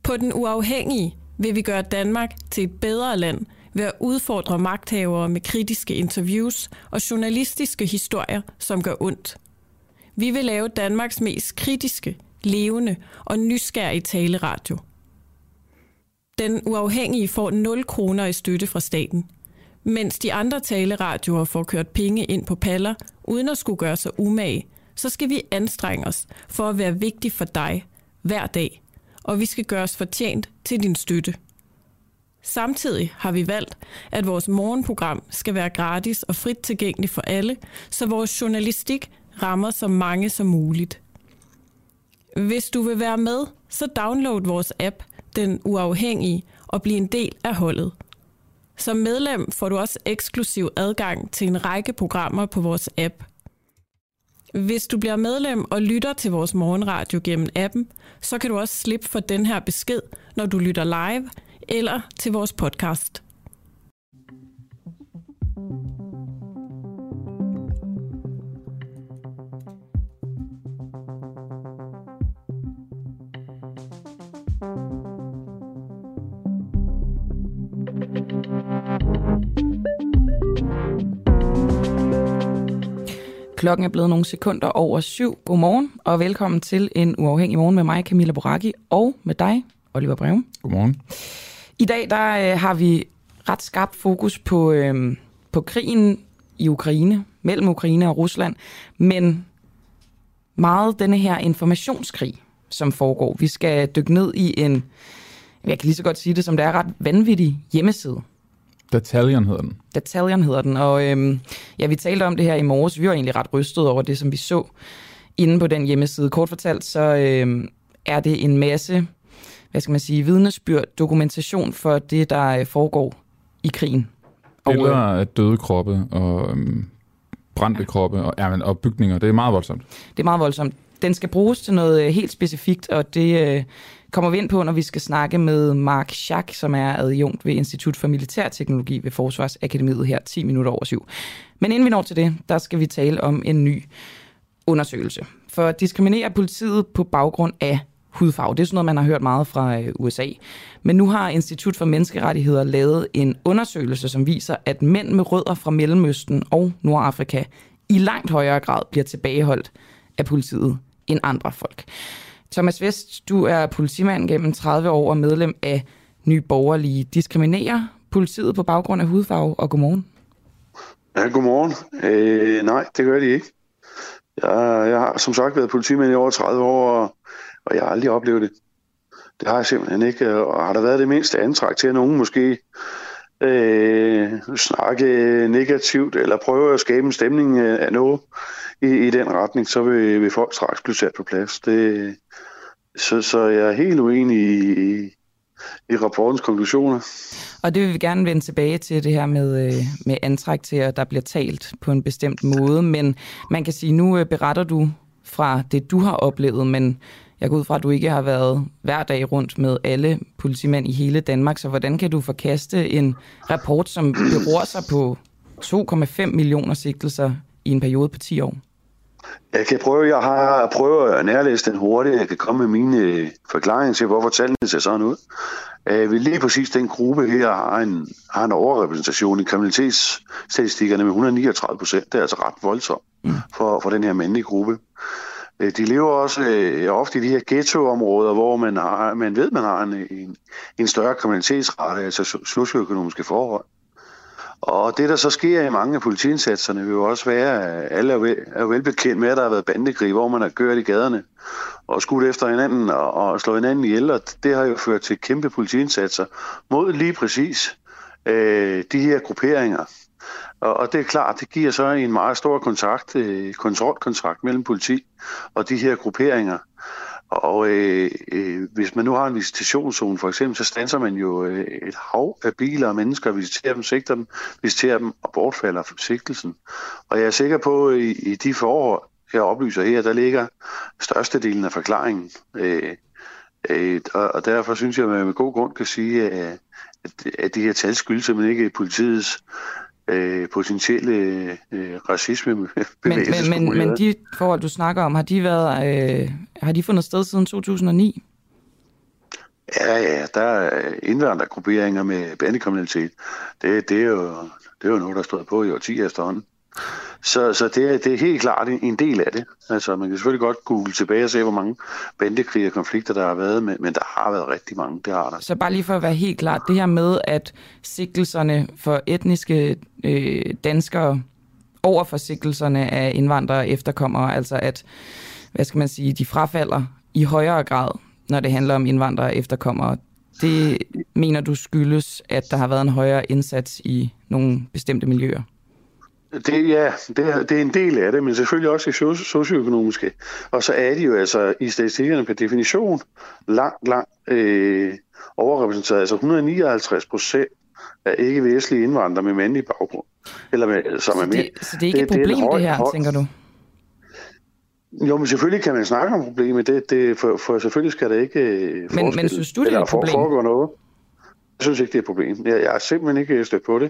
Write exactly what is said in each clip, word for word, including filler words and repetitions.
På Den Uafhængige vil vi gøre Danmark til et bedre land ved at udfordre magthavere med kritiske interviews og journalistiske historier, som gør ondt. Vi vil lave Danmarks mest kritiske, levende og nysgerrige taleradio. Den Uafhængige får nul kroner i støtte fra staten, mens de andre taleradioer får kørt penge ind på paller, uden at skulle gøre sig umage, så skal vi anstrenge os for at være vigtig for dig hver dag, og vi skal gøre os fortjent til din støtte. Samtidig har vi valgt, at vores morgenprogram skal være gratis og frit tilgængeligt for alle, så vores journalistik rammer så mange som muligt. Hvis du vil være med, så download vores app, Den Uafhængige, og bliv en del af holdet. Som medlem får du også eksklusiv adgang til en række programmer på vores app. Hvis du bliver medlem og lytter til vores morgenradio gennem appen, så kan du også slippe for den her besked, når du lytter live eller til vores podcast. Klokken er blevet nogle sekunder over syv. Godmorgen og velkommen til En Uafhængig Morgen med mig, Camilla Boracchi, og med dig, Oliver Breum. Godmorgen. I dag der øh, har vi ret skarpt fokus på, øh, på krigen i Ukraine, mellem Ukraine og Rusland, men meget denne her informationskrig, som foregår. Vi skal dykke ned i en, jeg kan lige så godt sige det, som det er, ret vanvittig hjemmeside. Datalyon hedder den. Datalyon hedder den, og øhm, ja, vi talte om det her i morges. Vi var egentlig ret rystet over det, som vi så inde på den hjemmeside. Kort fortalt, så øhm, er det en masse, hvad skal man sige, vidnesbyrd, dokumentation for det, der foregår i krigen. Billeder af døde kroppe og øhm, brændte kroppe og, ja, og bygninger. Det er meget voldsomt. Det er meget voldsomt. Den skal bruges til noget helt specifikt, og det øh, kommer vi ind på, når vi skal snakke med Mark Schack, som er adjunkt ved Institut for Militærteknologi ved Forsvarsakademiet her ti minutter over syv. Men inden vi når til det, der skal vi tale om en ny undersøgelse. For at diskriminere politiet på baggrund af hudfarve, det er sådan noget, man har hørt meget fra U S A. Men nu har Institut for Menneskerettigheder lavet en undersøgelse, som viser, at mænd med rødder fra Mellemøsten og Nordafrika i langt højere grad bliver tilbageholdt af politiet end andre folk. Thomas West, du er politimand gennem tredive år og medlem af Nye Borgerlige. Diskriminerer politiet på baggrund af hudfarve, og godmorgen? Ja, godmorgen. Øh, nej, det gør de ikke. Jeg, jeg har som sagt været politimand i over tredive år, og, og jeg har aldrig oplevet det. Det har jeg simpelthen ikke. Og har der været det mindste antræk til, at nogen måske øh, snakke negativt eller prøve at skabe en stemning af noget i, i den retning, så vil, vil folk straks blive sat på plads. Det, så, så jeg er helt uenig i, i rapportens konklusioner. Og det vil vi gerne vende tilbage til, det her med, med antræk til, at der bliver talt på en bestemt måde. Men man kan sige, nu beretter du fra det, du har oplevet, men jeg går ud fra, at du ikke har været hver dag rundt med alle politimænd i hele Danmark. Så hvordan kan du forkaste en rapport, som beror sig på to komma fem millioner sigtelser i en periode på ti år? Jeg kan prøve, jeg har prøvet at nærlæse den hurtigt. Jeg kan komme med mine forklaringer til, hvorfor tallene ser sådan ud. Øh, lige præcis den gruppe her har en, har en overrepræsentation i kriminalitetsstatistikkerne med et hundrede og niogtredive procent. Det er altså ret voldsomt for, for den her mandlige gruppe. De lever også øh, ofte i de her ghettoområder, hvor man, har, man ved, man har en, en, en større kriminalitetsrate, altså socioøkonomiske forhold. Og det, der så sker i mange af politiindsatserne, vil jo også være, at alle er, vel, er velbekendt med, at der har været bandekrig, hvor man har kørt i gaderne og skudt efter hinanden og, og slået hinanden ihjel. Og det har jo ført til kæmpe politiindsatser mod lige præcis øh, de her grupperinger. Og, og det er klart, det giver så en meget stor kontakt, øh, kontrolkontrakt mellem politi og de her grupperinger. Og øh, øh, hvis man nu har en visitationszone for eksempel, så standser man jo øh, et hav af biler og mennesker, visiterer dem, sigter dem, visiterer dem og bortfalder sigtelsen. Og jeg er sikker på, at i, i de forhold, jeg oplyser her, der ligger størstedelen af forklaringen. Øh, øh, og, og derfor synes jeg, at man med god grund kan sige, at, at, at de her tal skyldes simpelthen ikke politiets Øh, potentielle øh, racismebevægelse. Men, men, men, men de forhold, du snakker om, har de været, øh, har de fundet sted siden to tusind og ni? Ja, ja, der er indvandrergrupperinger med bandekriminalitet. Det, det, er jo, det er jo noget, der stod på i årtier efterhånden. Så, så det, er, det er helt klart en del af det. Altså, man kan selvfølgelig godt google tilbage og se, hvor mange bandekrig og konflikter, der har været, men, men der har været rigtig mange, det har der. Så bare lige for at være helt klart, det her med, at sigtelserne for etniske øh, danskere over for sigtelserne af indvandrere og efterkommere, altså at, hvad skal man sige, de frafalder i højere grad, når det handler om indvandrere og efterkommere. Det mener du skyldes, at der har været en højere indsats i nogle bestemte miljøer? Det, ja, det er, det er en del af det, men selvfølgelig også i socioøkonomiske. Og så er de jo altså i statistikkerne per definition langt, langt øh, overrepræsenteret. Altså et hundrede og nioghalvtreds procent af ikke-vestlige indvandrere med mandlig baggrund. Eller med, som er med. Det, så det er ikke det, et problem, det, høj, det her, høj, tænker du? Jo, men selvfølgelig kan man snakke om problemet. Det, det, for, for selvfølgelig skal det ikke øh, men, men synes du, det er et problem? Foregå noget. Jeg synes ikke, det er et problem. Jeg, jeg er simpelthen ikke stødt på det.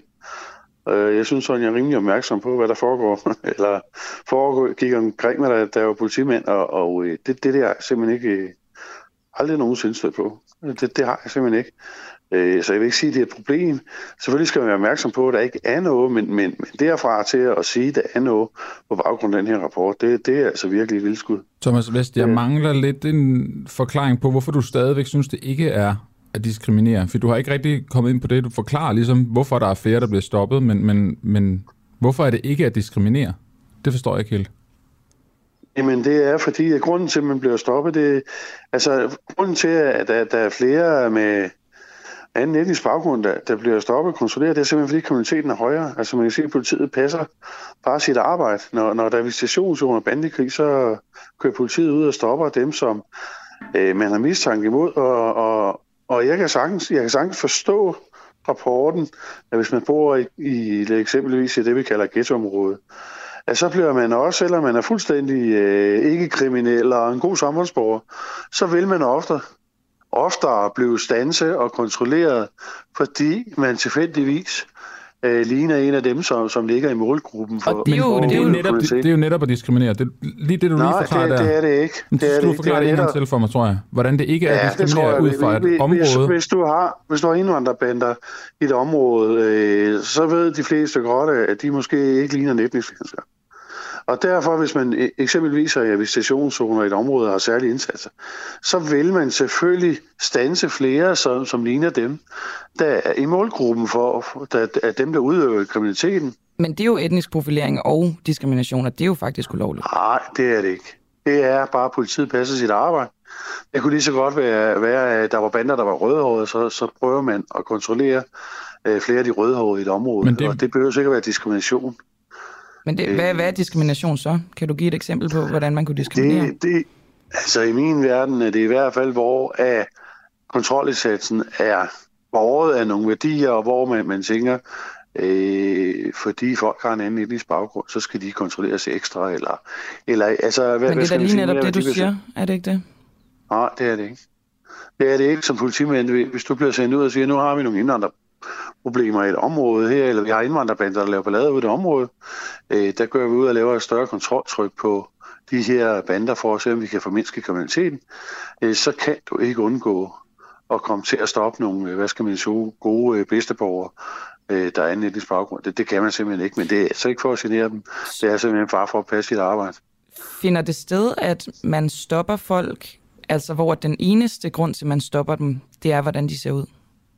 Jeg synes sådan, jeg er rimelig opmærksom på, hvad der foregår, eller foregår, kigger omkring mig, der, der er jo politimænd, og, og det, det der er simpelthen ikke aldrig nogensinde stødt på. Det, det har jeg simpelthen ikke. Så jeg vil ikke sige, at det er et problem. Selvfølgelig skal man være opmærksom på, at der ikke er noget, men, men, men derfra til at sige, at der er noget på baggrund af den her rapport, det, det er altså virkelig vildskud. Thomas West, jeg mangler lidt en forklaring på, hvorfor du stadigvæk synes, det ikke er at diskriminere, for du har ikke rigtig kommet ind på det. Du forklarer ligesom, hvorfor der er flere, der bliver stoppet, men, men, men hvorfor er det ikke at diskriminere? Det forstår jeg ikke helt. Jamen, det er fordi, at grunden til, at man bliver stoppet, det altså grunden til, at der, der er flere med anden etnisk baggrund, der, der bliver stoppet og kontrolleret, det er simpelthen, fordi kriminaliteten er højere. Altså, man kan sige, at politiet passer bare sit arbejde. Når, når der er visitationszone og bandekrig, så kører politiet ud og stopper dem, som øh, man har mistanke imod, og, og Og jeg kan sagtens, jeg kan sagtens forstå rapporten, at hvis man bor i, i eksempelvis i det, vi kalder ghettoområdet, at så bliver man også, selvom man er fuldstændig øh, ikke-kriminel og en god samfundsborger, så vil man ofte, oftere blive standset og kontrolleret, fordi man tilfældigvis øh, ligner en af dem, som, som ligger i målgruppen. For, og det er jo, men det er jo, netop, det, det er jo netop at diskriminere. Det, lige det, du Nej, lige forklarer det, der. det er det ikke. Det det er du det forklarer det en gang til for mig, tror jeg. Hvordan det ikke er ja, at diskriminere ud fra et hvis, område. Hvis, hvis, du har, hvis du har indvandrerbander i et område, øh, så ved de fleste godt, at de måske ikke ligner en etnisk dansker. Og derfor, hvis man eksempelvis er i visitationszoner i et område og har særlige indsatser, så vil man selvfølgelig standse flere, som, som ligner dem, der er i målgruppen for der, er dem, der udøver kriminaliteten. Men det er jo etnisk profilering og diskrimination, og det er jo faktisk ulovligt. Nej, det er det ikke. Det er bare, at politiet passer sit arbejde. Det kunne lige så godt være, være at der var bander, der var rødhårede, så, så prøver man at kontrollere øh, flere af de rødhårede i et område. Men det... Og det behøver sikkert være diskrimination. Men det, hvad, hvad er diskrimination så? Kan du give et eksempel på, hvordan man kunne diskriminere? Det, det, altså i min verden er det i hvert fald, hvor at kontrolindsatsen er båret af nogle værdier, og hvor man, man tænker, øh, fordi folk har en anden etnisk baggrund, så skal de kontrolleres ekstra. Eller, eller, altså, hvad, Men det er da lige netop det, du siger, er det ikke det? Nej, det er det ikke. Det er det ikke som politimand. Hvis du bliver sendt ud og siger, nu har vi nogle indvandrere, problemer i et område her, eller vi har indvandrerbander, der laver ballade ud i et område, øh, der gør vi ud og laver et større kontroltryk på de her bander, for at se, om vi kan formindske kriminaliteten, øh, så kan du ikke undgå at komme til at stoppe nogle, hvad skal man sige, gode øh, bedsteborgere, øh, der er en etnisk baggrund. Det, det kan man simpelthen ikke, men det er altså ikke for at genere dem. Det er simpelthen bare for at passe sit arbejde. Finder det sted, at man stopper folk, altså hvor den eneste grund til, at man stopper dem, det er, hvordan de ser ud?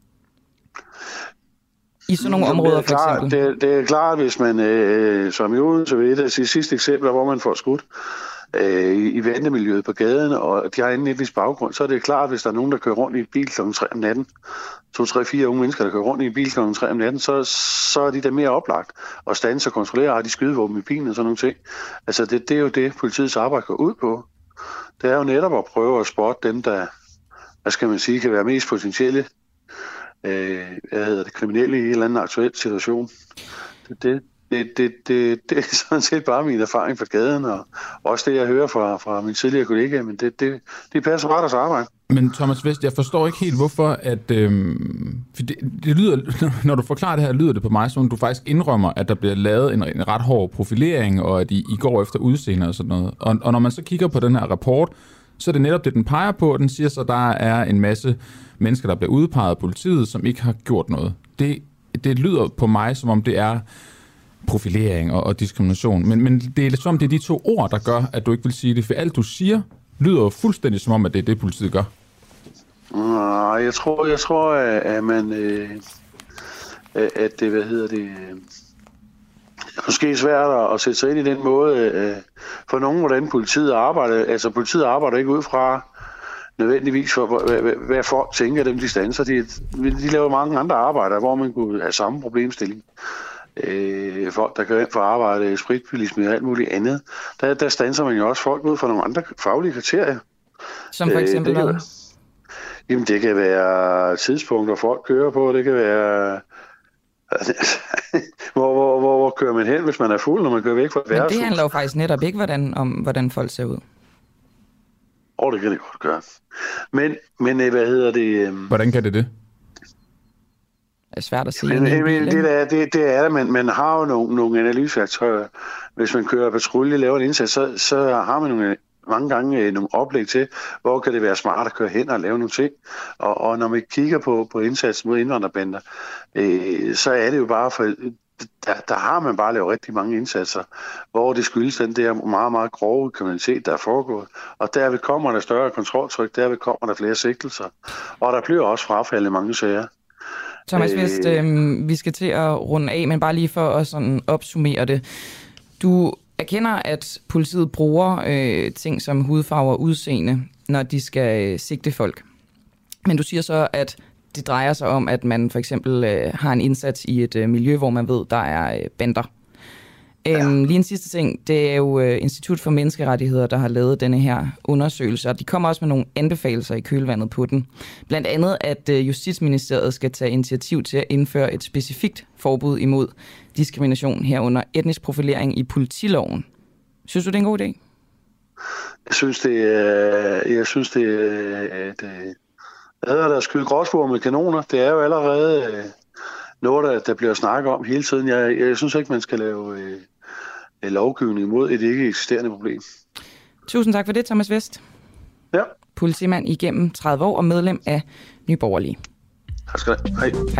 I sådan nogle områder, for eksempel? Det, det er klart, hvis man, øh, som i Odense ved et af de sidste eksempler, hvor man får skudt øh, i vandemiljøet på gaden, og de har en etnisk baggrund, så er det klart, hvis der er nogen, der kører rundt i en bil klokken tre om natten, to, tre, fire unge mennesker, der kører rundt i en bil klokken tre om natten, så, så er de der mere oplagt og standse og kontrollere, har de skydevåben i bilen og sådan nogle ting. Altså, det, det er jo det, politiets arbejde går ud på. Det er jo netop at prøve at spotte dem, der, hvad skal man sige, kan være mest potentielle Øh, hvad hedder det, kriminelle i en eller anden aktuel situation. Det, det, det, det, det, det er sådan set bare min erfaring fra gaden, og også det, jeg hører fra, fra mine tidligere kollegaer, men det, det, det passer bare deres arbejde. Men Thomas West, jeg forstår ikke helt, hvorfor at... Øhm, for det, det lyder, når du forklarer det her, lyder det på mig, som du faktisk indrømmer, at der bliver lavet en, en ret hård profilering, og at I, I går efter udseende og sådan noget. Og, og når man så kigger på den her rapport, så er det netop det, den peger på. Den siger så, at der er en masse mennesker, der bliver udpeget af politiet, som ikke har gjort noget. Det, det lyder på mig, som om det er profilering og, og diskrimination. Men, men det er som om, det er de to ord, der gør, at du ikke vil sige det. For alt, du siger, lyder jo fuldstændig som om, at det er det, politiet gør. Nej, jeg tror, jeg tror, at man... Øh, at det, hvad hedder det... Øh, måske svært at sætte sig ind i den måde, øh, for nogen, hvordan politiet arbejder. Altså, politiet arbejder ikke ud fra nødvendigvis for, hvad, hvad folk tænker, dem de standser. De, de laver mange andre arbejder, hvor man kunne have samme problemstilling. Øh, folk, der kører ind for arbejde, spritbilisme og alt muligt andet. Der, der standser man jo også folk ud fra nogle andre faglige kriterier. Som for eksempel hvad? Øh, jamen, det kan være tidspunkter, folk kører på. Det kan være... hvor, hvor, hvor, hvor kører man hen, hvis man er fuld, når man kører væk fra et værtshus? Men det handler jo faktisk netop ikke hvordan, om, hvordan folk ser ud. Åh, oh, det kan det godt gøre. Men, men hvad hedder det? Hvordan kan det det? Det er svært at sige. Men, men, det, er, det, det er det, men man har jo nogle, nogle analyseværktøjer. Hvis man kører patrulje, laver en indsats, så, så har man nogle, mange gange nogle oplæg til, hvor kan det være smart at køre hen og lave nogle ting. Og, og når man kigger på, på indsats mod indvandrerbander, øh, så er det jo bare for... Der, der har man bare lavet rigtig mange indsatser, hvor det skyldes den der meget, meget grove kriminalitet, der er foregået. Og derved kommer der større kontroltryk, derved kommer der flere sigtelser. Og der bliver også frafaldet mange sager. Thomas Vest, øh, vi skal til at runde af, men bare lige for at sådan opsummere det. Du erkender, at politiet bruger øh, ting som hudfarve og udseende, når de skal øh, sigte folk. Men du siger så, at det drejer sig om, at man for eksempel øh, har en indsats i et øh, miljø, hvor man ved, der er øh, bander. Ja. Øhm, lige en sidste ting, det er jo øh, Institut for Menneskerettigheder, der har lavet denne her undersøgelse, og de kommer også med nogle anbefalinger i kølvandet på den. Blandt andet, at øh, Justitsministeriet skal tage initiativ til at indføre et specifikt forbud imod diskrimination herunder etnisk profilering i politiloven. Synes du, det er en god idé? Jeg synes, det er... Jeg synes, det er... At, Adder der skyde gråspor med kanoner, det er jo allerede øh, noget, der, der bliver snakket om hele tiden. Jeg, jeg synes ikke, man skal lave øh, lovgivning imod et ikke eksisterende problem. Tusind tak for det, Thomas Vest. Ja. Politimand igennem tredive år og medlem af Nye Borgerlige. Tak skal du have. Hej. Hej.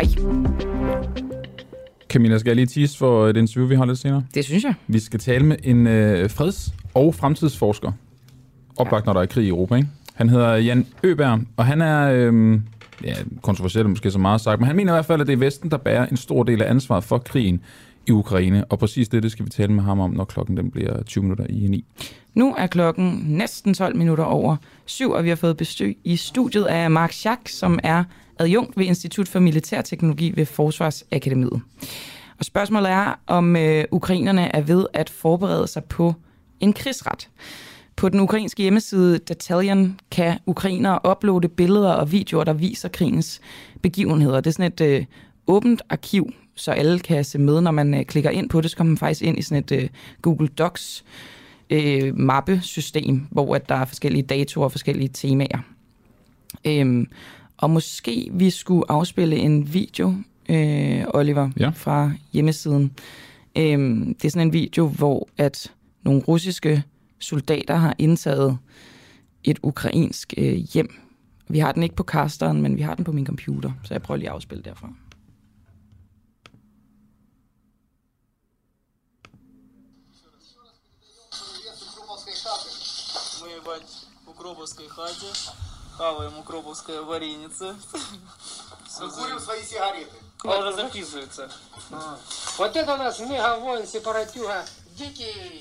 Camilla, skal jeg lige tease for et interview, vi har lidt senere? Det synes jeg. Vi skal tale med en øh, freds- og fremtidsforsker. Oplagt, ja. Når der er krig i Europa, ikke? Han hedder Jan Øberg, og han er øhm, ja, kontroversiel måske så meget sagt, men han mener i hvert fald, at det er Vesten, der bærer en stor del af ansvaret for krigen i Ukraine. Og præcis det, det skal vi tale med ham om, når klokken den bliver tyve minutter i ni. Nu er klokken næsten tolv minutter over syv, og vi har fået besøg i studiet af Mark Schack, som er adjunkt ved Institut for Militærteknologi ved Forsvarsakademiet. Og spørgsmålet er, om øh, ukrainerne er ved at forberede sig på en krigsret. På den ukrainske hjemmeside Datalion kan ukrainere uploade billeder og videoer, der viser krigens begivenheder. Det er sådan et øh, åbent arkiv, så alle kan se med. Når man øh, klikker ind på det, så kommer man faktisk ind i sådan et øh, Google Docs øh, mappesystem, hvor at der er forskellige datoer og forskellige temaer. Øhm, og måske vi skulle afspille en video, øh, Oliver, ja. Fra hjemmesiden. Øhm, det er sådan en video, hvor at nogle russiske soldater har indtaget et ukrainsk øh, hjem. Vi har den ikke på casteren, men vi har den på min computer, så jeg prøver lige at afspille derfra. Хаваем укроповское варенице. Курим свои сигареты. Он уже записывается. Вот это у нас мегавоин, сепаратюга, дикий.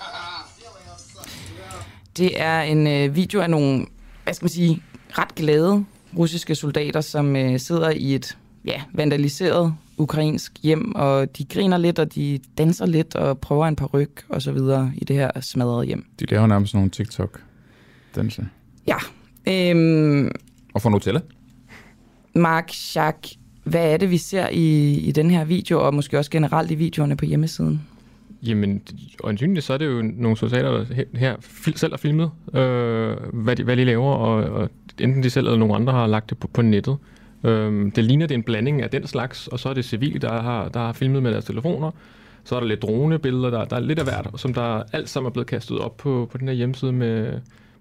Det er en øh, video af nogle, hvad skal man sige, ret glade russiske soldater, som øh, sidder i et ja, vandaliseret ukrainsk hjem, og de griner lidt, og de danser lidt, og prøver en paryk og så videre i det her smadrede hjem. De laver nærmest nogle TikTok-danse. Ja. Øhm, og får Nutella. Mark Schack, hvad er det, vi ser i, i den her video, og måske også generelt i videoerne på hjemmesiden? Jamen, øjensynligt så er det jo nogle soldater, der her selv har filmet, øh, hvad, de, hvad de laver, og, og enten de selv eller nogle andre har lagt det på, på nettet. Øh, det ligner, det er en blanding af den slags, og så er det civile, der har, der har filmet med deres telefoner. Så er der lidt dronebilleder, der, der er lidt af hvert, som der alt sammen er blevet kastet op på, på den her hjemmeside med,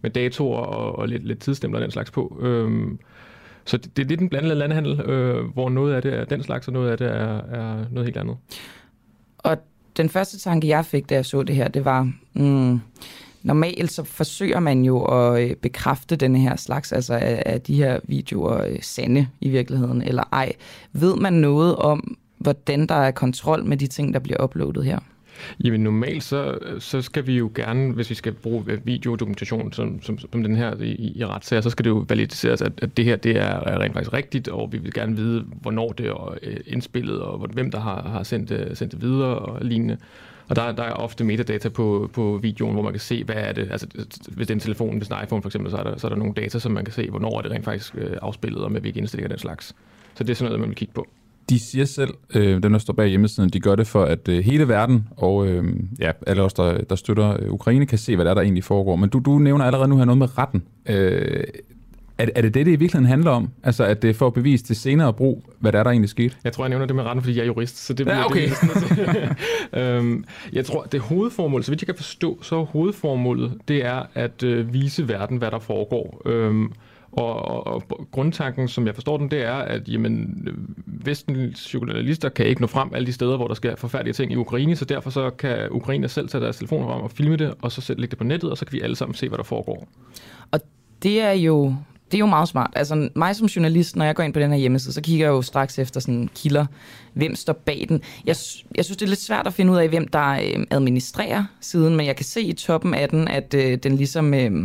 med datoer og, og lidt, lidt tidsstempler og den slags på. Øhm, så det, det er lidt en blandet landhandel, øh, hvor noget af det er den slags, og noget af det er, er noget helt andet. Og den første tanke, jeg fik, da jeg så det her, det var, mm, normalt så forsøger man jo at bekræfte denne her slags, altså er, er de her videoer sande i virkeligheden, eller ej. Ved man noget om, hvordan der er kontrol med de ting, der bliver uploadet her? Jamen normalt, så, så skal vi jo gerne, hvis vi skal bruge videodokumentation som, som, som den her i, i retssager, så skal det jo valideres, at, at det her det er rent faktisk rigtigt, og vi vil gerne vide, hvornår det er indspillet, og hvem der har, har sendt, sendt det videre og lignende. Og der, der er ofte metadata på, på videoen, hvor man kan se, hvad er det. Altså, hvis det er en telefon, hvis det er en iPhone for eksempel, så er der, så er der nogle data, som man kan se, hvornår er det rent faktisk afspillet, og med hvilke indstillinger den slags. Så det er sådan noget, man vil kigge på. De siger selv, øh, dem der står bag hjemmesiden, de gør det for, at øh, hele verden og øh, ja, alle os, der, der støtter øh, Ukraine, kan se, hvad der, er, der egentlig foregår. Men du, du nævner allerede nu her noget med retten. Øh, er, er det det, det i virkeligheden handler om? Altså, at det er for at bevise til senere brug, hvad der er, der egentlig skete? Jeg tror, jeg nævner det med retten, fordi jeg er jurist, så det bliver ja, okay. det. øhm, jeg tror, det hovedformål, så vidt jeg kan forstå, så hovedformålet, det er at øh, vise verden, hvad der foregår. Øhm, Og, og, og grundtanken, som jeg forstår den, det er, at jamen, vestens journalister kan ikke nå frem alle de steder, hvor der sker forfærdelige ting i Ukraine, så derfor så kan Ukraine selv tage deres telefoner frem og filme det, og så selv lægge det på nettet, og så kan vi alle sammen se, hvad der foregår. Og det er jo, det er jo meget smart. Altså mig som journalist, når jeg går ind på den her hjemmeside, så kigger jeg jo straks efter sådan kilder, hvem står bag den. Jeg, jeg synes, det er lidt svært at finde ud af, hvem der administrerer siden, men jeg kan se i toppen af den, at øh, den ligesom... Øh,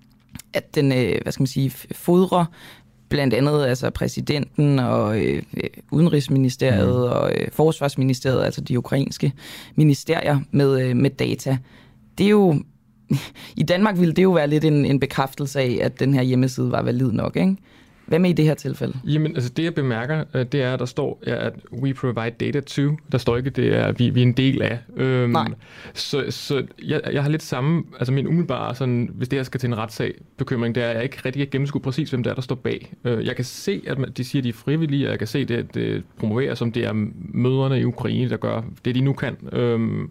at den, hvad skal man sige, fodrer blandt andet altså præsidenten og øh, udenrigsministeriet mm. og øh, forsvarsministeriet, altså de ukrainske ministerier med, øh, med data. Det er jo, i Danmark ville det jo være lidt en, en bekræftelse af, at den her hjemmeside var valid nok, ikke? Hvad med i det her tilfælde? Jamen, altså det jeg bemærker, det er, at der står, ja, at we provide data to. Der står ikke, det er, vi, vi er en del af. Øhm, Nej. Så, så jeg, jeg har lidt samme, altså min umiddelbare, sådan, hvis det her skal til en retssag, bekymring, det er, at jeg ikke rigtig kan gennemskue præcis, hvem der er, der står bag. Jeg kan se, at de siger, at de er frivillige, og jeg kan se, at det, det promoverer, som det er mødrene i Ukraine, der gør det, de nu kan. Øhm,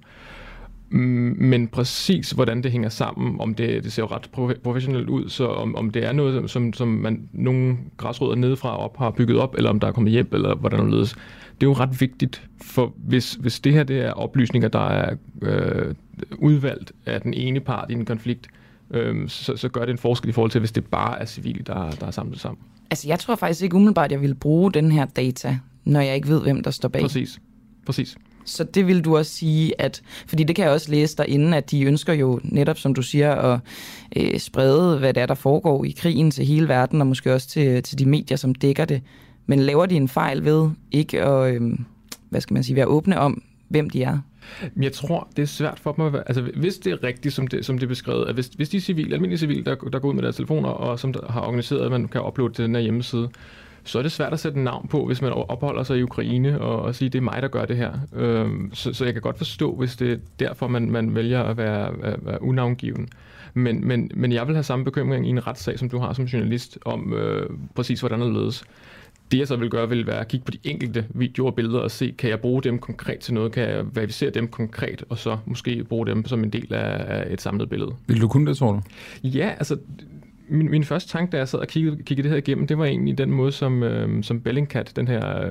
Men præcis, hvordan det hænger sammen, om det, det ser jo ret professionelt ud, så om, om det er noget, som, som man nogle græsrødder nedefra op har bygget op, eller om der er kommet hjælp, eller hvordan det ledes. Det er jo ret vigtigt, for hvis, hvis det her det er oplysninger, der er øh, udvalgt af den ene part i en konflikt, øh, så, så gør det en forskel i forhold til, hvis det bare er civile, der, der er samlet sammen. Altså, jeg tror faktisk ikke umiddelbart, at jeg vil bruge den her data, når jeg ikke ved, hvem der står bag. Præcis. Præcis. Så det vil du også sige, at, fordi det kan jeg også læse derinde, at de ønsker jo netop, som du siger, at øh, sprede, hvad det er, der foregår i krigen til hele verden, og måske også til, til de medier, som dækker det. Men laver de en fejl ved ikke at, øh, hvad skal man sige, være åbne om, hvem de er? Jeg tror, det er svært for dem at være, altså hvis det er rigtigt, som det, som det er beskrevet, at hvis, hvis de er civile, almindelige civile, der, der går ud med deres telefoner, og som der har organiseret, at man kan uploade til den her hjemmeside, så er det svært at sætte en navn på, hvis man opholder sig i Ukraine og, og sige, det er mig, der gør det her. Øhm, så, så jeg kan godt forstå, hvis det er derfor, man, man vælger at være, at være unavngiven. Men, men, men jeg vil have samme bekymring i en retssag, som du har som journalist, om øh, præcis, hvordan det ledes. Det, jeg så vil gøre, vil være at kigge på de enkelte videoer og billeder og se, kan jeg bruge dem konkret til noget? Kan jeg verificere dem konkret, og så måske bruge dem som en del af, af et samlet billede? Vil du kunne det, tror du? Ja, altså... Min, min første tanke, da jeg sad og kiggede, kiggede det her igennem, det var egentlig den måde, som, øh, som Bellingcat, den her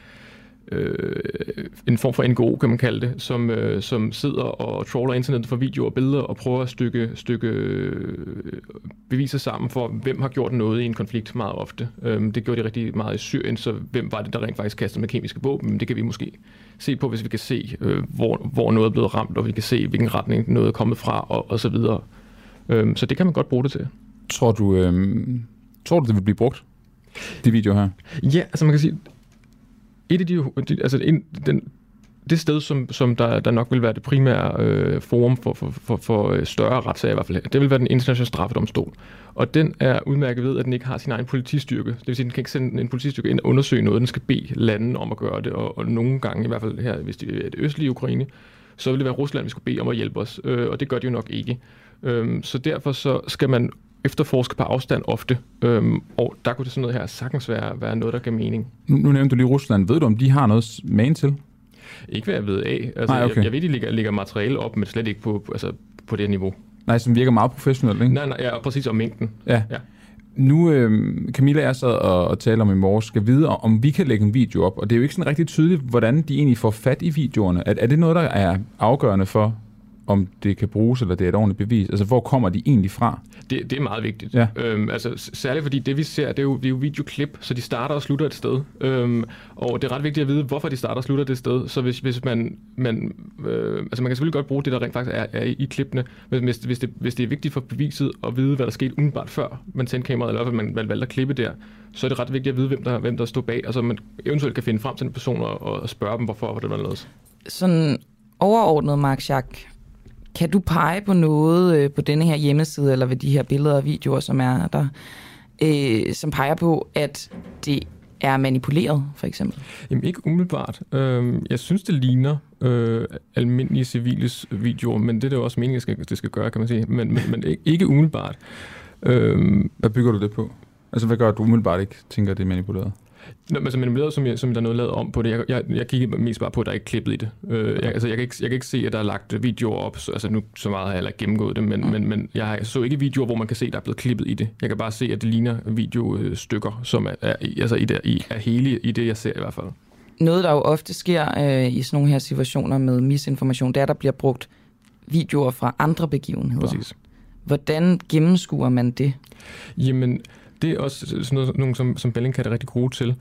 øh, en form for N G O, kan man kalde det, som, øh, som sidder og trawler internettet for videoer og billeder og prøver at stykke, stykke øh, beviser sammen for, hvem har gjort noget i en konflikt meget ofte. Øh, det gjorde de rigtig meget i Syrien, så hvem var det, der rent faktisk kastede med kemiske våben? Det kan vi måske se på, hvis vi kan se, øh, hvor, hvor noget er blevet ramt, og vi kan se, hvilken retning noget er kommet fra, og, og så videre. Øh, så det kan man godt bruge det til. Tror du, øh, tror du, det vil blive brugt, de videoer her? Ja, altså man kan sige, et af de, altså en, den, det sted, som, som der, der nok vil være det primære øh, forum for, for, for, for større retssager i hvert fald, det vil være den internationale straffedomstol. Og den er udmærket ved, at den ikke har sin egen politistyrke. Det vil sige, at den kan ikke sende en politistyrke ind og undersøge noget. Den skal bede landene om at gøre det, og, og nogle gange, i hvert fald her, hvis det er det østlige Ukraine, så vil det være Rusland, vi skulle bede om at hjælpe os. Øh, og det gør de jo nok ikke. Øh, så derfor så skal man efterforske på afstand ofte, øhm, og der kunne det sådan noget her sagtens være, være noget, der gav mening. Nu, nu nævnte du lige Rusland. Ved du, om de har noget magen til? Ikke hvad jeg ved af. Altså, Nej, okay. jeg, jeg ved, de ligger, ligger materiale op, men slet ikke på, altså, på det niveau. Nej, som virker meget professionelt, ikke? Nej, nej, ja, præcis, om mængden. Ja. ja. Nu, øh, Camilla og jeg sad og, og talte om i morges, skal vide, om vi kan lægge en video op, og det er jo ikke sådan rigtig tydeligt, hvordan de egentlig får fat i videoerne. Er, er det noget, der er afgørende for, om det kan bruges, eller det er et ordentligt bevis? Altså, hvor kommer de egentlig fra? Det, det er meget vigtigt. Ja. Øhm, altså, særligt fordi det, vi ser, det er jo, det er jo videoklip, så de starter og slutter et sted. Øhm, og det er ret vigtigt at vide, hvorfor de starter og slutter det sted. Så hvis, hvis man... man øh, altså, man kan selvfølgelig godt bruge det, der rent faktisk er, er i, i klippene, men hvis, hvis, det, hvis det er vigtigt for beviset at vide, hvad der skete umiddelbart før man tændte kameraet, eller i hvert fald man, man valgte at klippe der, så er det ret vigtigt at vide, hvem der, hvem der stod bag, og så man eventuelt kan finde frem til en person og, og spørge dem, hvorfor og hvordan det var lavet. Sådan overordnet, Mark Schack, kan du pege på noget øh, på denne her hjemmeside, eller ved de her billeder og videoer, som er der, øh, som peger på, at det er manipuleret, for eksempel? Jamen ikke umiddelbart. Øhm, jeg synes, det ligner øh, almindelige civiles videoer, men det er det jo også meningen, at det skal gøre, kan man sige. Men, men, men ikke, ikke umiddelbart. Øhm, hvad bygger du det på? Altså, hvad gør, at du umiddelbart ikke tænker, at det er manipuleret? Nå, altså manipuleret, som, jeg, som der er noget lavet om på det. Jeg, jeg, jeg kigger mest bare på, at der er ikke klippet i det. Øh, jeg, altså, jeg, kan ikke, jeg kan ikke se, at der er lagt videoer op. Så, altså, nu så meget har jeg heller ikke gennemgået det, men, men, men jeg så ikke videoer, hvor man kan se, at der er blevet klippet i det. Jeg kan bare se, at det ligner videostykker, som er, er, altså, i det, i, er hele i det, jeg ser i hvert fald. Noget, der jo ofte sker øh, i sådan nogle her situationer med misinformation, det er, at der bliver brugt videoer fra andre begivenheder. Præcis. Hvordan gennemskuer man det? Jamen, det er også sådan noget, nogen, som, som Bellingcat er rigtig gode til.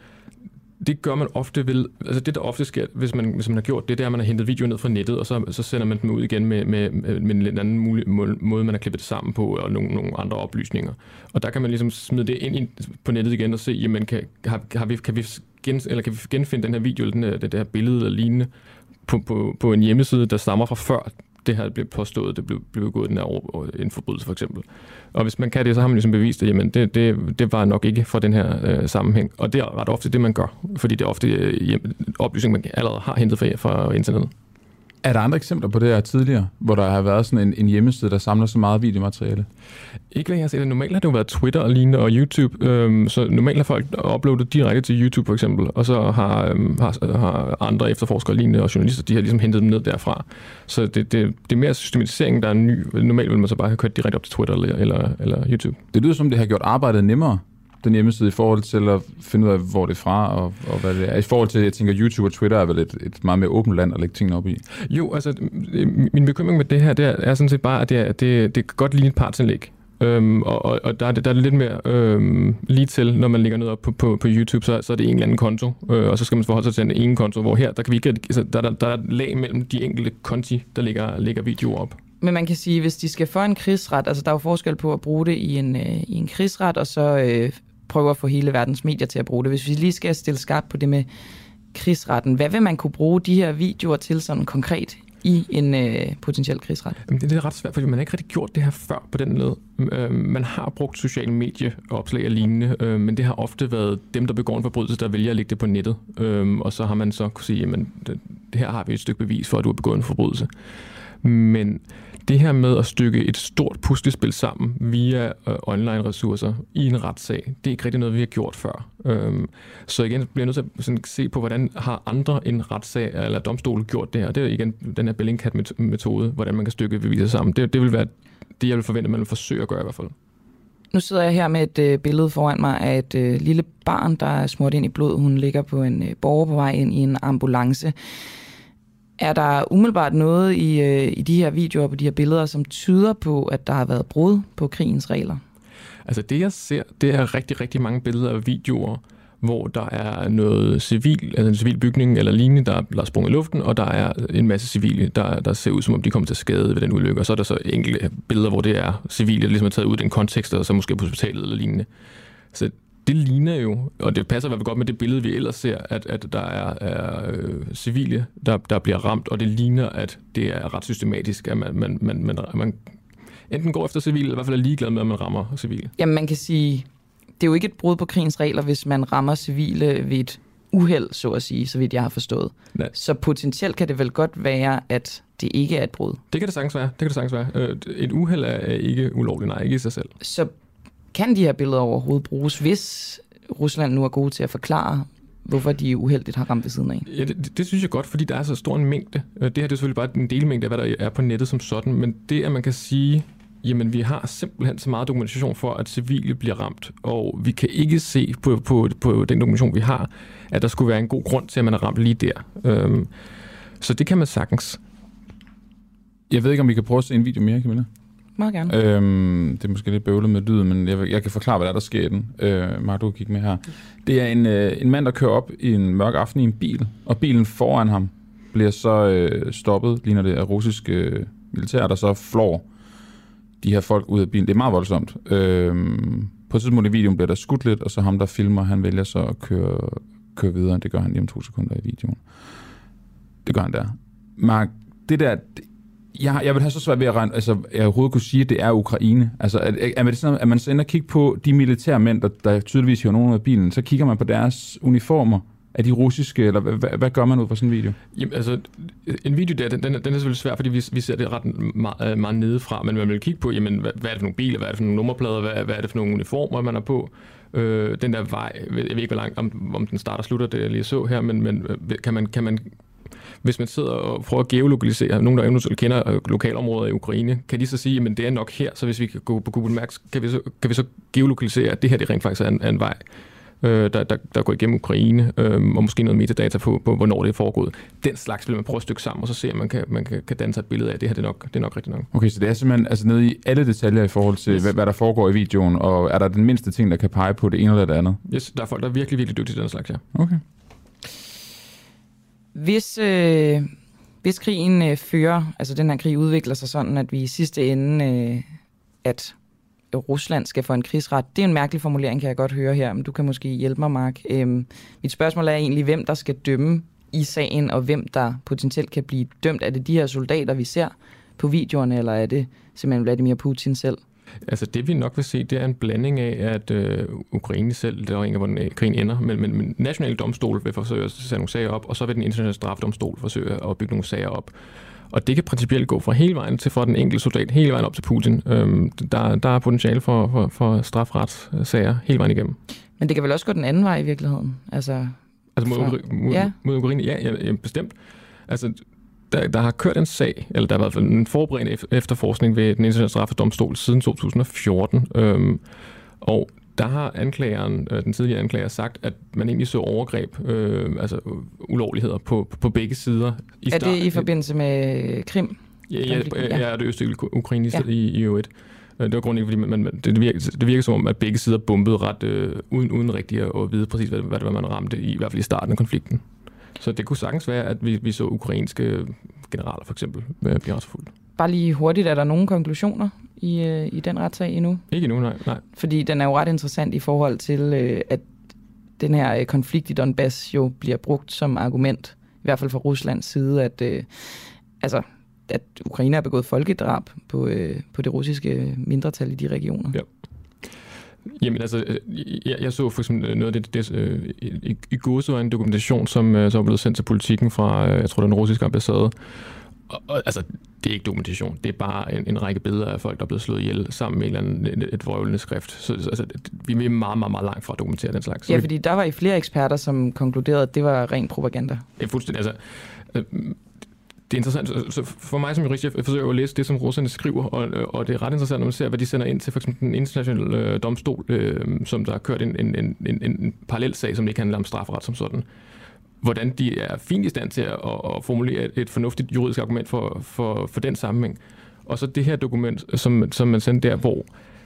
Det gør man ofte ved, altså det der ofte sker, hvis man, hvis man har gjort det, det er, at man har hentet videoer ned fra nettet, og så, så sender man dem ud igen med, med, med en lidt anden mulig måde, man har klippet det sammen på, og nogle, nogle andre oplysninger. Og der kan man ligesom smide det ind på nettet igen og se, jamen kan, har, har vi, kan, vi gen, eller kan vi genfinde den her video, eller den her, det der billede eller lignende, på, på, på en hjemmeside, der stammer fra før det her blev påstået, det blev, blev begået den her en forbrydelse for eksempel. Og hvis man kan det, så har man ligesom bevist, at jamen, det, det, det var nok ikke fra den her øh, sammenhæng. Og det er ret ofte det, man gør, fordi det er ofte øh, oplysninger, man allerede har hentet fra, fra internettet. Er der andre eksempler på det her tidligere, hvor der har været sådan en, en hjemmeside, der samler så meget videomateriale? Ikke hvad jeg har set. Normalt har det jo været Twitter og lignende og YouTube. Øhm, så normalt har folk uploadet direkte til YouTube for eksempel, og så har, øhm, har, har andre efterforskere lignende og journalister, de har ligesom hentet dem ned derfra. Så det, det, det er mere systematisering, der er ny. Normalt vil man så bare have kørt direkte op til Twitter eller, eller, eller YouTube. Det lyder som, det har gjort arbejdet nemmere, den hjemmeside, i forhold til at finde ud af, hvor det er fra, og, og hvad det er. I forhold til, jeg tænker, YouTube og Twitter er vel et, et meget mere åbent land at lægge tingene op i. Jo, altså, min bekymring med det her, det er, er sådan set bare, at det, er, det, det kan godt ligne et partsindlæg. Øhm, og, og, og der, er det, der er det lidt mere øhm, lige til, når man lægger noget op på, på, på YouTube, så, så er det en eller anden konto, øh, og så skal man forholde sig til den ene konto, hvor her, der kan vi ikke, altså, der, der, der er et lag mellem de enkelte konti, der ligger, ligger videoer op. Men man kan sige, hvis de skal for en krigsret, altså der er jo forskel på at bruge det i en, øh, i en krigsret, og så øh, prøve at få hele verdens medier til at bruge det. Hvis vi lige skal stille skarpt på det med krigsretten, hvad vil man kunne bruge de her videoer til sådan konkret i en øh, potentiel krigsret? Jamen, det er ret svært, fordi man har ikke rigtig gjort det her før på den led. Øh, man har brugt sociale medieopslag og lignende, øh, men det har ofte været dem, der begår en forbrydelse, der vælger at lægge det på nettet. Øh, og så har man så kunne sige, jamen, det, her har vi et stykke bevis for, at du har begået en forbrydelse. Men det her med at stykke et stort puslespil sammen via øh, online-ressourcer i en retssag, det er ikke rigtig noget, vi har gjort før. Øhm, så igen bliver jeg nødt til at sådan, se på, hvordan har andre en retssag eller domstol gjort det her. Det er igen den her Bellingcat-metode, hvordan man kan stykke beviser sammen. Det, det vil være det, jeg vil forvente, at man vil forsøge at gøre i hvert fald. Nu sidder jeg her med et øh, billede foran mig af et øh, lille barn, der er smurt ind i blod. Hun ligger på en øh, borger på vej ind i en ambulance. Er der umiddelbart noget i, øh, i de her videoer på de her billeder, som tyder på, at der har været brud på krigens regler? Altså det, jeg ser, det er rigtig, rigtig mange billeder af videoer, hvor der er noget civil, altså en civil bygning eller lignende, der, der er sprunget i luften, og der er en masse civile, der, der ser ud, som om de kommer til skade ved den ulykke. Og så er der så enkelte billeder, hvor det er civile, der ligesom er taget ud i den kontekst, og så måske på hospitalet eller lignende. Så det ligner jo, og det passer i hvert fald godt med det billede, vi ellers ser, at, at der er, er øh, civile, der, der bliver ramt, og det ligner, at det er ret systematisk, at man, man, man, man, man enten går efter civile, eller i hvert fald er ligeglad med, at man rammer civile. Jamen man kan sige, det er jo ikke et brud på krigens regler, hvis man rammer civile ved et uheld, så at sige, så vidt jeg har forstået. Nej. Så potentielt kan det vel godt være, at det ikke er et brud. Det kan det sagtens være. Det kan det sagtens være. Et uheld er ikke ulovligt, nej, ikke i sig selv. Så kan de her billeder overhovedet bruges, hvis Rusland nu er gode til at forklare, hvorfor de uheldigt har ramt ved siden af? Ja, det, det synes jeg godt, fordi der er så stor en mængde. Det her det er selvfølgelig bare en delmængde af, hvad der er på nettet som sådan, men det, at man kan sige, Jamen, vi har simpelthen så meget dokumentation for, at civile bliver ramt, og vi kan ikke se på, på, på den dokumentation, vi har, at der skulle være en god grund til, at man er ramt lige der. Øhm, så det kan man sagtens. Jeg ved ikke, om vi kan prøve at se en video mere, Camilla? Meget gerne. Øhm, det er måske lidt bøvlet med lyden, men jeg, jeg kan forklare, hvad der, er, der sker i den. Øh, Mark, du kigge med her. Det er en, øh, en mand, der kører op i en mørk aften i en bil, og bilen foran ham bliver så øh, stoppet, ligner det af russiske øh, militær, der så flår de her folk ud af bilen. Det er meget voldsomt. Øhm, på et tidspunkt i videoen bliver der skudt lidt, og så ham, der filmer, han vælger så at køre, køre videre. Det gør han lige om to sekunder i videoen. Det gør han der. Mark, det der... Jeg, jeg vil have så svært ved at regne, altså, jeg overhovedet kunne sige, at det er Ukraine. Altså, er, er, det sådan, at man så ender og kigge på de militære mænd, der, der tydeligvis hiver nogen af bilen, så kigger man på deres uniformer. Er de russiske, eller hvad, hvad, hvad gør man ud fra sådan en video? Jamen, altså, en video der, den, den, er, den er selvfølgelig svær, fordi vi, vi ser det ret meget, meget nedefra, men man vil kigge på, jamen, hvad, hvad er det for nogle biler, hvad er det for nogle nummerplader, hvad, hvad er det for nogle uniformer, man er på. Øh, den der vej, jeg ved ikke, hvor langt, om, om den starter og slutter, det jeg lige så her, men, men kan man... Kan man hvis man sidder og prøver at geolokalisere, nogen der eventuelt kender lokalområder i Ukraine, kan de så sige, at det er nok her, så hvis vi kan gå på Google Maps, kan vi så, kan vi så geolokalisere, at det her det rent faktisk er en, er en vej, øh, der, der, der går igennem Ukraine, øh, og måske noget metadata på, på, hvornår det er foregået. Den slags vil man prøve at stykke sammen, og så se, om man kan, man kan, kan danne sig et billede af, det her det er, nok, det er nok rigtigt nok. Okay, så det er simpelthen altså nede i alle detaljer i forhold til, yes. hvad, hvad der foregår i videoen, og er der den mindste ting, der kan pege på det ene eller det andet? Yes, der er folk, der er virkelig, virkelig dygtige til den slags, ja. Okay. Hvis, øh, hvis krigen øh, fører, altså den her krig udvikler sig sådan, at vi i sidste ende, øh, at Rusland skal få en krigsret, det er en mærkelig formulering, kan jeg godt høre her, men du kan måske hjælpe mig, Mark. Øh, mit spørgsmål er egentlig, hvem der skal dømme i sagen, og hvem der potentielt kan blive dømt. Er det de her soldater, vi ser på videoerne, eller er det simpelthen Vladimir Putin selv? Altså det vi nok vil se, det er en blanding af, at øh, Ukraine selv, der er ikke, hvordan krigen ender, men, men, men nationale domstol vil forsøge at sætte nogle sager op, og så vil den internationale strafdomstol forsøge at bygge nogle sager op. Og det kan principielt gå fra hele vejen til fra den enkelte soldat, hele vejen op til Putin. Øhm, der, der er potentiale for, for, for strafretssager hele vejen igennem. Men det kan vel også gå den anden vej i virkeligheden? Altså, altså mod, for, mod, ja. mod Ukraine? Ja, ja, ja, bestemt. Altså Der, der har kørt en sag, eller der har været en forberedende efterforskning ved den internationale straffedomstol siden to tusind og fjorten. Øhm, og der har anklageren, øh, den tidligere anklager, sagt, at man egentlig så overgreb, øh, altså ulovligheder på, på begge sider. I er det i forbindelse med Krim? Ja, ja, ja, det østlige Ukraine ja. i, i øvrigt. Det var grundigt, fordi man, man, det, virker, det virker som om, at begge sider bombede ret, øh, uden, uden rigtigt at vide præcis, hvad, hvad det var, man ramte, i, i hvert fald i starten af konflikten. Så det kunne sagtens være, at vi, vi så ukrainske generaler for eksempel blive retsforfulgt. Bare lige hurtigt, er der nogle konklusioner i, øh, i den retssag endnu? Ikke endnu, nej, nej. Fordi den er jo ret interessant i forhold til, øh, at den her øh, konflikt i Donbass jo bliver brugt som argument, i hvert fald fra Ruslands side, at, øh, altså, at Ukraine har begået folkedrab på, øh, på det russiske mindretal i de regioner. Ja. Jamen altså, jeg, jeg så for eksempel noget af det, det øh, i, i går så en dokumentation, som øh, så var blevet sendt til Politikken fra, øh, jeg tror, den russiske ambassade. Og, og, altså, det er ikke dokumentation. Det er bare en, en række billeder af folk, der er blevet slået ihjel sammen med et, eller andet, et, et vrøvlende skrift. Så altså, vi er meget, meget, meget langt fra at dokumentere den slags. Ja, fordi der var i flere eksperter, som konkluderede, at det var ren propaganda. Ja, fuldstændig. Altså, øh, det er interessant. Så for mig som jurist, jeg forsøger at læse det, som russerne skriver, og, og det er ret interessant, når man ser, hvad de sender ind til for eksempel den internationale øh, domstol, øh, som der har kørt en, en, en, en, en parallel sag, som ikke handler om strafferet som sådan. Hvordan de er fint i stand til at, at formulere et, et fornuftigt juridisk argument for, for, for den sammenhæng. Og så det her dokument, som, som man sender der, hvor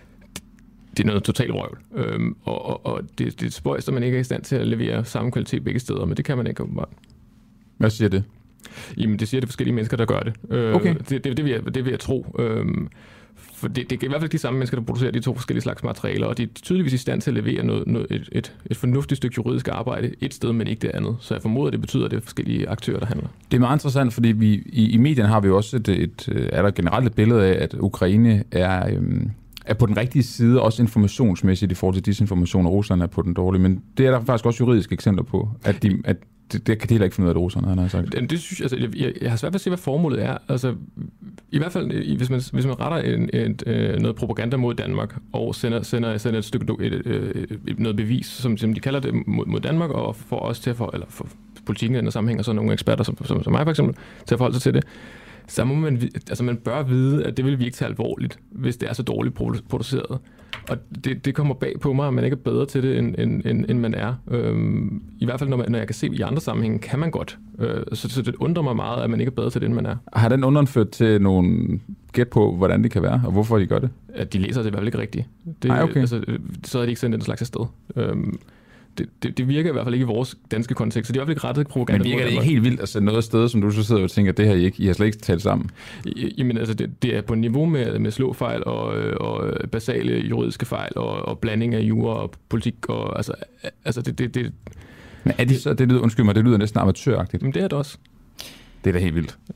det er noget totalt røvl. Øhm, og og, og det, det er spøjst, at man ikke er i stand til at levere samme kvalitet begge steder, men det kan man ikke åbenbart. Hvad siger det? Jamen, det siger det forskellige mennesker, der gør det. Okay. Det, det, det, vil, jeg, det vil jeg tro. Øhm, for det, det er i hvert fald de samme mennesker, der producerer de to forskellige slags materialer, og de er tydeligvis i stand til at levere noget, noget, et, et, et fornuftigt stykke juridisk arbejde et sted, men ikke det andet. Så jeg formoder, det betyder, at det er forskellige aktører, der handler. Det er meget interessant, fordi vi, i, i medierne har vi jo også et, et, er der generelt et billede af, at Ukraine er, øhm, er på den rigtige side, også informationsmæssigt i forhold til disinformation, og Rusland er på den dårlige. Men det er der faktisk også juridiske eksempler på, at de... At Det, det kan de heller ikke finde ud af, at russerne han har sagt. Det, det synes jeg, altså, jeg, jeg har svært ved at se, hvad formålet er. Altså, i hvert fald, hvis man, hvis man retter en, et, et, noget propaganda mod Danmark, og sender, sender, sender et stykke et, et, et, noget bevis, som, som de kalder det, mod, mod Danmark, og får os til at få, eller for politikken i den sammenhæng, og så nogle eksperter, som, som, som mig for eksempel, til at forholde sig til det, så må man, altså man bør vide, at det vil vi ikke tage alvorligt, hvis det er så dårligt produceret. Og det, det kommer bag på mig, at man ikke er bedre til det, end, end, end, end man er. Øhm, I hvert fald, når, man, når jeg kan se, i andre sammenhænge kan man godt. Øh, så, så det undrer mig meget, at man ikke er bedre til det, end man er. Har den undren ført til nogle gæt på, hvordan det kan være, og hvorfor de gør det? At de læser det i hvert fald ikke rigtigt. Det, Ej, okay. altså, så er de ikke sendt den slags afsted. Øhm, Det, det, det virker i hvert fald ikke i vores danske kontekst, så det er i hvert fald ikke rettet propaganda. Men virker det ikke helt vildt at sende noget afsted, som du så sidder og tænker, at det her I ikke, I har slet ikke talt sammen? Jamen altså, det, det er på niveau med, med slåfejl og, og basale juridiske fejl og, og blanding af jura og politik og altså, altså det, det, det... Men er de så, det lyder, undskyld mig, det lyder næsten amatøragtigt. Men det er det også. Det er da helt vildt.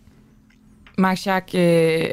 Mark Schack, øh,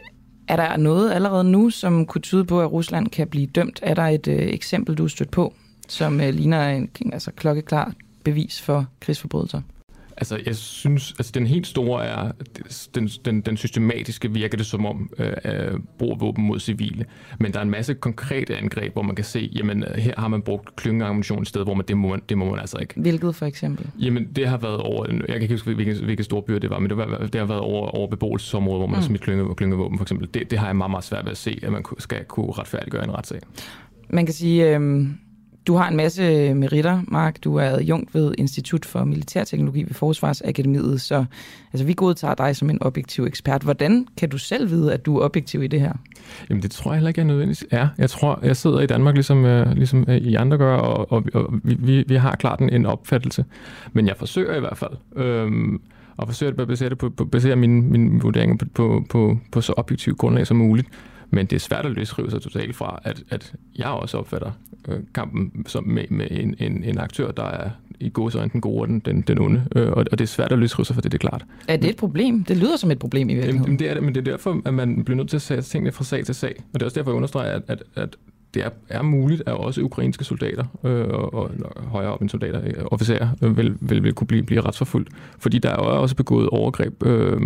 er der noget allerede nu, som kunne tyde på, at Rusland kan blive dømt? Er der et øh, eksempel, du har stødt på, som øh, ligner en altså, klokkeklar bevis for krigsforbrydelser? Altså, jeg synes, altså den helt store er, den, den, den systematiske virker det som om, øh, bruger våben mod civile. Men der er en masse konkrete angreb, hvor man kan se, jamen her har man brugt klyngeammunition et sted, hvor man det, må man, det må man altså ikke. Hvilket for eksempel? Jamen, det har været over, jeg kan ikke huske, hvilke, hvilke store byer det var, men det, var, det har været over, over beboelsesområder, hvor man mm. har smidt klynge, klyngevåben for eksempel. Det, det har jeg meget, meget svært ved at se, at man skal kunne retfærdiggøre en retssag. Man kan sige... Øh... Du har en masse meritter, Mark. Du er adjunkt ved Institut for Militærteknologi ved Forsvarsakademiet, så altså, vi godtager dig som en objektiv ekspert. Hvordan kan du selv vide, at du er objektiv i det her? Jamen, det tror jeg heller ikke, jeg nødvendigvis er. Jeg tror, jeg sidder i Danmark, ligesom, øh, ligesom øh, I andre gør, og, og, og vi, vi har klart en, en opfattelse. Men jeg forsøger i hvert fald, øhm, og forsøger at basere, det på, på, basere mine, mine vurderinger på, på, på, på så objektivt grundlag som muligt. Men det er svært at løsrive sig totalt fra, at, at jeg også opfatter øh, kampen som med, med en, en, en aktør, der er i gåseøjne den gode og den, den, den onde. Øh, og, og det er svært at løsrive sig fra det, det er klart. Er det et problem? Det lyder som et problem i virkeligheden. Jamen, det er det, men det er derfor, at man bliver nødt til at sætte tingene fra sag til sag. Og det er også derfor, jeg understreger, at, at, at det er, er muligt, at også ukrainske soldater øh, og, og højere op end soldater, øh, officerer, øh, vil, vil, vil kunne blive, blive retsforfulgt. Fordi der er også begået overgreb. Øh,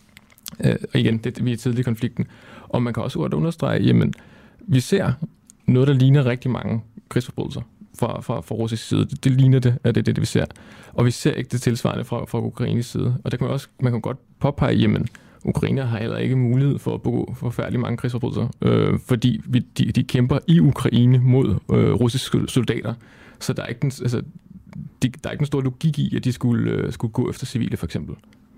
øh, og igen, det, vi er tidlig i konflikten. Og man kan også godt understrege, jamen, vi ser noget, der ligner rigtig mange krigsforbrydelser fra, fra, fra russisk side. Det, det ligner det, at det er det, det, vi ser. Og vi ser ikke det tilsvarende fra, fra ukrainsk side. Og der kan man også man kan godt påpege, jamen, Ukraine har heller ikke mulighed for at begå forfærdeligt mange krigsforbrydelser, øh, fordi vi, de, de kæmper i Ukraine mod øh, russiske soldater. Så der er ikke den, altså, de, der er ikke en stor logik i, at de skulle, øh, skulle gå efter civile, for eksempel.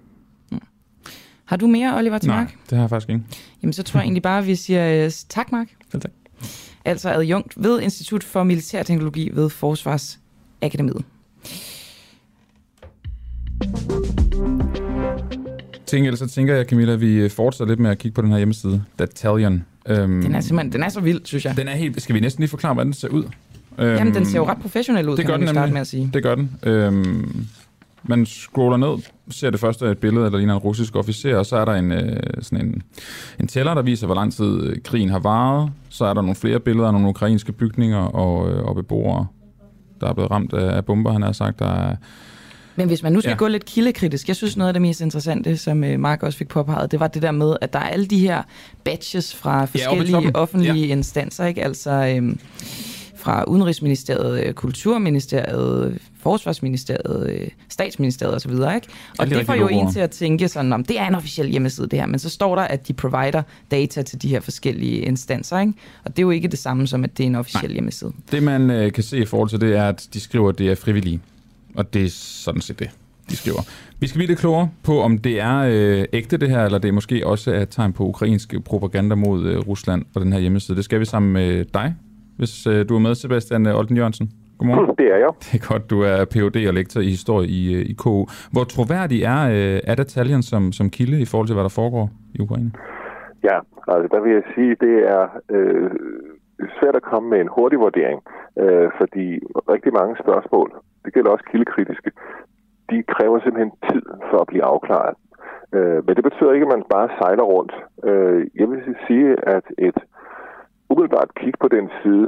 Har du mere, Oliver, til Nej, Mark? det har jeg faktisk ikke. Jamen, så tror jeg egentlig bare, at vi siger uh, tak, Mark. Ja, tak. Altså adjunkt ved Institut for Militærteknologi ved Forsvarsakademiet. Til ellers så tænker jeg, Camilla, at vi fortsætter lidt med at kigge på den her hjemmeside, Dattalion. Øhm, den er simpelthen den er så vild, synes jeg. Den er helt, skal vi næsten lige forklare, hvordan den ser ud? Jamen, den ser jo ret professionel ud, det kan gør man den starte nemlig. med at sige. Det gør den. Øhm, man scroller ned, ser det første et billede, der ligner en russisk officer, og så er der en, øh, sådan en, en tæller, der viser, hvor lang tid krigen har varet. Så er der nogle flere billeder af nogle ukrainske bygninger og, øh, og beboere, der er blevet ramt af, af bomber, han har sagt. Der er, Men hvis man nu skal ja. gå lidt kildekritisk, jeg synes noget af det mest interessante, som Mark også fik påpeget, det var det der med, at der er alle de her badges fra forskellige ja, offentlige ja. instanser, ikke? Altså øhm, fra Udenrigsministeriet, Kulturministeriet, Forsvarsministeriet, Statsministeriet osv., ikke? Og det får jo en til at tænke sådan, om det er en officiel hjemmeside det her, men så står der, at de provider data til de her forskellige instanser, ikke? Og det er jo ikke det samme som, at det er en officiel Nej. hjemmeside. Det man øh, kan se i forhold til det, er, at de skriver, at det er frivillige. Og det er sådan set det, de skriver. Vi skal blive lidt klogere på, om det er øh, ægte det her, eller det måske også er et tegn på ukrainsk propaganda mod øh, Rusland og den her hjemmeside. Det skal vi sammen med dig, hvis øh, du er med, Sebastian Olden Jørgensen. Godmorgen. Det er jeg. Det er godt, du er P H D og lektor i historie i, øh, i K U. Hvor troværdig er, øh, er Dattalion som, som kilde i forhold til, hvad der foregår i Ukraine? Ja, altså der vil jeg sige, det er øh, svært at komme med en hurtig vurdering, øh, fordi rigtig mange spørgsmål, det gælder også kildekritiske, de kræver simpelthen tid for at blive afklaret. Øh, men det betyder ikke, at man bare sejler rundt. Øh, jeg vil sige, at et umiddelbart kig på den side,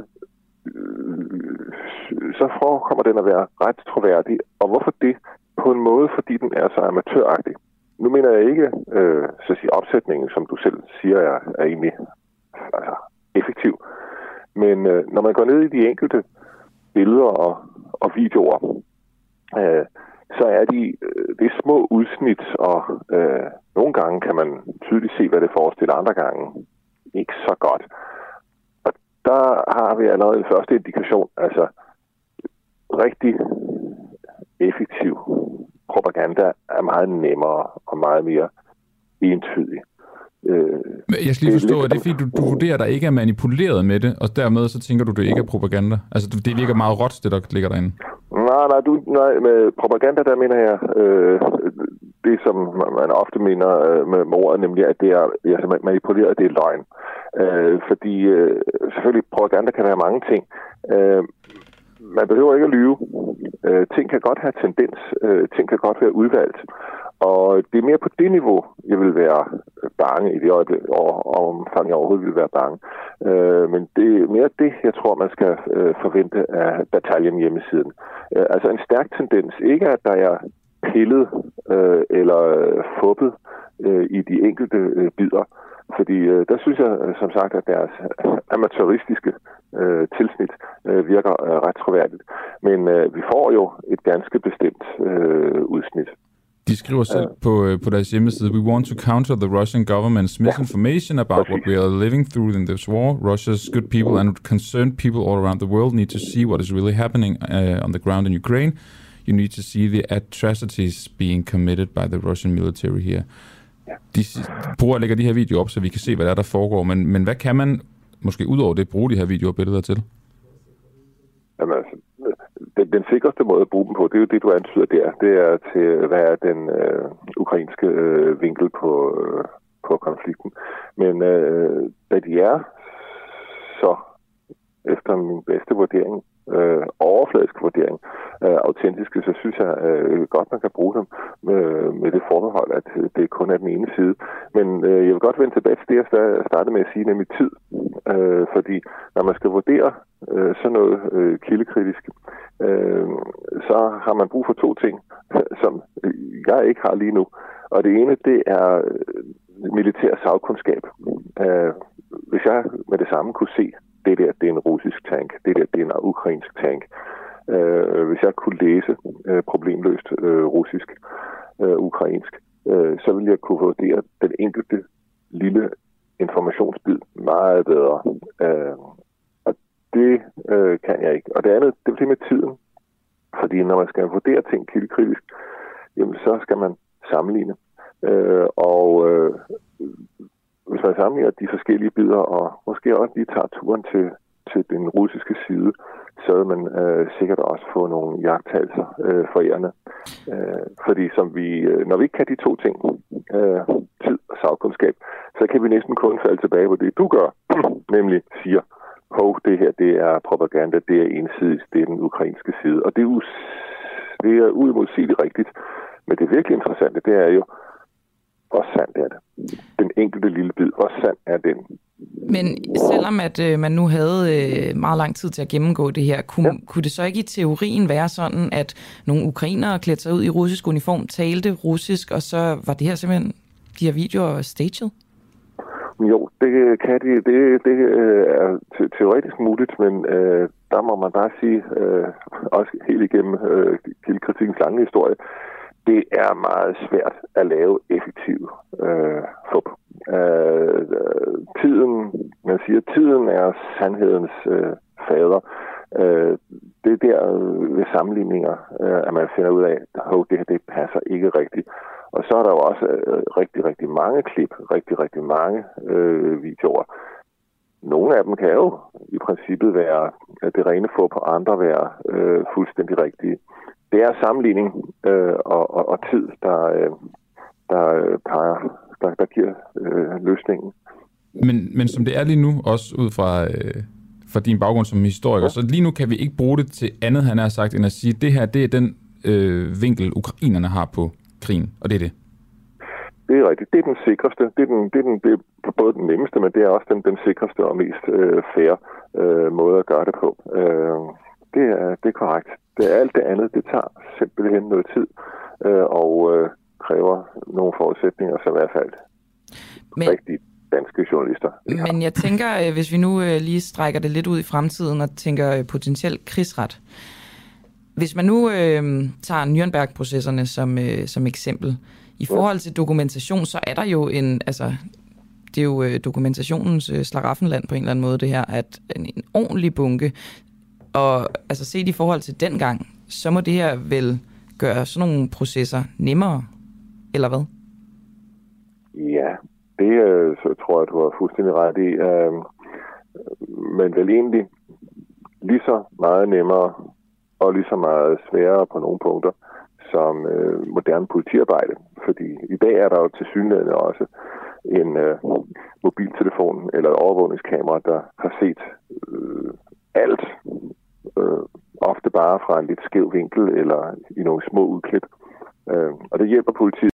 øh, så forekommer den at være ret troværdig. Og hvorfor det? På en måde, fordi den er så amatøragtig. Nu mener jeg ikke, øh, så at sige, opsætningen, som du selv siger, er, er egentlig altså, effektiv. Men øh, når man går ned i de enkelte billeder og, og videoer, øh, så er de øh, det er små udsnit, og øh, nogle gange kan man tydeligt se, hvad det forestiller, andre gange ikke så godt. Og der har vi allerede en første indikation, altså rigtig effektiv propaganda er meget nemmere og meget mere entydig. Jeg skal lige forstå, at det er fordi, du, du vurderer, at der ikke er manipuleret med det, og dermed så tænker du, at det ikke er propaganda? Altså, det virker meget råt, det der ligger derinde. Nej, nej, du, nej med propaganda, der mener jeg øh, det, som man ofte mener øh, med, med ordet, nemlig, at det er altså, manipuleret, det er løgn. Øh, fordi øh, selvfølgelig, propaganda kan være mange ting. Øh, man behøver ikke at lyve. Øh, ting kan godt have tendens. Øh, ting kan godt være udvalgt. Og det er mere på det niveau, jeg vil være bange i det øjeblik, og omfang jeg overhovedet vil være bange. Øh, men det er mere det, jeg tror, man skal øh, forvente af Bataljen hjemmesiden. Øh, altså en stærk tendens. Ikke at der er pillet øh, eller fuppet øh, i de enkelte øh, bidder. Fordi øh, der synes jeg, som sagt, at deres amatøristiske øh, tilsnit øh, virker øh, ret troværdigt. Men øh, vi får jo et ganske bestemt øh, udsnit. De skriver selv på, på deres hjemmeside, We want to counter the Russian government's misinformation about what we are living through in this war. Russia's good people and concerned people all around the world need to see what is really happening uh, on the ground in Ukraine. You need to see the atrocities being committed by the Russian military here. De bruger at lægge de her videoer op, så vi kan se, hvad der er, der foregår. Men, men hvad kan man, måske ud over det, bruge de her videoer og billeder til? Jamen altså, den, den sikreste måde at bruge dem på, det er jo det, du antyder der. Det er til, hvad er den øh, ukrainske øh, vinkel på, øh, på konflikten. Men øh, da de er så, efter min bedste vurdering, øh, overfladisk vurdering, øh, autentiske, så synes jeg øh, godt, man kan bruge dem med, med det forbehold, at det kun er den ene side. Men øh, jeg vil godt vende tilbage til det, jeg startede med at sige, nemlig tid. Øh, fordi når man skal vurdere øh, sådan noget øh, kildekritisk, øh, så har man brug for to ting, som jeg ikke har lige nu. Og det ene, det er militær sagkundskab. Øh, hvis jeg med det samme kunne se, det der, det er en russisk tank, det der, det er en ukrainsk tank. Øh, hvis jeg kunne læse øh, problemløst øh, russisk, øh, ukrainsk, øh, så ville jeg kunne vurdere den enkelte lille informationsbid meget bedre. Øh, og det øh, kan jeg ikke. Og det andet, det er det med tiden. Fordi når man skal vurdere ting kildekritisk, jamen så skal man sammenligne. Øh, og øh, hvis man sammenligner de forskellige bidder, og måske også lige tager turen til, til den russiske side, så vil man øh, sikkert også få nogle jagttagelser øh, forærende. Øh, fordi som vi, øh, når vi ikke kan de to ting, øh, tid og sagkundskab, så kan vi næsten kun falde tilbage på det, du gør, nemlig siger, hov, det her, det er propaganda, det er ensidigt, det er den ukrainske side. Og det er, us- det er uimodsigeligt rigtigt. Men det virkelig interessante, det er jo, hvor sandt er det? Den enkelte lille bid, hvor sand er den? Men selvom at øh, man nu havde øh, meget lang tid til at gennemgå det her, kunne, ja. kunne det så ikke i teorien være sådan, at nogle ukrainere klædte sig ud i russisk uniform, talte russisk, og så var det her simpelthen de her videoer staged? Jo, det kan de. Det, det er te- teoretisk muligt, men øh, der må man bare sige, øh, også helt igennem øh, kildekritikens lange historie, det er meget svært at lave effektiv øh, fup. Øh, tiden, man siger, tiden er sandhedens øh, fader. Øh, det er der ved sammenligninger, øh, at man finder ud af, at det her det passer ikke rigtigt. Og så er der jo også øh, rigtig, rigtig mange klip, rigtig, rigtig mange øh, videoer. Nogle af dem kan jo i princippet være det rene fup, og andre være øh, fuldstændig rigtige. Det er sammenligning øh, og, og, og tid, der, øh, der, peger, der, der giver øh, løsningen. Men, men som det er lige nu, også ud fra, øh, fra din baggrund som historiker, ja. Så lige nu kan vi ikke bruge det til andet, han har sagt, end at sige, at det her det er den øh, vinkel, ukrainerne har på krigen, og det er det. Det er rigtigt. Det er den sikreste. Det er, den, det er, den, det er både den nemmeste, men det er også den, den sikreste og mest øh, fair øh, måde at gøre det på. Øh, det, er, det er korrekt. Det er alt det andet, det tager simpelthen noget tid øh, og øh, kræver nogle forudsætninger, som i hvert fald men, rigtig danske journalister. Men jeg tænker, hvis vi nu lige strækker det lidt ud i fremtiden og tænker potentielt krigsret, Hvis man nu øh, tager Nürnberg-processerne som, øh, som eksempel, i forhold til dokumentation, så er der jo en, altså, det er jo øh, dokumentationens øh, slaraffenland på en eller anden måde, det her, at en, en ordentlig bunke, og altså set i forhold til dengang, så må det her vel gøre sådan nogle processer nemmere, eller hvad? Ja, det øh, så tror jeg, du har fuldstændig ret i. Øh, men vel egentlig lige så meget nemmere og lige så meget sværere på nogle punkter som øh, moderne politiarbejde. Fordi i dag er der jo tilsyneladende også en øh, mobiltelefon eller et overvågningskamera, der har set øh, alt. Øh, ofte bare fra en lidt skæv vinkel eller i nogle små udklip. Øh, og det hjælper politiet.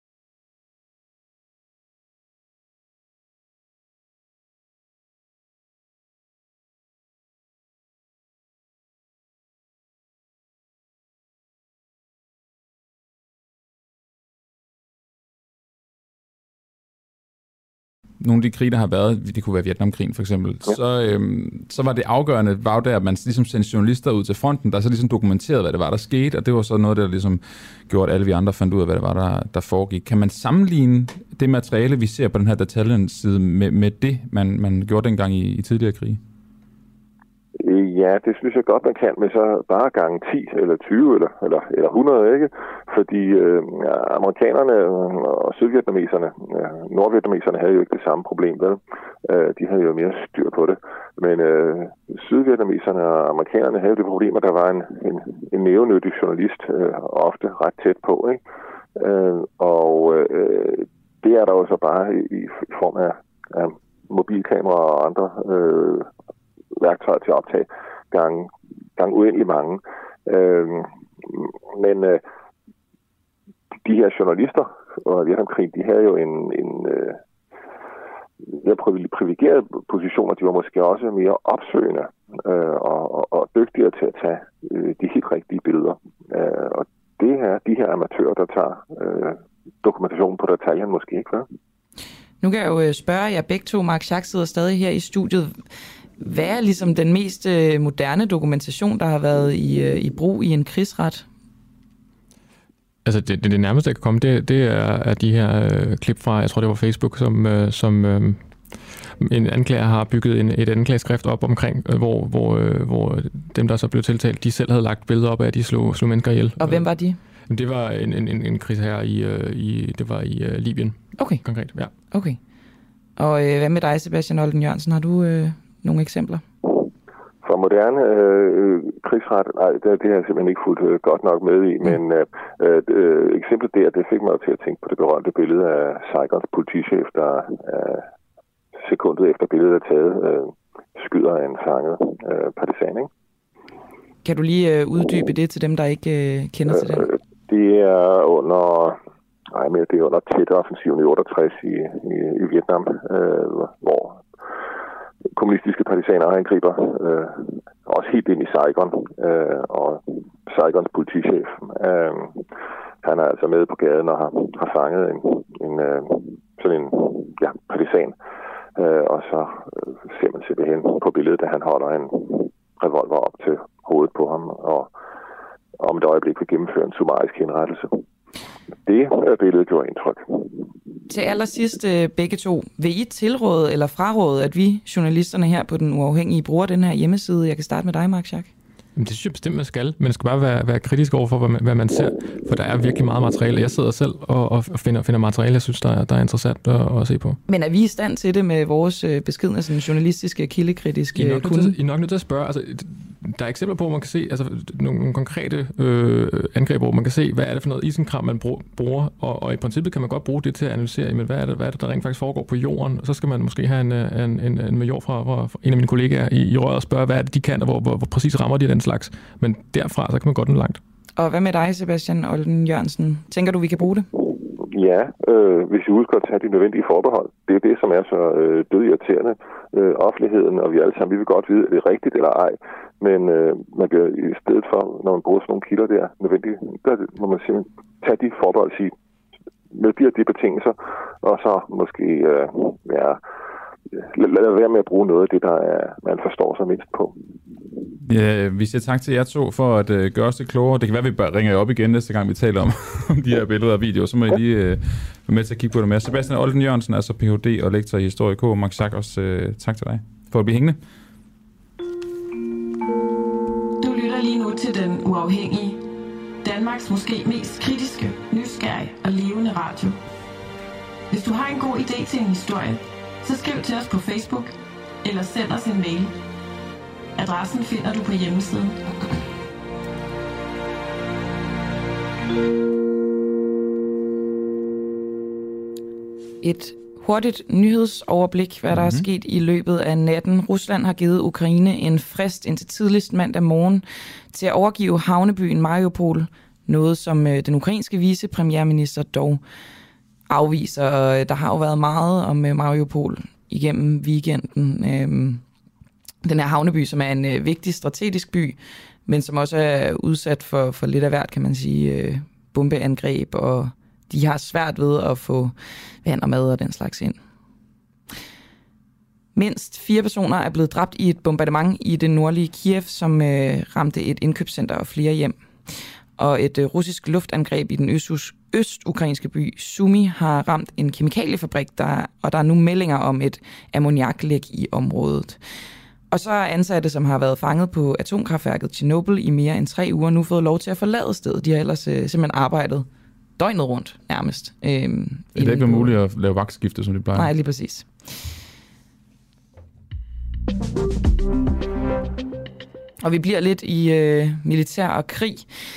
Nogle af de krige, der har været, det kunne være Vietnamkrigen for eksempel, ja. så, øhm, så var det afgørende, var jo der, at man ligesom sendte journalister ud til fronten, der så ligesom dokumenterede, hvad det var, der skete, og det var så noget, der ligesom gjorde, at alle vi andre fandt ud af, hvad det var, der, der foregik. Kan man sammenligne det materiale, vi ser på den her detaljen-side, med, med det, man, man gjorde dengang i, i tidligere krige? Ja, det synes jeg godt, man kan, men så bare gange ti eller tyve eller, eller, eller hundrede, ikke? Fordi øh, amerikanerne og sydvietnameserne, øh, nordvietnameserne havde jo ikke det samme problem, vel? Øh, de havde jo mere styr på det. Men øh, sydvietnameserne og amerikanerne havde det problem, at der var en, en, en nævenyttig journalist øh, ofte ret tæt på, ikke? Øh, og øh, det er der jo så bare i, i form af, af mobilkameraer og andre øh, værktøjer til at optage gang, gang uendelig mange. Øhm, men øh, de her journalister under Vietnamkrigen, de havde jo en, en øh, mere privilegeret position, og de var måske også mere opsøgende øh, og, og, og dygtigere til at tage øh, de helt rigtige billeder. Øh, og det er de her amatører, der tager øh, dokumentationen på detaljen måske ikke, hvad? Nu kan jeg jo spørge jer begge to. Mark Schack sidder stadig her i studiet. Hvad er ligesom den mest øh, moderne dokumentation, der har været i, øh, i brug i en krigsret? Altså det, det, det nærmeste, jeg kan komme, det, det er, er de her øh, klip fra, jeg tror det var Facebook, som, øh, som øh, en anklager har bygget en, et anklageskrift op omkring, øh, hvor, hvor, øh, hvor dem, der så blev tiltalt, de selv havde lagt billeder op af, at de slog, slog mennesker ihjel. Og hvem var de? Det var en, en, en, en krigsherre i, øh, i, det var i øh, Libyen. Okay. Konkret, ja. Okay. Og øh, hvad med dig, Sebastian Olden Jørgensen? Har du øh, nogle eksempler? For moderne øh, krigsret, nej, det, det har jeg simpelthen ikke fulgt øh, godt nok med i, mm. men øh, øh, eksemplet der, det fik mig til at tænke på det berømte billede af Saigons politichef, der øh, sekundet efter billedet er taget, øh, skyder en fanget øh, partisan, ikke? Kan du lige øh, uddybe det til dem, der ikke øh, kender til det? Øh, det er under, nej, men det er under Tet-offensiven i otteogtres i, i, i Vietnam, øh, hvor kommunistiske partisaner angriber øh, også helt ind i Saigon, øh, og Saigons politichef, øh, han er altså med på gaden og har, har fanget en, en øh, sådan en ja, partisan, øh, og så øh, ser man simpelthen på billedet, da han holder en revolver op til hovedet på ham, og om et øjeblik vil gennemføre en summarisk henrettelse. Det billede gjorde indtryk. Til allersidst begge to, vil I tilråde eller fraråde, at vi journalisterne her på Den Uafhængige bruger den her hjemmeside? Jeg kan starte med dig, Mark Schack. Det synes jeg bestemt, man skal. Man skal bare være, være kritisk over for, hvad man, hvad man ser. For der er virkelig meget materiale. Jeg sidder selv og, og finder, finder materiale, jeg synes, der er, der er interessant at, at se på. Men er vi i stand til det med vores beskedne sådan, journalistiske, kildekritiske I er nok kunde? Nødt til, I er nok nødt til at spørge. Altså, der er eksempler på, hvor man kan se altså, nogle, nogle konkrete øh, angreb, hvor man kan se, hvad er det for noget isenkram, man bruger. Og, og i princippet kan man godt bruge det til at analysere, men hvad er det, hvad er det der rent faktisk foregår på jorden. Og så skal man måske have en, en, en, en major fra, fra en af mine kollegaer i, i røret og spørge, hvad er det, de kan, og hvor, hvor, hvor præcis rammer de den slags. Men derfra, så kan man godt nå langt. Og hvad med dig, Sebastian Olden Jørgensen? Tænker du, vi kan bruge det? Ja, øh, hvis vi husker at tage de nødvendige forbehold. Det er det, som er så øh, dødirriterende. Øh, offentligheden, og vi alle sammen, vi vil godt vide, er det rigtigt eller ej. Men øh, man kan i stedet for, når man bruger sådan nogle kilder der, nødvendigt, der må man simpelthen tage de forbehold og sige, med de her de betingelser, og så måske øh, ja, lad, lad være med at bruge noget af det, der er, man forstår sig mindst på. Ja, vi siger tak til jer to for at uh, gøre os det klogere. Det kan være, at vi bare ringer op igen næste gang, vi taler om, om de her billeder og videoer. Så må I lige uh, være med til at kigge på det med. Sebastian Olden Jørgensen, altså P H D og lektor i historie K. Mark Schack, også uh, tak til dig for at blive hængende. Du lytter lige nu til Den Uafhængige. Danmarks måske mest kritiske, nysgerrige og levende radio. Hvis du har en god idé til en historie, så skriv til os på Facebook eller send os en mail. Adressen finder du på hjemmesiden. Et hurtigt nyhedsoverblik, hvad der mm-hmm. er sket i løbet af natten. Rusland har givet Ukraine en frist indtil tidligst mandag morgen til at overgive havnebyen Mariupol, noget som den ukrainske vicepremierminister dog afviser. Der har jo været meget om Mariupol igennem weekenden. Den her havneby, som er en vigtig strategisk by, men som også er udsat for, for lidt af hvert, kan man sige, bombeangreb, og de har svært ved at få vand og mad og den slags ind. Mindst fire personer er blevet dræbt i et bombardement i det nordlige Kiev, som øh, ramte et indkøbscenter og flere hjem. Og et øh, russisk luftangreb i den øst- øst-ukrainske by Sumy har ramt en kemikaliefabrik, der, og der er nu meldinger om et ammoniaklæk i området. Og så er ansatte, som har været fanget på atomkraftværket Chernobyl i mere end tre uger, nu fået lov til at forlade stedet. De har ellers øh, simpelthen arbejdet døgnet rundt nærmest. Øhm, det er ikke muligt at lave vagtskifte, som de plejer. Nej, lige præcis. Og vi bliver lidt i øh, militær og krig.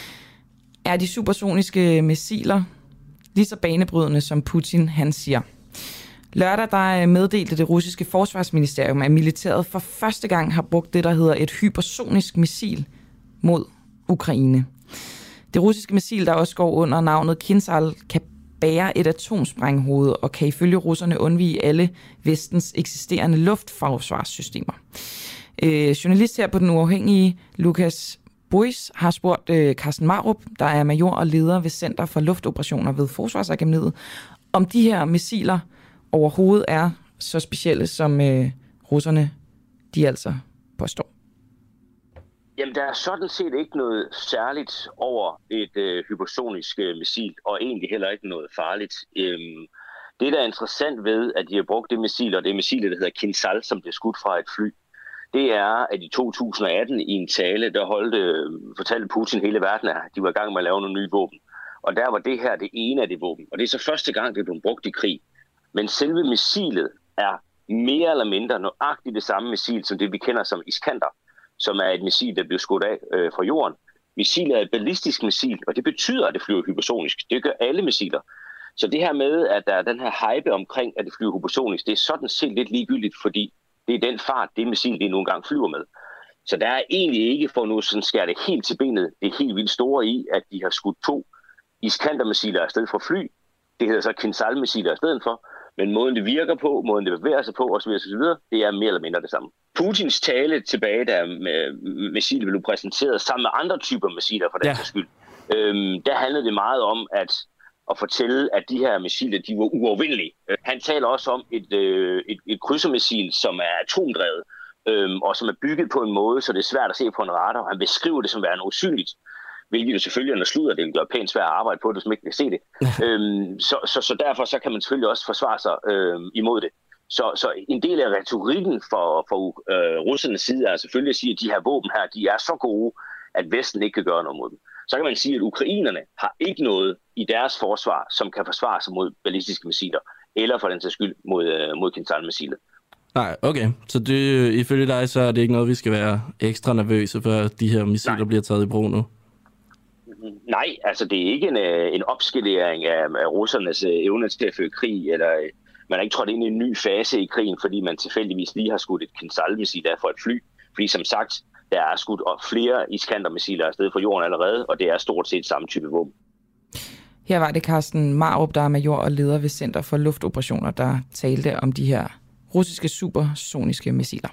Er de supersoniske missiler lige så banebrydende, som Putin han siger? Lørdag der meddelte det russiske forsvarsministerium, at militæret for første gang har brugt det, der hedder et hypersonisk missil mod Ukraine. Det russiske missil, der også går under navnet Kinzhal, kan bære et atomsprænghoved og kan ifølge russerne undvige alle vestens eksisterende luftforsvarssystemer. Øh, journalist her på Den Uafhængige, Lukas Bois, har spurgt øh, Carsten Marup, der er major og leder ved Center for Luftoperationer ved Forsvarsakademiet, om de her missiler overhovedet er så specielle, som øh, russerne de altså påstår. Jamen, der er sådan set ikke noget særligt over et øh, hypersonisk øh, missil, og egentlig heller ikke noget farligt. Øhm, det, der er interessant ved, at de har brugt det missil, og det missil, der hedder Kinzhal, som blev skudt fra et fly, det er, at i to tusind og atten i en tale, der holdte, øh, fortalte Putin hele verden, at de var i gang med at lave nogle nye våben. Og der var det her det ene af de våben. Og det er så første gang, det blev brugt i krig. Men selve missilet er mere eller mindre nøjagtigt det samme missil, som det vi kender som Iskander, som er et missil, der bliver skudt af øh, fra jorden. Missilet er et ballistisk missil, og det betyder, at det flyver hypersonisk. Det gør alle missiler. Så det her med, at der er den her hype omkring, at det flyver hypersonisk, det er sådan set lidt ligegyldigt, fordi det er den fart, det missil, det nogle gange flyver med. Så der er egentlig ikke, for nu sådan skærer det helt til benet, det er helt vildt store i, at de har skudt to Iskander-missiler afsted fra fly. Det hedder så Kinzhal-missiler i stedet for. Men måden det virker på, måden det bevæger sig på osv., osv., det er mere eller mindre det samme. Putins tale tilbage, da missilet blev præsenteret sammen med andre typer missiler for den ja. skyld, øhm, der handlede det meget om at, at fortælle, at de her missiler, de var uovervindelige. Han taler også om et, øh, et, et krydsermissil, som er atomdrevet, øhm, og som er bygget på en måde, så det er svært at se på en radar. Han beskriver det som værende usynligt, hvilket jo selvfølgelig er noget sludder, det vil gøre pænt svært at arbejde på, hvis man ikke kan se det. øhm, så, så, så derfor så kan man selvfølgelig også forsvare sig øhm, imod det. Så, så en del af retorikken for, for øh, russernes side er selvfølgelig at sige, at de her våben her, de er så gode, at Vesten ikke kan gøre noget mod dem. Så kan man sige, at ukrainerne har ikke noget i deres forsvar, som kan forsvare sig mod ballistiske missiler, eller for den sags skyld mod, øh, mod Kinzhal-missilet. Nej, okay. Så det, ifølge dig, så er det ikke noget, vi skal være ekstra nervøse for, at de her missiler Nej. bliver taget i brug nu? Nej, altså det er ikke en, en opskalering af, af russernes evne til at føre krig, eller man har ikke trådt ind i en ny fase i krigen, fordi man tilfældigvis lige har skudt et Kinzhal-missil af for et fly. Fordi som sagt, der er skudt flere Iskander-missiler afsted fra jorden allerede, og det er stort set samme type våben. Her var det Carsten Marup, der er major og leder ved Center for Luftoperationer, der talte om de her russiske supersoniske missiler.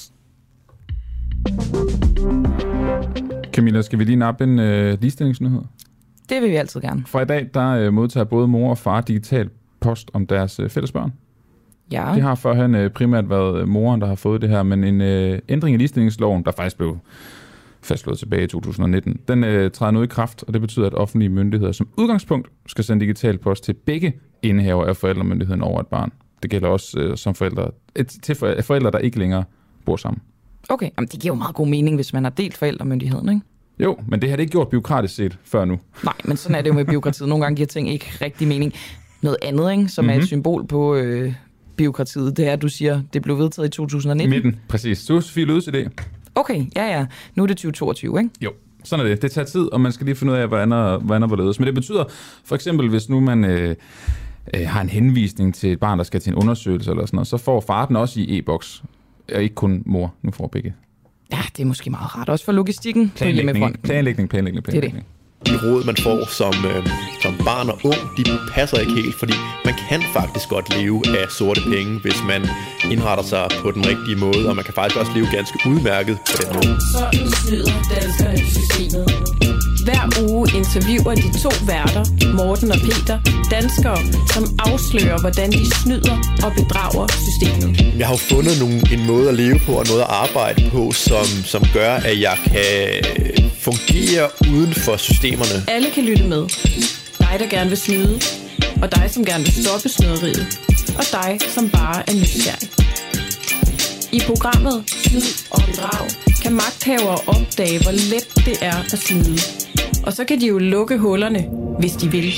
Camilla, skal vi lige nappe en øh, ligestillingsnyhed? Det vil vi altid gerne. Fra i dag, der øh, modtager både mor og far digital post om deres øh, fælles børn. Ja. Det har førhen øh, primært været moren, der har fået det her, men en øh, ændring i ligestillingsloven, der faktisk blev fastslået tilbage i to tusind nitten, den øh, træder nu i kraft, og det betyder, at offentlige myndigheder som udgangspunkt skal sende digital post til begge indehaver af forældremyndigheden over et barn. Det gælder også øh, som forældre, et, til forældre, der ikke længere bor sammen. Okay, jamen, det giver jo meget god mening, hvis man har delt forældremyndigheden, ikke? Jo, men det har det ikke gjort bureaukratisk set før nu. Nej, men sådan er det jo med bureaukratiet. Nogle gange giver ting ikke rigtig mening. Noget andet, ikke, som mm-hmm. er et symbol på øh, bureaukratiet, det er, at du siger, det blev vedtaget i to tusind nitten. Midten, præcis. Så Sofie Lødes idé. Okay, ja ja. Nu er det tyve toogtyve, ikke? Jo, sådan er det. Det tager tid, og man skal lige finde ud af, hvordan og, hvordan og hvorledes. Men det betyder, for eksempel, hvis nu man øh, øh, har en henvisning til et barn, der skal til en undersøgelse eller sådan noget, så får far den også i e-boks, og ikke kun mor. Nu får begge. Ja, det er måske meget rart. Også for logistikken på hjemmefronten. Planlægning, planlægning, planlægning. De råd, man får som, øh, som barn og ung, de passer ikke helt, fordi man kan faktisk godt leve af sorte penge, hvis man indretter sig på den rigtige måde, og man kan faktisk også leve ganske udmærket på den måde. Sådan snyder danskerne systemet. Hver uge interviewer de to værter, Morten og Peter, danskere, som afslører, hvordan de snyder og bedrager systemet. Jeg har jo fundet nogle, en måde at leve på og noget at arbejde på, som, som gør, at jeg kan fungere uden for systemerne. Alle kan lytte med. Dig, der gerne vil snyde, og dig, som gerne vil stoppe snyderiet, og dig, som bare er nysgerrig. I programmet Snyd og Bedrag kan magthavere opdage, hvor let det er at snyde. Og så kan de jo lukke hullerne, hvis de vil.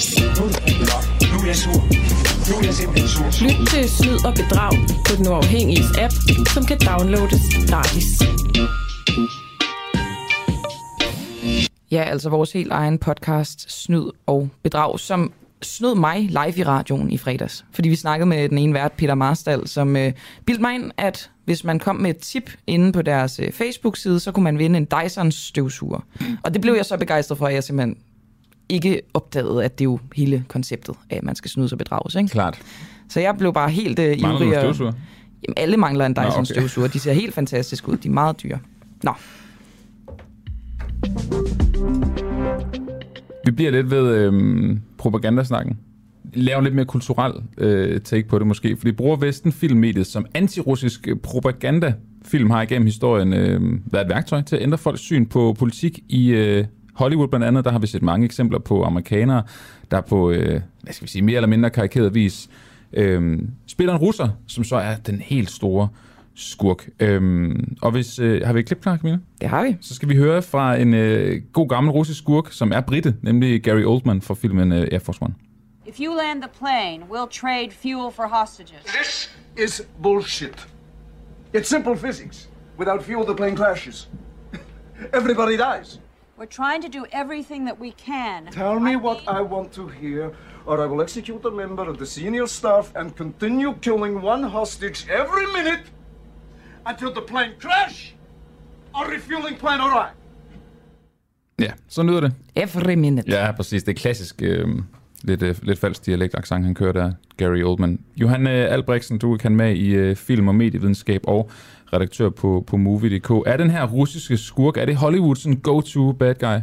Lyt til Snyd og Bedrag på Den Uafhængiges app, som kan downloades gratis. Ja, altså vores helt egen podcast, Snyd og Bedrag, som snød mig live i radioen i fredags. Fordi vi snakkede med den ene vært, Peter Marstal, som øh, bildte mig ind, at hvis man kom med et tip inde på deres øh, Facebook-side, så kunne man vinde en Dyson støvsuger. Mm. Og det blev jeg så begejstret for, at jeg simpelthen ikke opdagede, at det er jo hele konceptet af, at man skal snyde sig bedrages, ikke? Klart. Så jeg blev bare helt øh, ivrig. Mangler du støvsuger? Jamen, alle mangler en Dyson Nå, okay. støvsuger. De ser helt fantastisk ud. De er meget dyre. Nå. Vi bliver lidt ved øhm, propagandasnakken. Laver lidt mere kulturel øh, take på det måske, fordi bruger Vesten filmmediet som antirussisk propagandafilm har igennem historien øh, været et værktøj til at ændre folks syn på politik i øh, Hollywood blandt andet. Der har vi set mange eksempler på amerikanere, der på, øh, hvad skal vi sige, mere eller mindre karikeret vis øh, spiller en russer, som så er den helt store skurk. Øhm, og hvis, øh, har vi et klip klar, Camilla? Det har vi. Så skal vi høre fra en øh, god gammel russisk skurk, som er brite, nemlig Gary Oldman fra filmen øh, Air Force One. If you land the plane, we'll trade fuel for hostages. This is bullshit. It's simple physics. Without fuel, the plane crashes. Everybody dies. We're trying to do everything that we can. Tell me what I want to hear, or I will execute a member of the senior staff and continue killing one hostage every minute until the plane crash or refueling plane arrive. Ja, så lyder det. Every minute. Ja, præcis. Det er klassisk, øh, lidt, øh, lidt falsk dialekt-accent, han kører der, Gary Oldman. Johan øh, Albrechtsen, du kan med i øh, film- og medievidenskab og redaktør på, på Movie punktum d k. Er den her russiske skurk, er det Hollywoods go-to bad guy?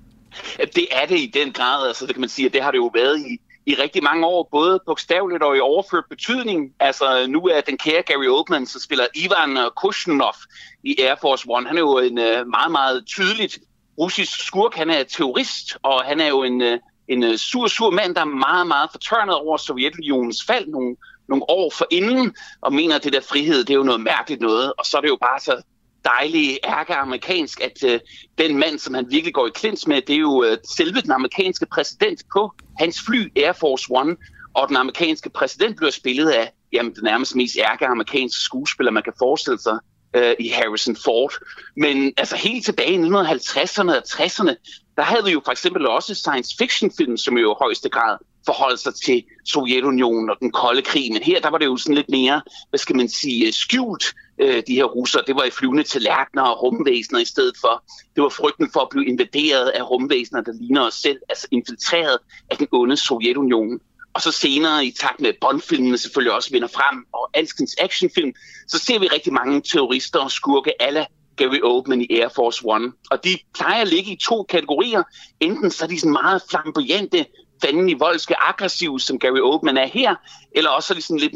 Det er det i den grad, altså det kan man sige, at det har det jo været i i rigtig mange år, både bogstaveligt og i overført betydning. Altså nu er den kære Gary Oldman, som spiller Ivan Kushnov i Air Force One. Han er jo en uh, meget, meget tydeligt russisk skurk. Han er terrorist, og han er jo en, uh, en sur, sur mand, der er meget, meget fortørnet over Sovjetunionens fald nogle, nogle år forinden, og mener, at det der frihed, det er jo noget mærkeligt noget. Og så er det jo bare så dejligt ærkeamerikansk, at uh, den mand, som han virkelig går i klins med, det er jo uh, selve den amerikanske præsident på hans fly Air Force One, og den amerikanske præsident bliver spillet af jamen, den nærmest mest ærkeamerikanske skuespiller, man kan forestille sig, uh, i Harrison Ford. Men altså helt tilbage i nitten halvtredserne og tresserne, der havde vi jo for eksempel også science fiction film, som jo i højeste grad forholdt sig til Sovjetunionen og den kolde krig. Men her, der var det jo sådan lidt mere, hvad skal man sige, skjult, øh, de her russere. Det var i flyvende tallerkener og rumvæsener i stedet for. Det var frygten for at blive invaderet af rumvæsener, der ligner os selv, altså infiltreret af den onde Sovjetunion. Og så senere, i takt med Bond-filmene selvfølgelig også vinder frem, og alskens actionfilm, så ser vi rigtig mange terrorister og skurke a la Gary Oldman i Air Force One. Og de plejer at ligge i to kategorier. Enten så er de sådan meget flamboyante, fandenivoldske, aggressive, som Gary Oldman er her, eller også er de sådan lidt mere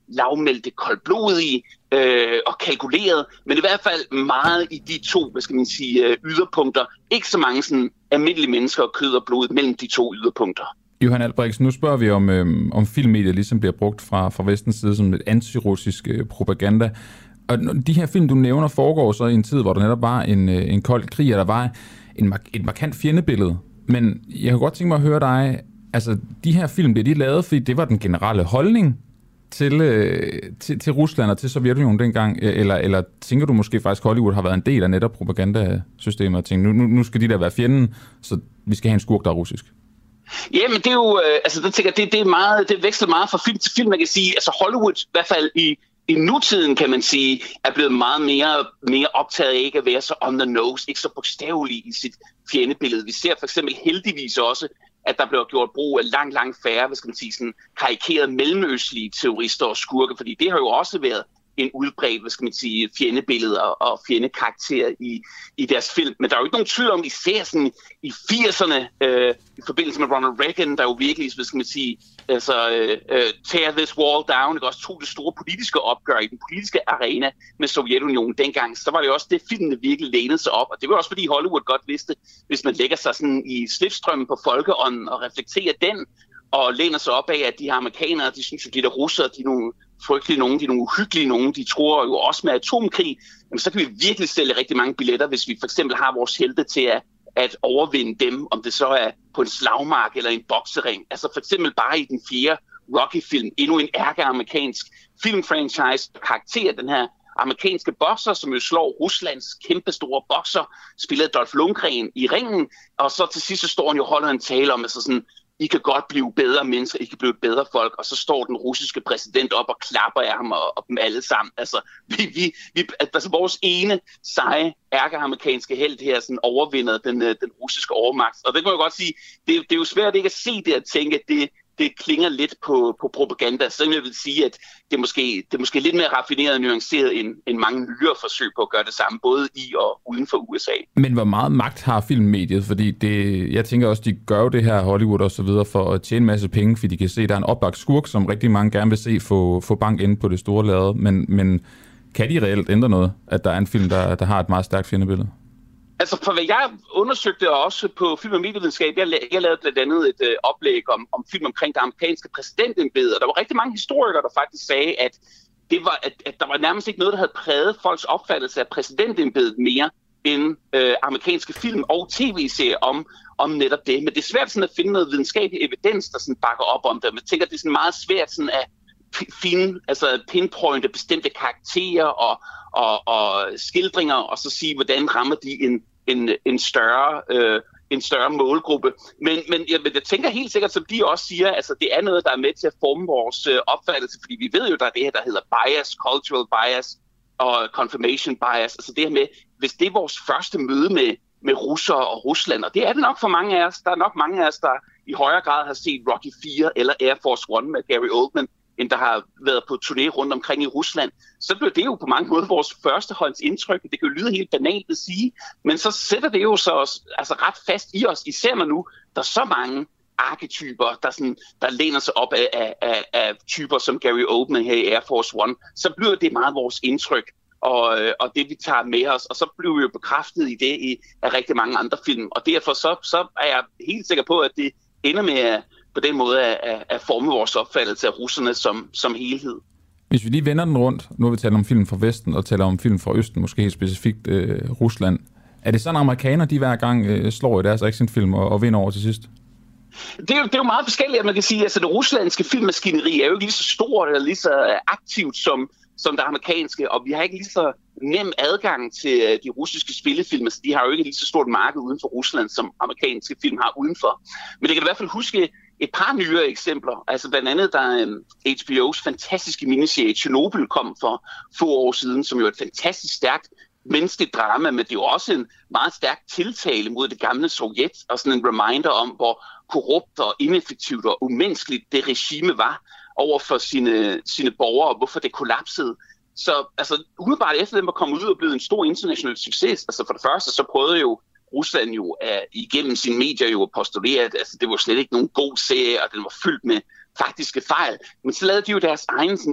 lavmælte, koldblodige øh, og kalkuleret, men i hvert fald meget i de to, hvad skal man sige, øh, yderpunkter. Ikke så mange sådan almindelige mennesker og kød og blod mellem de to yderpunkter. Johan Albrechtsen, nu spørger vi om, øh, om filmmedier ligesom bliver brugt fra, fra vestens side som et antirussisk øh, propaganda. Og de her film, du nævner, foregår så i en tid, hvor der netop var en, øh, en kold krig, og der var en, et markant fjendebillede. Men jeg kunne godt tænke mig at høre dig, altså de her film, bliver de lavet, fordi det var den generelle holdning til, øh, til, til Rusland og til Sovjetunionen dengang, eller, eller tænker du måske faktisk, at Hollywood har været en del af netop propagandasystemet og tænkt, nu, nu, nu skal de der være fjenden, så vi skal have en skurk, der er russisk? Ja, men det er jo, øh, altså det, tænker, det, det, er meget, det veksler meget fra film til film, man kan sige, altså Hollywood, i hvert fald i, i nutiden, kan man sige, er blevet meget mere, mere optaget af ikke at være så on the nose, ikke så bogstavelig i sit fjendebillede. Vi ser for eksempel heldigvis også, at der bliver gjort brug af langt, langt færre, hvad skal man sige, sådan karikerede mellemøstlige terrorister og skurke, fordi det har jo også været en udbredt, hvad skal man sige, fjendebilleder og fjendekarakter i, i deres film. Men der er jo ikke nogen tvivl om, især sådan i firserne, øh, i forbindelse med Ronald Reagan, der jo virkelig, hvad skal man sige, altså øh, øh, tear this wall down, ikke også tog det store politiske opgør i den politiske arena med Sovjetunionen dengang, så var det også det, filmene virkelig lænede sig op. Og det var også fordi Hollywood godt vidste, hvis man lægger sig sådan i slipstrømmen på folkeånden og reflekterer den, og læner sig op af, at de her amerikanere, de synes jo, de der russere, de er nogle frygtelige nogen, de er nogle uhyggelige nogen, de tror jo også med atomkrig, jamen, så kan vi virkelig sælge rigtig mange billetter, hvis vi for eksempel har vores helte til at, at overvinde dem, om det så er på en slagmark eller en boksering. Altså for eksempel bare i den fjerde Rocky-film, endnu en ærkeamerikansk filmfranchise, karakter den her amerikanske bokser, som jo slår Ruslands kæmpestore bokser, spiller Dolph Lundgren i ringen, og så til sidst så står han jo og holder en tale om, altså sådan, I kan godt blive bedre mennesker, I kan blive bedre folk, og så står den russiske præsident op og klapper af ham og, og dem alle sammen. Altså, vi, vi, vi, altså vores ene seje ærkeamerikanske held her sådan overvinder den, den russiske overmagt. Og det kan man jo godt sige, det, det er jo svært ikke at se det og tænke, at det, det klinger lidt på, på propaganda. Så jeg vil sige, at det er måske, det er måske lidt mere raffineret og nuanceret end, end mange nyere forsøg på at gøre det samme, både i og uden for U S A. Men hvor meget magt har filmmediet? Fordi det, jeg tænker også, de gør jo det her Hollywood og så videre for at tjene en masse penge, fordi de kan se, at der er en opbagt skurk, som rigtig mange gerne vil se få, få bank inde på det store lade. Men, men kan de reelt ændre noget, at der er en film, der, der har et meget stærkt fjendebillede? Altså for hvad jeg undersøgte også på film- og medievidenskab, jeg, la- jeg lavede blandt andet et øh, oplæg om, om film omkring det amerikanske præsidentembede, og der var rigtig mange historikere, der faktisk sagde, at, det var, at, at der var nærmest ikke noget, der havde præget folks opfattelse af præsidentembedet mere end øh, amerikanske film og tv-serier om, om netop det. Men det er svært sådan at finde noget videnskabelig evidens, der sådan bakker op om det. Man tænker, det er sådan meget svært sådan at finde, altså pinpointe bestemte karakterer og, og, og skildringer, og så sige, hvordan rammer de en En, en, større, øh, en større målgruppe. Men, men jeg, jeg tænker helt sikkert, som de også siger, altså det er noget, der er med til at forme vores øh, opfattelse, fordi vi ved jo, der er det her, der hedder bias, cultural bias og confirmation bias. Altså det her med, hvis det er vores første møde med, med russere og Rusland, og det er det nok for mange af os, der er nok mange af os, der i højere grad har set Rocky fire eller Air Force One med Gary Oldman, end der har været på turné rundt omkring i Rusland, så bliver det jo på mange måder vores førstehånds indtryk. Det kan jo lyde helt banalt at sige, men så sætter det jo så også, altså ret fast i os, især når nu der er så mange arketyper, der, sådan, der læner sig op af, af, af, af typer som Gary Oldman her i Air Force One, så bliver det meget vores indtryk, og, og det vi tager med os, og så bliver vi jo bekræftet i det i af rigtig mange andre film, og derfor så, så er jeg helt sikker på, at det ender med at på den måde at, at forme vores opfattelse af russerne som, som helhed. Hvis vi lige vender den rundt, nu har vi talt om film fra Vesten og taler om film fra Østen, måske helt specifikt øh, Rusland. Er det sådan, at amerikanere de hver gang øh, slår i deres actionfilm og, og vinder over til sidst? Det er, jo, det er jo meget forskelligt, at man kan sige, at altså, det ruslandske filmmaskineri er jo ikke lige så stort eller lige så aktivt som, som det amerikanske, og vi har ikke lige så nem adgang til de russiske spillefilm, så de har jo ikke lige så stort marked uden for Rusland, som amerikanske film har udenfor. Men det kan i hvert fald huske et par nyere eksempler. Altså blandt andet, der um, H B O's fantastiske miniserie Chernobyl kom for få år siden, som jo er et fantastisk stærkt menneskeligt drama, men det er jo også en meget stærk tiltale mod det gamle Sovjet, og sådan en reminder om, hvor korrupt og ineffektivt og umenneskeligt det regime var over for sine, sine borgere, og hvorfor det kollapsede. Så altså, umiddelbart efter dem var kommet ud og blevet en stor international succes, altså for det første, så prøvede jo Rusland jo uh, igennem sine medier jo at postulere, at altså, det var slet ikke nogen god serie, og den var fyldt med faktiske fejl. Men så lavede de jo deres egen sådan lille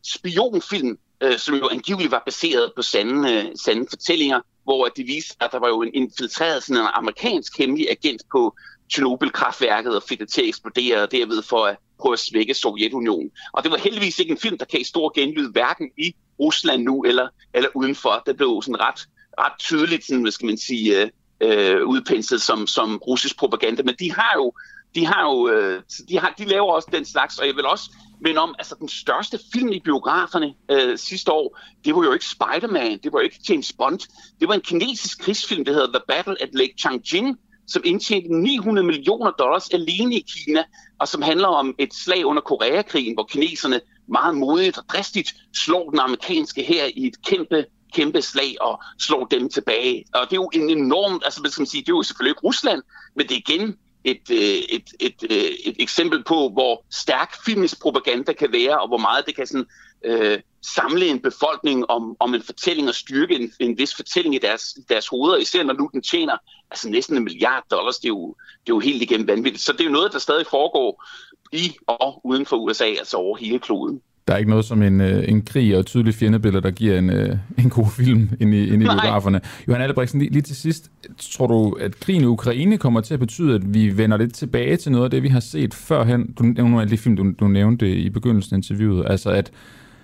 spionfilm, øh, som jo angiveligt var baseret på sande, øh, sande fortællinger, hvor det viste, at der var jo en infiltreret sådan en amerikansk hemmelig agent på Tjernobyl-kraftværket og fik det til at eksplodere derved for at prøve at svække Sovjetunionen. Og det var heldigvis ikke en film, der kan i stor genlyd hverken i Rusland nu eller, eller udenfor. Det blev sådan ret, ret tydeligt, sådan, hvad skal man sige, øh, udpenslet som, som russisk propaganda. Men de har jo, de har jo, øh, de, har, de laver også den slags, og jeg vil også minde om, altså den største film i biograferne øh, sidste år, det var jo ikke Spider-Man, det var jo ikke James Bond, det var en kinesisk krigsfilm, der hedder The Battle at Lake Changjin, som indtjente ni hundrede millioner dollars alene i Kina, og som handler om et slag under Koreakrigen, hvor kineserne meget modigt og dristigt slår den amerikanske hær i et kæmpe, kæmpe slag og slår dem tilbage. Og det er jo en enormt, altså hvad skal man sige, det er jo selvfølgelig ikke Rusland, men det er igen et, et, et, et, et eksempel på, hvor stærk filmisk propaganda kan være, og hvor meget det kan sådan, øh, samle en befolkning om, om en fortælling og styrke en, en vis fortælling i deres, deres hoveder, især når nu den tjener altså næsten en milliard dollars. Det er, jo, det er jo helt igennem vanvittigt. Så det er jo noget, der stadig foregår i og uden for U S A, altså over hele kloden. Der er ikke noget som en, en krig og et tydeligt fjendebillede, der giver en, en god film ind i, ind i biograferne. Johan Albrechtsen, lige, lige til sidst, tror du, at krigen i Ukraine kommer til at betyde, at vi vender lidt tilbage til noget af det, vi har set førhen? Du nævnte nogle af de film, du, du nævnte i begyndelsen af interviewet. Altså, at,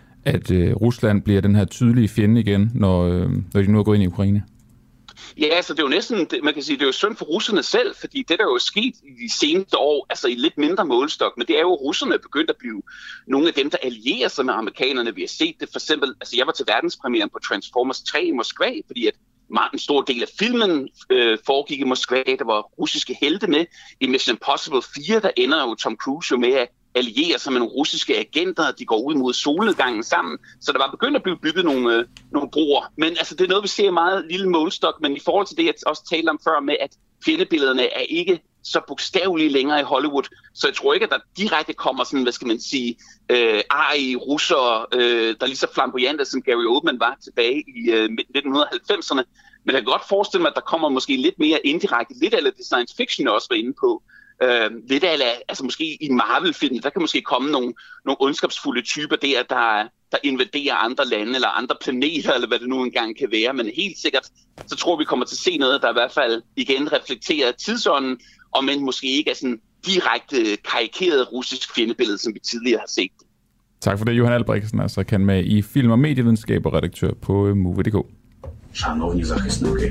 at uh, Rusland bliver den her tydelige fjende igen, når, uh, når de nu er gået ind i Ukraine? Ja, altså det er jo næsten, man kan sige, det er jo synd for russerne selv, fordi det der er jo sket i de seneste år, altså i lidt mindre målestok, men det er jo, at russerne er begyndt at blive nogle af dem, der allierer sig med amerikanerne. Vi har set det for eksempel, altså jeg var til verdenspremieren på Transformers tre i Moskva, fordi at meget en stor del af filmen øh, foregik i Moskva, der var russiske helte med. I Mission Impossible fire, der ender jo Tom Cruise jo med at alliere sig med nogle russiske agenter, de går ud mod solnedgangen sammen. Så der var begyndt at blive bygget nogle, øh, nogle broer. Men altså, det er noget, vi ser meget lille målestok, men i forhold til det, jeg også talte om før med, at fjendebillederne er ikke så bogstavelige længere i Hollywood, så jeg tror ikke, at der direkte kommer sådan, hvad skal man sige, øh, arige russere, øh, der er lige så flamboyante, som Gary Oldman var tilbage i øh, nitten halvfemserne. Men jeg kan godt forestille mig, at der kommer måske lidt mere indirekte, lidt af det science fiction, jeg også var inde på. Øh, lidt af, altså måske i Marvel-film, der kan måske komme nogle, nogle ondskabsfulde typer der, der, der invaderer andre lande eller andre planeter, eller hvad det nu engang kan være. Men helt sikkert, så tror vi kommer til at se noget, der i hvert fald igen reflekterer tidsånden, og men måske ikke er sådan direkte karikeret russisk fjendebillede, som vi tidligere har set. Tak for det, Johan Albrechtsen, altså kan med i film- og medievidenskab og redaktør på Movie punktum d k. Шановні захисники,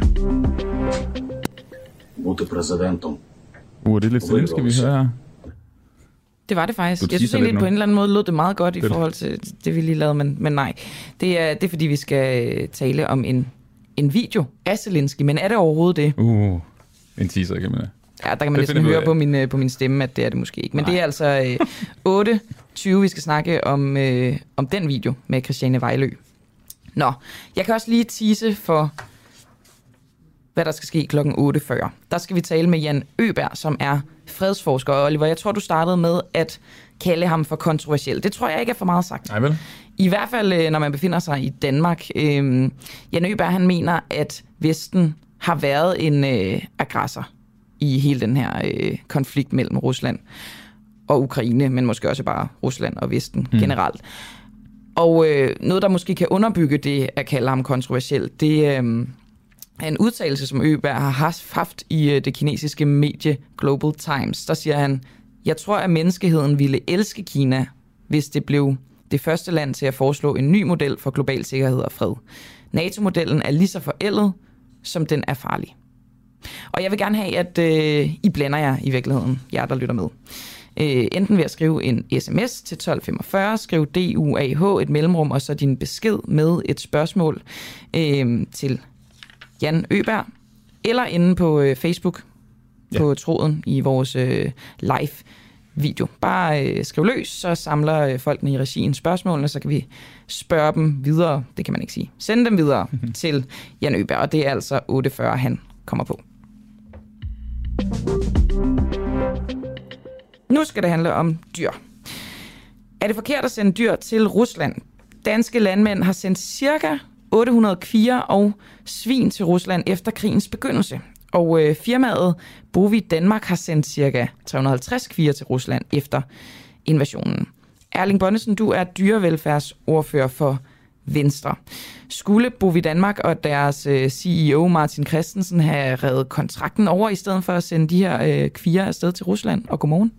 бути президентом. Uh, det er lidt stille, skal vi høre her. Det var det faktisk. Jeg synes egentlig, på en eller anden måde lød det meget godt i det. forhold til det, vi lige lavede, men, men nej. Det er, det er, fordi vi skal tale om en, en video af Zelensky, men er det overhovedet det? Uh, en teaser, kan man da. Ja, der kan man næsten høre på min, på min stemme, at det er det måske ikke. Men nej. Det er altså øh, otte tyve, vi skal snakke om, øh, om den video med Christiane Vejlø. Nå, jeg kan også lige tease for, hvad der skal ske klokken otte fyrre. Der skal vi tale med Jan Øberg, som er fredsforsker. Og Oliver, jeg tror, du startede med at kalde ham for kontroversiel. Det tror jeg ikke er for meget sagt. Nej vel? I hvert fald, når man befinder sig i Danmark. Øh, Jan Øberg, han mener, at Vesten har været en øh, aggressor i hele den her øh, konflikt mellem Rusland og Ukraine, men måske også bare Rusland og Vesten mm. generelt. Og øh, noget, der måske kan underbygge det at kalde ham kontroversiel, det øh, er en udtalelse, som Øberg har haft i øh, det kinesiske medie Global Times. Der siger han, jeg tror, at menneskeheden ville elske Kina, hvis det blev det første land til at foreslå en ny model for global sikkerhed og fred. NATO-modellen er lige så forældet, som den er farlig. Og jeg vil gerne have, at øh, I blander jer i virkeligheden, jer der lytter med. Øh, enten ved at skrive en sms til tolv femogfyrre, skriv D U A H, et mellemrum, og så din besked med et spørgsmål øh, til Jan Øberg, eller inde på øh, Facebook, ja. På tråden i vores øh, live-video. Bare øh, skriv løs, så samler øh, folkene i regien spørgsmålene, så kan vi spørge dem videre, det kan man ikke sige, sende dem videre til Jan Øberg, og det er altså otte fyrre, han kommer på. Nu skal det handle om dyr. Er det forkert at sende dyr til Rusland? Danske landmænd har sendt cirka otte hundrede kvier og svin til Rusland efter krigens begyndelse. Og øh, firmaet Bovi Danmark har sendt cirka tre hundrede og halvtreds kvier til Rusland efter invasionen. Erling Bonnesen, du er dyrevelfærdsordfører for Venstre. Skulle Bovi Danmark og deres C E O Martin Christensen have revet kontrakten over, i stedet for at sende de her øh, kvier afsted til Rusland? Og godmorgen.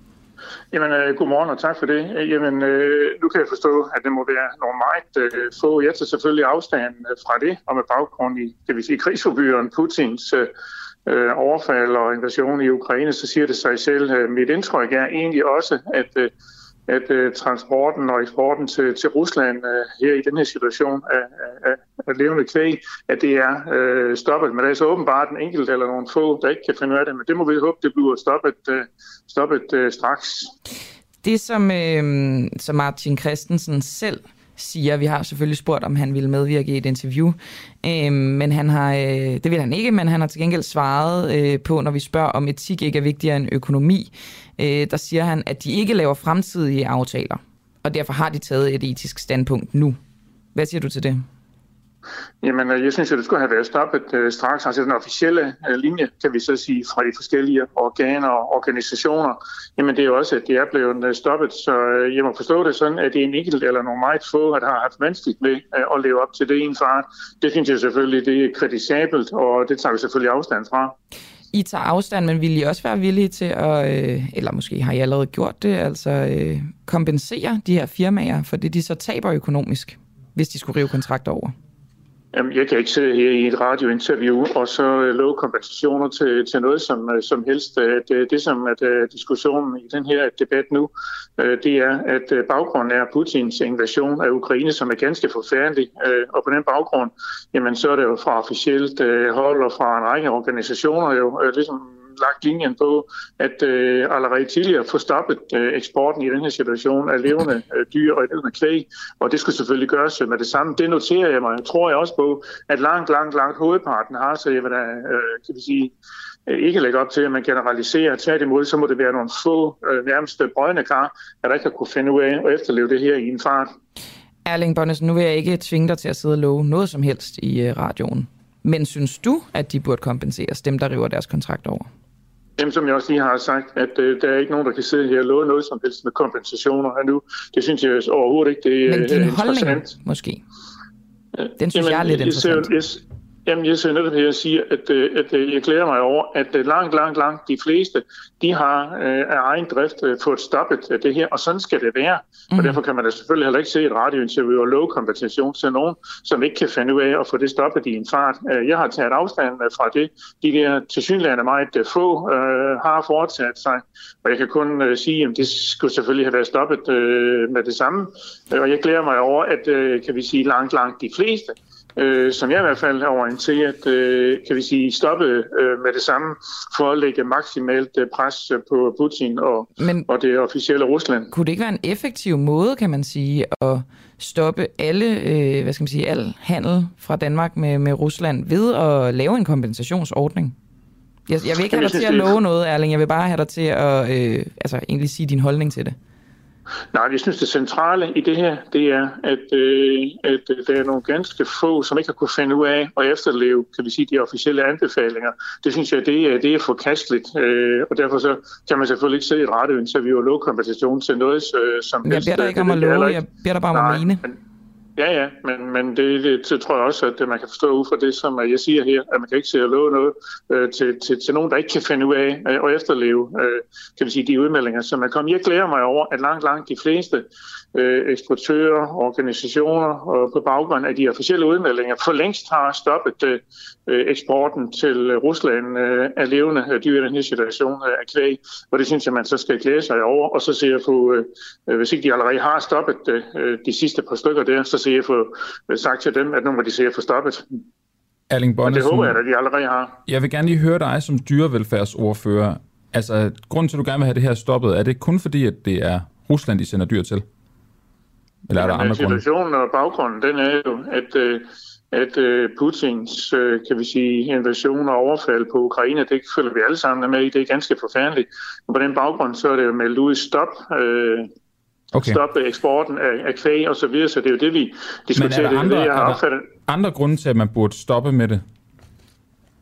Jamen, øh, godmorgen og tak for det. Jamen, øh, nu kan jeg forstå, at det må være nogle meget øh, få. Jeg tager selvfølgelig afstand fra det, og med baggrund i, kan vi sige, krigsforbyggeren Putins øh, overfald og invasion i Ukraine, så siger det sig selv. Øh, mit indtryk er egentlig også, at øh, at uh, transporten og eksporten til, til Rusland uh, her i den her situation af, af, af levende kvæg, at det er uh, stoppet. Men der er så åbenbart en enkelt eller nogle få, der ikke kan finde ud af det. Men det må vi håbe, det bliver stoppet, uh, stoppet uh, straks. Det, som, øh, som Martin Christensen selv siger, vi har selvfølgelig spurgt, om han ville medvirke i et interview, øh, men han har, øh, det vil han ikke, men han har til gengæld svaret øh, på, når vi spørger, om etik ikke er vigtigere end økonomi. Øh, der siger han, at de ikke laver fremtidige aftaler, og derfor har de taget et etisk standpunkt nu. Hvad siger du til det? Jamen, jeg synes, at det skulle have været stoppet uh, straks. Altså den officielle uh, linje, kan vi så sige, fra de forskellige organer og organisationer, jamen det er jo også, at det er blevet uh, stoppet. Så uh, jeg må forstå det sådan, at det er en enkelt eller nogle meget få, der har haft vanskeligt med uh, at leve op til det i en fart. Det synes jeg selvfølgelig, det er kritisabelt, og det tager vi selvfølgelig afstand fra. I tager afstand, men vil I også være villige til at, øh, eller måske har I allerede gjort det, altså øh, kompensere de her firmaer for det, de så taber økonomisk, hvis de skulle rive kontrakter over? Jamen, jeg kan ikke sidde her i et radiointerview og så love kompensationer til, til noget som, som helst. Det, det som at diskussionen i den her debat nu, det er, at baggrunden er Putins invasion af Ukraine, som er ganske forfærdelig. Og på den baggrund, jamen, så er det jo fra officielt hold og fra en række organisationer jo ligesom lagt linjen på, at øh, allerede tidligere få stoppet øh, eksporten i den her situation af levende øh, dyr og levende kvæg, og det skulle selvfølgelig gøres med det samme. Det noterer jeg mig, tror jeg også på, at langt, langt, langt hovedparten har, så jeg vil da, øh, kan vi sige, øh, ikke lægge op til, at man generaliserer. Tværtimod, så må det være nogle få, øh, nærmest brødne kar, at der ikke har kunne finde ud af at efterleve det her i en fart. Erling Bonnesen, nu vil jeg ikke tvinge dig til at sidde og love noget som helst i øh, radioen, men synes du, at de burde kompenseres, dem der river deres kontrakt over? Jamen, som jeg også lige har sagt, at øh, der er ikke nogen, der kan sidde her og love noget som helst med kompensationer nu. Det synes jeg overhovedet ikke, det er Men din interessant. holdning måske? Den synes Jamen, jeg er lidt interessant. Jeg, jeg, Jamen, jeg siger netop her og siger, at, at jeg glæder mig over, at langt, langt, langt de fleste, de har af egen drift fået stoppet det her, og sådan skal det være. Mm. Og derfor kan man da selvfølgelig heller ikke se et radiointerview og love kompensation til nogen, som ikke kan finde ud af at få det stoppet i en fart. Jeg har taget afstand fra det. De der tilsyneladende meget få øh, har foretaget sig, og jeg kan kun øh, sige, at det skulle selvfølgelig have været stoppet øh, med det samme. Og jeg glæder mig over, at øh, kan vi sige langt, langt de fleste, Øh, som jeg i hvert fald har orienteret, øh, kan vi sige, stoppe øh, med det samme for at lægge maksimalt øh, pres på Putin og, Men og det officielle Rusland. Kunne det ikke være en effektiv måde, kan man sige, at stoppe alle, øh, hvad skal man sige, al handel fra Danmark med, med Rusland ved at lave en kompensationsordning? Jeg, jeg vil ikke have dig til at love noget, Erling. Jeg vil bare have dig til at øh, altså, egentlig sige din holdning til det. Nej, jeg synes, det centrale i det her, det er, at, øh, at der er nogle ganske få, som ikke har kunne finde ud af at efterleve, kan vi sige, de officielle anbefalinger. Det synes jeg, det er, det er forkasteligt, øh, og derfor så kan man selvfølgelig ikke sidde i et radiointerview og love kompensation til noget, øh, som... Jeg beder dig ikke om at love, jeg beder dig bare om at mene. Men, ja, ja, men, men det, det, det tror jeg også, at man kan forstå ud fra det, som jeg siger her, at man kan ikke se at love noget øh, til, til, til nogen, der ikke kan finde ud af øh, at efterleve, øh, kan vi sige, de udmeldinger, som er kommet. Jeg glæder mig over, at langt, langt de fleste øh, eksportører, organisationer og på baggrund af de officielle udmeldinger for længst har stoppet øh, eksporten til Rusland øh, af levende øh, dyr i den her situation øh, af kvæg, og det synes jeg, man så skal glæde sig over, og så ser jeg på, øh, hvis ikke de allerede har stoppet øh, de sidste par stykker der, så ser jeg få sagt til dem, at nogle af de ser få stoppet. Erling Bonnesen, og det håber jeg, at de allerede har. Jeg vil gerne lige høre dig som dyrevelfærdsordfører. Altså, grunden til, at du gerne vil have det her stoppet, er det kun fordi, at det er Rusland, de sender dyr til? Eller er der andre grunde? Situationen og baggrunden, den er jo, at, at Putins, kan vi sige, invasion og overfald på Ukraine, det følger vi alle sammen med i. Det er ganske forfærdeligt. Og på den baggrund, så er det jo meldt ud stop, øh, Okay. stoppe eksporten af, af kvæg og så videre, så det er jo det, vi diskuterer. Men er der andre, det, jeg har er der andre grunde til, at man burde stoppe med det?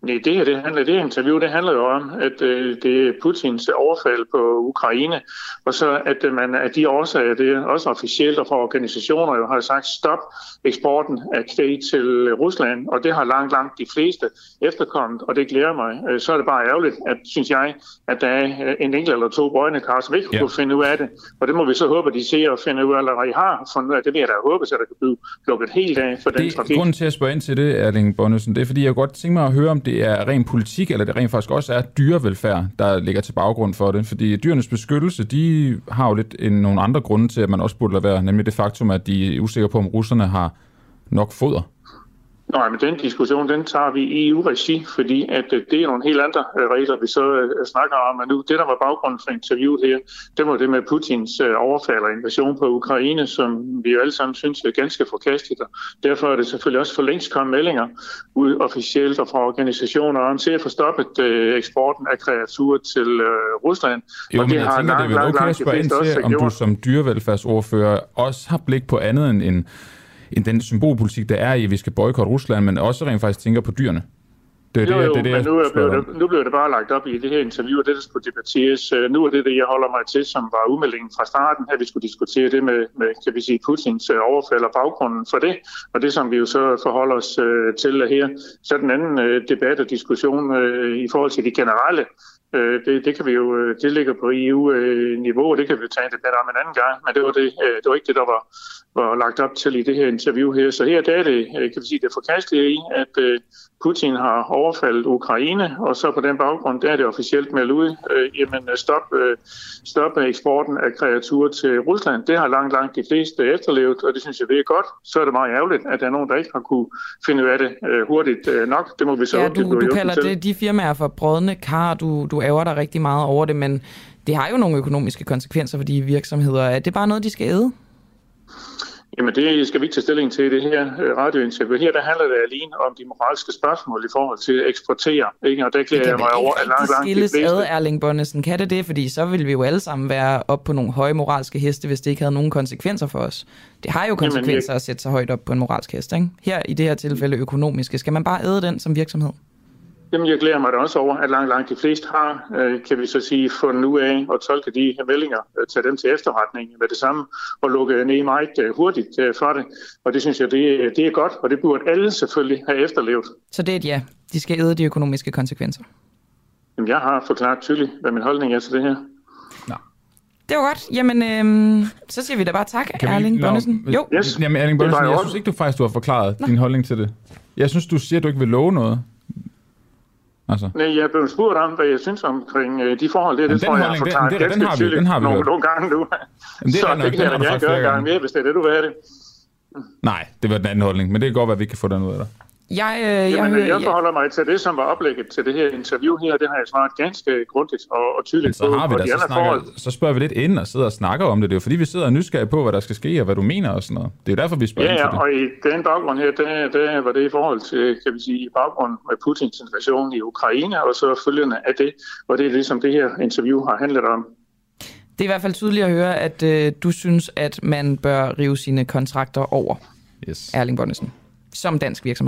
Nej, det her, det handler, det her interview, det handler jo om, at øh, det er Putins overfald på Ukraine, og så at man af de årsager, det er også officielt og fra organisationer jo har sagt, stop eksporten af kvæg til Rusland, og det har langt, langt de fleste efterkommet, og det glæder mig. Så er det bare ærgerligt, at, synes jeg, at der er en enkelt eller to brødne kar, som ikke ja. kunne finde ud af det, og det må vi så håbe, at de ser og finder ud af, eller I har fundet ud af. Det vil jeg da håbe, så der kan blive lukket helt af for den trafik. Grunden til at spørge ind til det, Erling Bonnesen, det er, fordi jeg godt tænker mig at høre, om det er ren politik, eller det rent faktisk også er dyrevelfærd, der ligger til baggrund for det. Fordi dyrenes beskyttelse, de har jo lidt en, nogle andre grunde til, at man også burde lade være, nemlig det faktum, at de er usikre på, om russerne har nok foder. Nej, men den diskussion, den tager vi i E U-regi, fordi at det er nogle helt andre regler, vi så snakker om. Og nu, det, der var baggrunden for interviewet her, det var det med Putins overfald og invasion på Ukraine, som vi jo alle sammen synes er ganske forkasteligt. Derfor er det selvfølgelig også for længst kommet meldinger ud officielt og fra organisationer om til at få stoppet eksporten af kreaturer til Rusland. Jo, og det det jeg har tænker, langt, det er vel okay at spørge ind til, om du som dyrevelfærdsordfører også har blik på andet end en end den symbolpolitik, der er i, at vi skal boykotte Rusland, men også rent faktisk tænker på dyrene. Det er jo, det, jo, det, det, men nu, er det, nu bliver det bare lagt op i det her interview, og det, der skulle debatteres. Nu er det det, jeg holder mig til, som var udmeldingen fra starten, at vi skulle diskutere det med, med kan vi sige, Putins overfald og baggrunden for det, og det, som vi jo så forholder os uh, til her. Så den anden uh, debat og diskussion uh, i forhold til de generelle, uh, det, det kan vi jo, uh, det ligger på E U-niveau, og det kan vi jo tage en debat om en anden gang, men det var, det, uh, det var ikke det, der var var lagt op til i det her interview her. Så her der er det, kan vi sige, det forkastelige i, at uh, Putin har overfaldet Ukraine, og så på den baggrund, der er det officielt meldt ud, uh, jamen stop, uh, stop eksporten af kreaturer til Rusland. Det har langt, langt de fleste efterlevet, og det synes jeg, det er godt. Så er det meget ærgerligt, at der er nogen, der ikke har kunne finde ud af det uh, hurtigt uh, nok. Det må vi så ja, du, du kalder det de firmaer for brodne kar, du, du ærger dig rigtig meget over det, men det har jo nogle økonomiske konsekvenser for de virksomheder. Er det bare noget, de skal æde? Jamen det skal vi ikke tage stilling til i det her radiointerview. Her der handler det alene om de moralske spørgsmål i forhold til at eksportere. Ikke? Og der klæder jeg mig over at langt, langt de fleste. Ad, Erling Bonnesen. Kan det det? Fordi så ville vi jo alle sammen være op på nogle høje moralske heste, hvis det ikke havde nogen konsekvenser for os. Det har jo konsekvenser Jamen, jeg... at sætte sig højt op på en moralsk hest. Ikke? Her i det her tilfælde økonomiske. Skal man bare æde den som virksomhed? Jamen, jeg glæder mig da også over, at langt, langt de fleste har, kan vi så sige, fundet ud af og tolke de her meldinger, tage dem til efterretning med det samme, og lukke ned meget hurtigt for det. Og det synes jeg, det, det er godt, og det burde alle selvfølgelig have efterlevet. Så det er et ja. De skal æde de økonomiske konsekvenser? Jamen, jeg har forklaret tydeligt, hvad min holdning er til det her. Nå. Det var godt. Jamen, øhm, så siger vi da bare tak, kan Erling Bonnesen. Jo. Yes. Jamen, Erling Bonnesen, jeg synes ikke, du faktisk du har forklaret Nå. din holdning til det. Jeg synes, du siger, at du ikke vil love noget. Altså. Nej, jeg er blevet spurgt om, hvad jeg synes omkring øh, de forhold. Det, det tror jeg, jeg har forklaret det, den, den har vi, den har vi nogle, nogle gange nu. Jamen, det så nok, det kan jeg da gerne gøre en gang mere, hvis det er det, du vil have det. Nej, det var den anden holdning, men det kan godt være, at vi kan få den ud af dig. Jeg, øh, jeg, Jamen, hører, jeg forholder mig til det, som var oplægget til det her interview her. Det har jeg svaret ganske grundigt og, og tydeligt så har vi på. Da, så, snakker, så spørger vi lidt ind og sidder og snakker om det. Det er jo fordi, vi sidder og nysgerrige på, hvad der skal ske og hvad du mener og sådan noget. Det er jo derfor, vi spørger ja, ind til det. Ja, og i den baggrund her, det, det var det i forhold til, kan vi sige, i baggrund med Putins invasion i Ukraine og så følgende af det. Og det er ligesom det her interview har handlet om. Det er i hvert fald tydeligt at høre, at øh, du synes, at man bør rive sine kontrakter over, yes. Erling Bonnesen, som dansk virksomhed.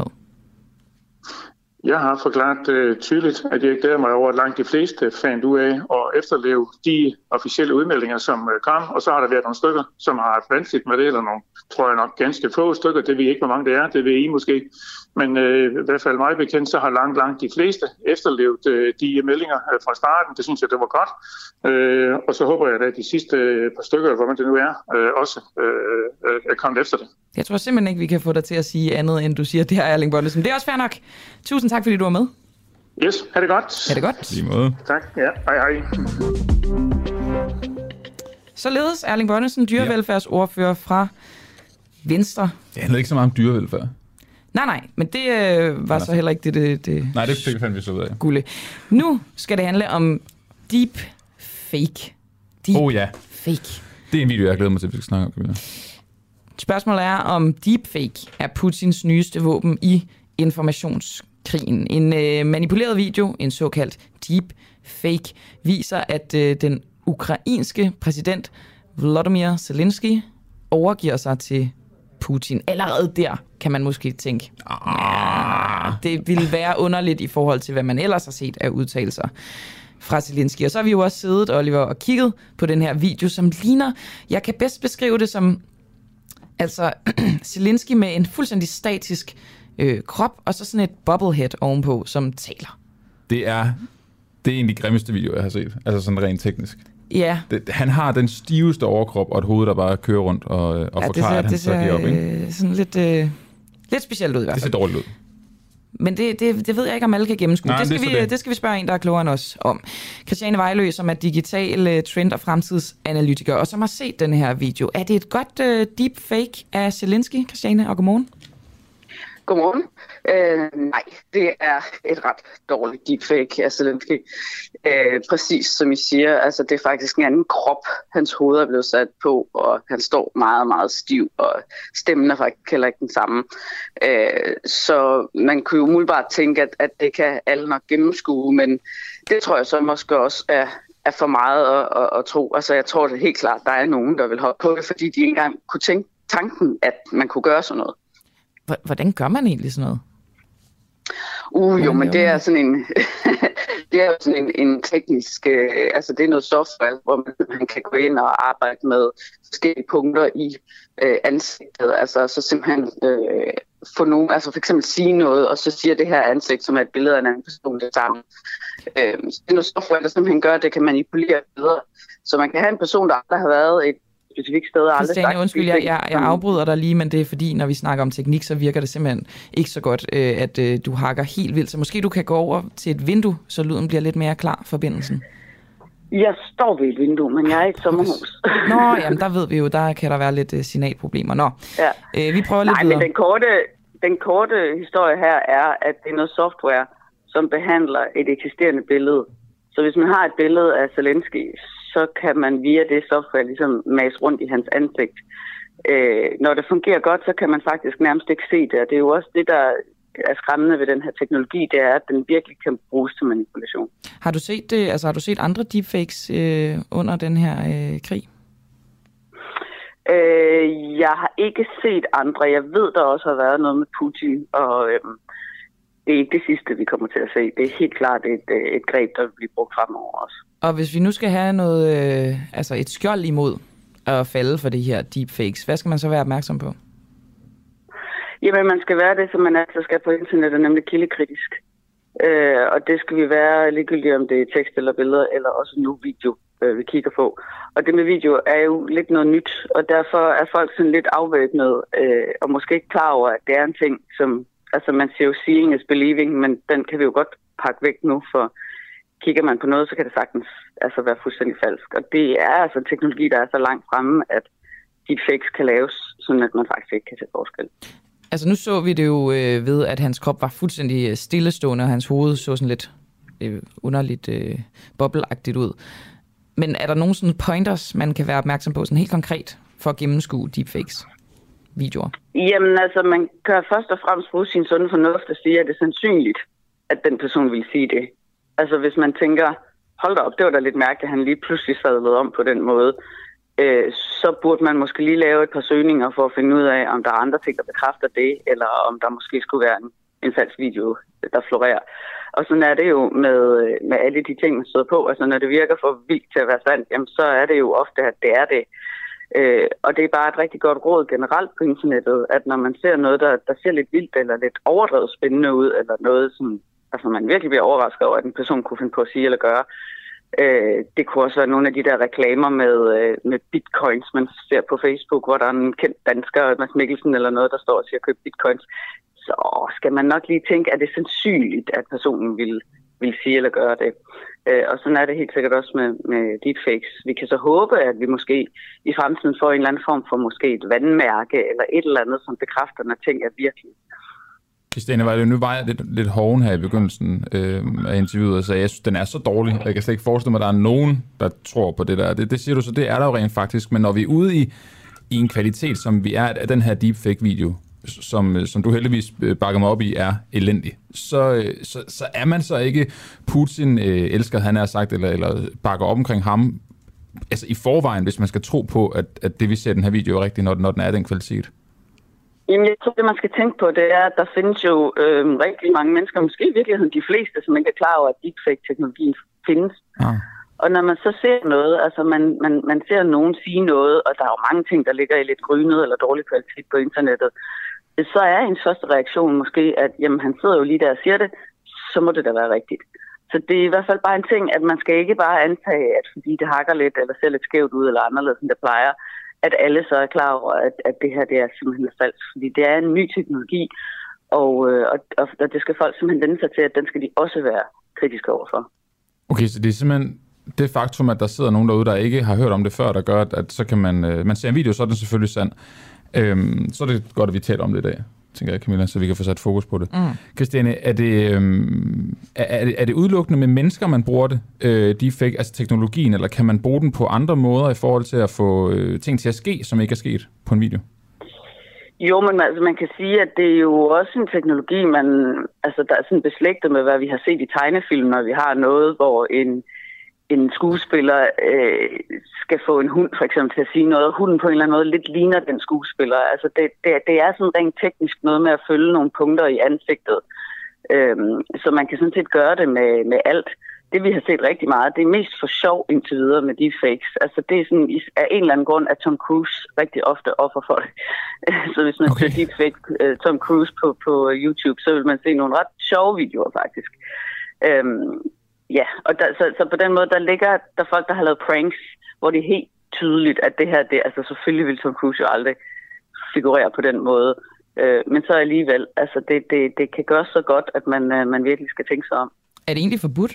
Jeg har forklaret uh, tydeligt, at jeg glæder mig over, at langt de fleste fandt ud af at efterleve de officielle udmeldinger, som uh, kom. Og så har der været nogle stykker, som har haft vanskeligt med det, eller nogle, tror jeg nok, ganske få stykker. Det ved jeg ikke, hvor mange det er. Det ved I måske. Men uh, i hvert fald mig bekendt, så har langt, langt de fleste efterlevet uh, de meldinger uh, fra starten. Det synes jeg, det var godt. Uh, og så håber jeg, at de sidste uh, par stykker, hvor man det nu er, uh, også uh, er kommet efter det. Jeg tror simpelthen ikke, vi kan få dig til at sige andet, end du siger, det her, Erling Bonnesen. Det er også fair nok. Tusind tak, fordi du var med. Yes, ha' det godt. Ha' det godt. Lige måde. Tak, ja. Hej, hej. Således Erling Bonnesen, dyrevelfærdsordfører fra Venstre. Det handler ikke så meget om dyrevelfærd. Nej, nej, men det øh, var altså så heller ikke det, det, det Nej, det fik vi så ud af. Gulde. Nu skal det handle om deep fake. Deep oh ja. fake. Det er en video, jeg glæder mig til, at vi skal snakke om. Camilla. Spørgsmålet er, om deepfake er Putins nyeste våben i informationskrigen. En øh, manipuleret video, en såkaldt deepfake, viser, at øh, den ukrainske præsident Volodymyr Zelensky overgiver sig til Putin. Allerede der kan man måske tænke, ah, ah. det ville være underligt i forhold til, hvad man ellers har set af udtalelser fra Zelensky. Og så har vi jo også siddet, Oliver, og kigget på den her video, som ligner, jeg kan bedst beskrive det som, altså Zelensky med en fuldstændig statisk øh, krop, og så sådan et bubblehead ovenpå, som taler. Det er, det er en af de grimmeste videoer, jeg har set, altså sådan rent teknisk. Ja. Det, han har den stiveste overkrop, og et hoved, der bare kører rundt og, og ja, forklarer, ser, at han så giver op, ikke? Øh, sådan lidt, øh, lidt specielt ud i hvert fald. Det ser dårligt ud. Men det, det, det ved jeg ikke, om alle kan gennemskue. Nej, det, skal det, vi, det. det skal vi spørge en, der er klogere end os om. Christiane Vejlø, som er digital trend- og fremtidsanalytiker, og som har set den her video. Er det et godt uh, deepfake af Zelensky, Christiane, og godmorgen? Godmorgen. Øh, nej, det er et ret dårligt deepfake af Zelensky. Øh, præcis som I siger, altså det er faktisk en anden krop, hans hoved er blevet sat på, og han står meget, meget stiv, og stemmen er faktisk heller ikke den samme. Øh, så man kunne jo umiddelbart tænke, at, at det kan alle nok gennemskue, men det tror jeg så måske også er, er for meget at, at, at tro. Altså jeg tror det helt klart, der er nogen, der vil hoppe på det, fordi de ikke engang kunne tænke tanken, at man kunne gøre sådan noget. Hvordan gør man egentlig sådan noget? Uh, jo, men det er sådan en, det er jo sådan en, en teknisk, øh, altså det er noget software, hvor man, man kan gå ind og arbejde med forskellige punkter i øh, ansigtet, altså så simpelthen øh, få nogen, altså for eksempel sige noget, og så siger det her ansigt, som er et billede af en anden person, det samme. Øh, så det er noget software, der simpelthen gør, at det kan manipulere bedre, så man kan have en person, der aldrig har været et specifikt sted, aldrig Christiane, sagt, undskyld, jeg, jeg, jeg afbryder dig lige, men det er fordi, når vi snakker om teknik, så virker det simpelthen ikke så godt, øh, at øh, du hakker helt vildt. Så måske du kan gå over til et vindue, så lyden bliver lidt mere klar, forbindelsen. Jeg står ved et vindue, men jeg er i et sommerhus. Nå, jamen der ved vi jo, der kan der være lidt øh, signalproblemer. Nå, ja. øh, vi prøver lidt Nej, videre. men den korte, den korte historie her er, at det er noget software, som behandler et eksisterende billede. Så hvis man har et billede af Zelensky, så kan man via det software ligesom mase rundt i hans ansigt. Øh, når det fungerer godt, så kan man faktisk nærmest ikke se det, og det er jo også det, der er skræmmende ved den her teknologi, det er, at den virkelig kan bruges til manipulation. Har du set det? Altså har du set andre deepfakes øh, under den her øh, krig? Øh, jeg har ikke set andre. Jeg ved, der også har været noget med Putin, og øh, det er ikke det sidste, vi kommer til at se. Det er helt klart et, et greb, der vil blive brugt fremover også. Og hvis vi nu skal have noget, øh, altså et skjold imod at falde for de her deepfakes, hvad skal man så være opmærksom på? Jamen, man skal være det, som man altså skal på internettet, nemlig kildekritisk. Øh, og det skal vi være ligegyldigt, om det er tekst eller billeder, eller også nu video, øh, vi kigger på. Og det med video er jo lidt noget nyt, og derfor er folk sådan lidt afvæbnet, øh, og måske ikke klar over, at det er en ting, som, altså man siger jo seeing is believing, men den kan vi jo godt pakke væk nu, for kigger man på noget, så kan det sagtens altså være fuldstændig falsk. Og det er altså en teknologi, der er så langt fremme, at deepfakes kan laves, sådan at man faktisk ikke kan se forskel. Altså nu så vi det jo øh, ved, at hans krop var fuldstændig stillestående, og hans hoved så sådan lidt øh, underligt øh, bobleagtigt ud. Men er der nogle sådan pointers, man kan være opmærksom på, sådan helt konkret, for at gennemskue deepfakes videoer? Jamen altså, man kan først og fremmest bruge sin sunde fornuft og sige, at det er sandsynligt, at den person vil sige det. Altså hvis man tænker, hold da op, det var da lidt mærkeligt, at han lige pludselig sadlede om på den måde, øh, så burde man måske lige lave et par søgninger for at finde ud af, om der er andre ting, der bekræfter det, eller om der måske skulle være en, en falsk video, der florerer. Og sådan er det jo med, med alle de ting, man sidder på. Altså når det virker for vildt til at være sandt, jamen, så er det jo ofte, at det er det. Øh, og det er bare et rigtig godt råd generelt på internettet, at når man ser noget, der, der ser lidt vildt eller lidt overdrevet spændende ud, eller noget, som altså man virkelig bliver overrasket over, at en person kunne finde på at sige eller gøre. Øh, det kunne også være nogle af de der reklamer med, øh, med bitcoins, man ser på Facebook, hvor der er en kendt dansker, Mads Mikkelsen eller noget, der står og siger, køb bitcoins. Så skal man nok lige tænke, er det sandsynligt, at personen vil, vil sige eller gøre det. Øh, og sådan er det helt sikkert også med, med deepfakes. Vi kan så håbe, at vi måske i fremtiden får en eller anden form for måske et vandmærke eller et eller andet, som bekræfter, når ting er virkelig. Christiane, var det nu var jeg lidt, lidt hoven her i begyndelsen øh, af interviewet, og sagde, jeg synes, den er så dårlig, og jeg kan slet ikke forestille mig, at der er nogen, der tror på det der. Det, det siger du så, det er der jo rent faktisk, men når vi er ude i, i en kvalitet, som vi er af den her deepfake-video, som, som du heldigvis bakker mig op i, er elendig, så, så, så er man så ikke Putin øh, elsker, han har sagt, eller, eller bakker op omkring ham, altså i forvejen, hvis man skal tro på, at, at det vi ser i den her video er rigtigt, når, når den er den kvalitet. Jamen, jeg tror, det man skal tænke på, det er, at der findes jo øh, rigtig mange mennesker, måske i virkeligheden de fleste, som ikke er klar over, at deepfake-teknologien findes. Ah. Og når man så ser noget, altså man, man, man ser nogen sige noget, og der er jo mange ting, der ligger i lidt grynet eller dårlig kvalitet på internettet, så er ens første reaktion måske, at jamen, han sidder jo lige der og siger det, så må det da være rigtigt. Så det er i hvert fald bare en ting, at man skal ikke bare antage, at fordi det hakker lidt, eller ser lidt skævt ud, eller anderledes, end det plejer, at alle så er klar over, at, at det her det er simpelthen falsk. Fordi det er en ny teknologi, og, og, og det skal folk simpelthen vende sig til, at den skal de også være kritiske overfor. Okay, så det er simpelthen det faktum, at der sidder nogen derude, der ikke har hørt om det før, der gør, at, at så kan man, øh, man ser en video, så er den selvfølgelig sand. Øhm, så er det godt, at vi taler om det i dag, tænker jeg, Camilla, så vi kan få sat fokus på det. Mm. Christiane, er det, øhm, er, det, er det udelukkende med mennesker, man bruger det, øh, deepfake, altså teknologien, eller kan man bruge den på andre måder i forhold til at få øh, ting til at ske, som ikke er sket på en video? Jo, men altså, man kan sige, at det er jo også en teknologi, man, altså, der er sådan beslægtet med, hvad vi har set i tegnefilm, når vi har noget, hvor en en skuespiller øh, skal få en hund for eksempel til at sige noget, og hunden på en eller anden måde lidt ligner den skuespiller. Altså det, det, det er sådan rent teknisk noget med at følge nogle punkter i ansigtet. Øhm, så man kan sådan set gøre det med, med alt. Det vi har set rigtig meget, det er mest for sjov indtil videre med de fakes. Altså det er sådan, af en eller anden grund, at Tom Cruise rigtig ofte offer for det. Så hvis man okay. ser deepfake uh, Tom Cruise på, på YouTube, så vil man se nogle ret sjove videoer faktisk. Øhm, Ja, og der, så, så på den måde, der ligger der folk, der har lavet pranks, hvor det er helt tydeligt, at det her, det, altså selvfølgelig vil Tom Cruise jo aldrig figurere på den måde. Øh, men så alligevel, altså det, det, det kan gøres så godt, at man, øh, man virkelig skal tænke sig om. Er det egentlig forbudt?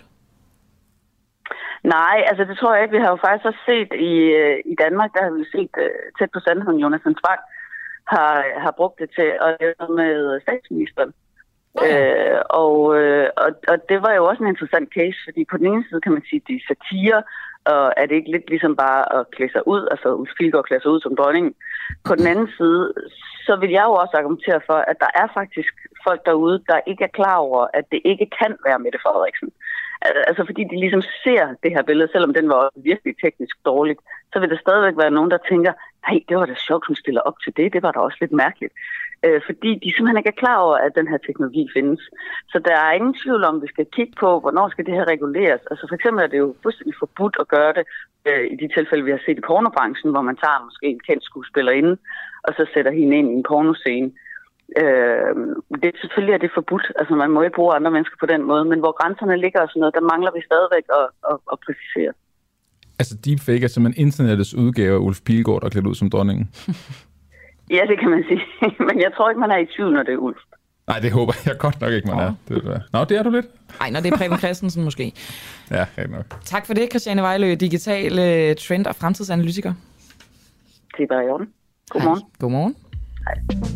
Nej, altså det tror jeg ikke. Vi har jo faktisk også set i, øh, i Danmark, der har vi set øh, tæt på sandheden, Jonas Svang har, har brugt det til at lave med statsministeren. Øh, og, øh, og, og det var jo også en interessant case, fordi på den ene side kan man sige, at det er satire, og er det ikke lidt ligesom bare at klæde sig ud, altså Ulf Pilgaard klæde sig ud som dronning. På den anden side, så vil jeg jo også argumentere for, at der er faktisk folk derude, der ikke er klar over, at det ikke kan være Mette Frederiksen. Altså fordi de ligesom ser det her billede, selvom den var virkelig teknisk dårligt, så vil der stadigvæk være nogen, der tænker, nej, det var da sjovt, hun stiller op til det, det var da også lidt mærkeligt. Øh, fordi de simpelthen ikke er klar over, at den her teknologi findes. Så der er ingen tvivl om, at vi skal kigge på, hvornår skal det her reguleres. Altså for eksempel er det jo fuldstændig forbudt at gøre det øh, i de tilfælde, vi har set i pornobranchen, hvor man tager måske en kendt skuespillerinde, og så sætter hende ind i en pornoscene. Øh, det, selvfølgelig er det forbudt, altså man må ikke bruge andre mennesker på den måde, men hvor grænserne ligger og sådan noget, der mangler vi stadigvæk at, at, at præcisere. Altså deepfake er simpelthen internettets udgave af Ulf Pilgaard, der er klædt ud som dronningen. Ja, det kan man sige, men jeg tror ikke, man er i tvivl, når det er Ulf. Nej, det håber jeg godt nok ikke, man er. Det Nå, det er du lidt. Nej, når det er Preben Christensen måske. Ja, helt nok. Tak for det, Christiane Vejlø, digital uh, trend- og fremtidsanalytiker. Det er bare i orden. Godmorgen. Hej. Godmorgen. Hej.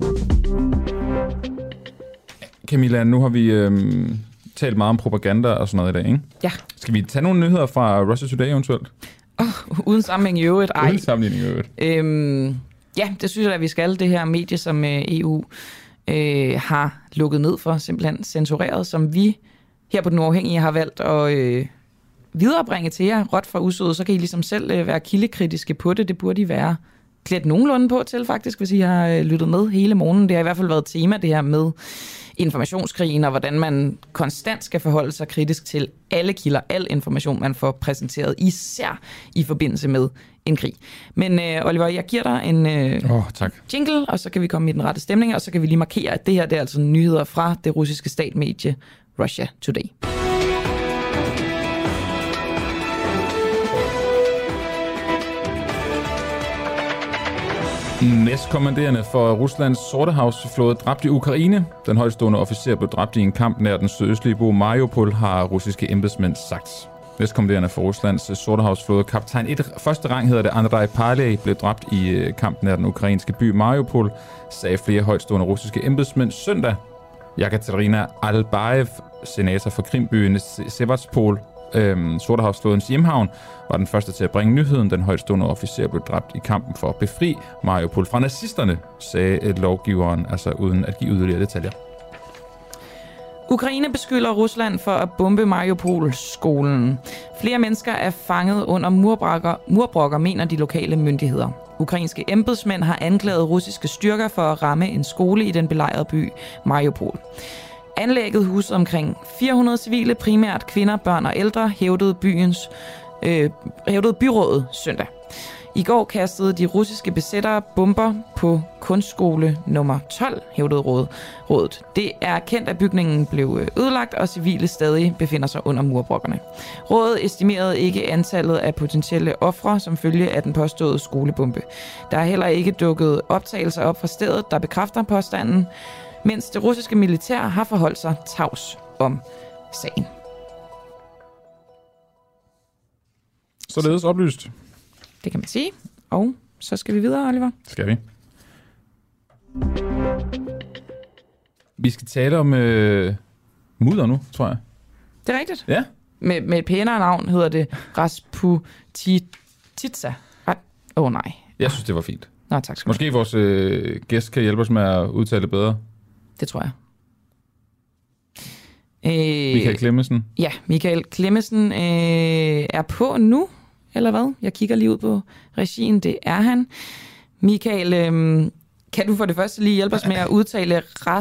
Camilla, nu har vi øhm, talt meget om propaganda og sådan noget i dag, ikke? Ja. Skal vi tage nogle nyheder fra Russia Today eventuelt? Oh, uden sammenhæng i øvrigt. Ej. Uden sammenhæng i øvrigt. Øhm, ja, det synes jeg, at vi skal. Det her medie, som øh, E U øh, har lukket ned for, simpelthen censureret, som vi her på Den Uafhængige har valgt at øh, viderebringe til jer, råt for usødet, så kan I ligesom selv øh, være kildekritiske på det. Det burde I være klædt nogenlunde på til, faktisk, hvis I har øh, lyttet med hele morgenen. Det har i hvert fald været tema, det her med informationskrigen, og hvordan man konstant skal forholde sig kritisk til alle kilder, al information, man får præsenteret, især i forbindelse med en krig. Men øh, Oliver, jeg giver dig en øh, oh, tak. jingle, og så kan vi komme i den rette stemning, og så kan vi lige markere, at det her det er altså nyheder fra det russiske statmedie Russia Today. Næstkommanderende for Ruslands Sortehavsflåde dræbt i Ukraine. Den højtstående officer blev dræbt i en kamp nær den sydøstlige by Mariupol, har russiske embedsmænd sagt. Næstkommanderende for Ruslands Sortehavsflåde, kaptajn et første rang hedder det, Andrei Parley, blev dræbt i kamp nær den ukrainske by Mariupol, sagde flere højtstående russiske embedsmænd søndag. Yekaterina Albaev, senator for Krimbyen Sevastopol, Øhm, Sortehavsflådens hjemhavn, var den første til at bringe nyheden. Den højtstående officer blev dræbt i kampen for at befri Mariupol fra nazisterne, sagde lovgiveren, altså uden at give yderligere detaljer. Ukraine beskylder Rusland for at bombe Mariupol-skolen. Flere mennesker er fanget under murbrokker, murbrokker, mener de lokale myndigheder. Ukrainske embedsmænd har anklaget russiske styrker for at ramme en skole i den belejrede by Mariupol. Anlægget husede omkring fire hundrede civile, primært kvinder, børn og ældre, hævdede, byens, øh, hævdede byrådet søndag. I går kastede de russiske besættere bomber på kunstskole nummer tolv, hævdede rådet. Det er kendt, at bygningen blev ødelagt, og civile stadig befinder sig under murbrokkerne. Rådet estimerede ikke antallet af potentielle ofre som følge af den påståede skolebombe. Der er heller ikke dukket optagelser op fra stedet, der bekræfter påstanden, mens det russiske militær har forholdt sig tavs om sagen. Således oplyst. Det kan man sige. Og så skal vi videre, Oliver. Skal vi. Vi skal tale om øh, mudder nu, tror jeg. Det er rigtigt. Ja. Med, med et pænere navn hedder det Rasputitsa. Åh oh, nej. Jeg synes, det var fint. Nå, tak skal du. Måske vores øh, gæst kan hjælpe os med at udtale det bedre. Det tror jeg. Øh, Michael Clemmensen. Ja, Michael Clemmensen øh, er på nu. Eller hvad? Jeg kigger lige ud på regien. Det er han. Michael, øhm, kan du for det første lige hjælpe os med at udtale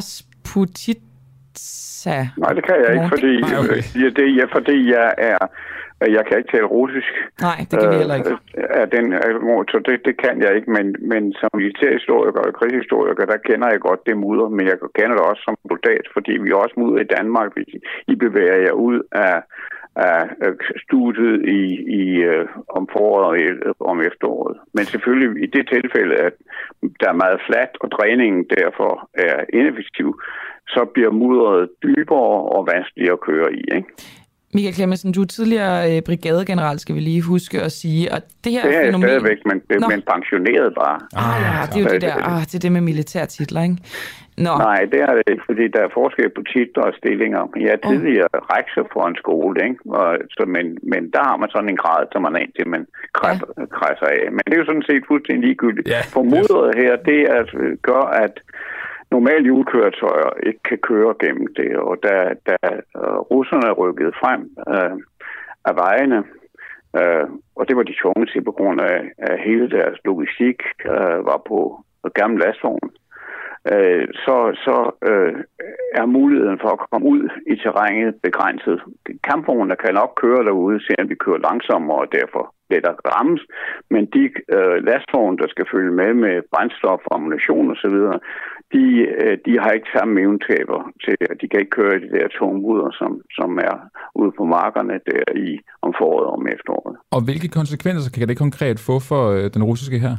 Rasputitsa? Nej, det kan jeg ikke, fordi, Nej, okay. det, jeg, fordi jeg er... Jeg kan ikke tale russisk. Nej, det kan vi heller ikke. Øh, den, så det, det kan jeg ikke, men, men som militærhistoriker og krigshistoriker, der kender jeg godt det mudder, men jeg kender det også som soldat, fordi vi er også mudder i Danmark, hvis I bevæger jer ud af, af studiet i, i, om foråret og om efteråret. Men selvfølgelig i det tilfælde, at der er meget fladt, og dræningen derfor er ineffektiv, så bliver mudderet dybere og vanskeligere at køre i, ikke? Michael Clemmensen, du er tidligere brigadegeneral, skal vi lige huske at sige. Og det her det er fænomen... stadigvæk, men, men pensioneret bare. Ah, ja, det er jo det der, ah, det er det med militærtitler, ikke? Nå. Nej, det er det ikke, fordi der er forskel på titler og stillinger. Jeg er tidligere oh. rektor for en skole, ikke? Og, så, men, men der har man sådan en grad, som man er ind til, man krasser, ja. krasser af. Men det er jo sådan set fuldstændig ligegyldigt. Ja. Formodret her, det er, gør, at normale hjulkøretøjer ikke kan køre gennem det, og da, da uh, russerne rykkede frem uh, af vejene, uh, og det var de tvunget til på grund af, af hele deres logistik, uh, var på gamle lastvogn, uh, så, så uh, er muligheden for at komme ud i terrænet begrænset. Kampvognene kan nok køre derude, selvom vi kører langsommere, og derfor lettere rammes, men de uh, lastvogne, der skal følge med med brændstof, ammunition osv., De, de har ikke samme egenskaber til, at de kan ikke køre de der tunge mudder, som, som er ude på markerne der i om foråret og om efteråret. Og hvilke konsekvenser kan det konkret få for øh, den russiske hær?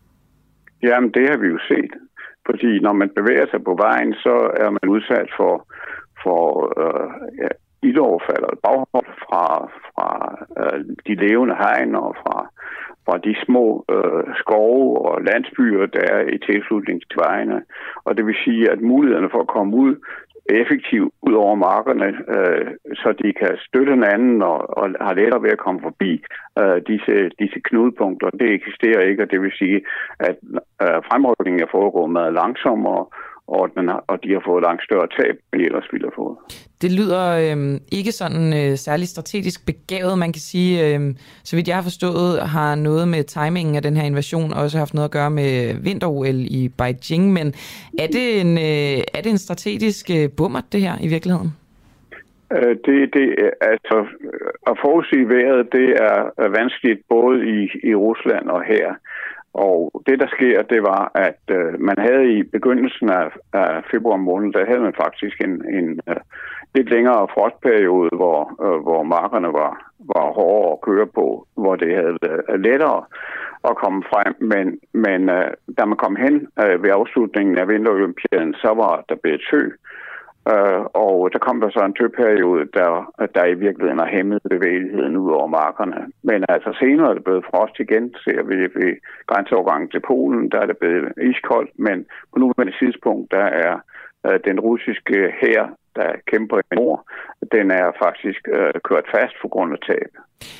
Jamen, det har vi jo set. Fordi når man bevæger sig på vejen, så er man udsat for, for øh, ja, ildoverfald og baghold fra, fra øh, de levende hegn og fra fra de små øh, skove og landsbyer, der er i tilslutning til vejene. Og det vil sige, at mulighederne for at komme ud effektivt ud over markerne, øh, så de kan støtte hinanden og, og har lettere ved at komme forbi øh, disse, disse knudepunkter. Det eksisterer ikke, og det vil sige, at øh, fremrykningen er foregået meget langsommere, og, den har, og de har fået langt større tab, end de ellers ville have fået. Det lyder øh, ikke sådan øh, særlig strategisk begavet. Man kan sige, øh, så vidt jeg har forstået, har noget med timingen af den her invasion også haft noget at gøre med vinter-O L i Beijing. Men er det en, øh, er det en strategisk øh, bummert, det her i virkeligheden? Øh, det, det, altså, at forudsige vejret, det er vanskeligt både i, i Rusland og her. Og det, der sker, det var, at øh, man havde i begyndelsen af, af februar måned, der havde man faktisk en, en øh, lidt længere frostperiode, hvor, øh, hvor markerne var, var hårdere at køre på, hvor det havde været lettere at komme frem. Men, men øh, da man kom hen øh, ved afslutningen af vinterolympiaden, så var der blevet tø. Uh, og der kom der så en tøperiode, der, der i virkeligheden har hæmmet bevægeligheden ud over markerne. Men altså senere er det blevet frost igen, ser vi ved grænseovergangen til Polen, der er det blevet iskoldt, men på nuværende tidspunkt, der er uh, den russiske hær, der kæmper i nord, den er faktisk uh, kørt fast på grund af tab.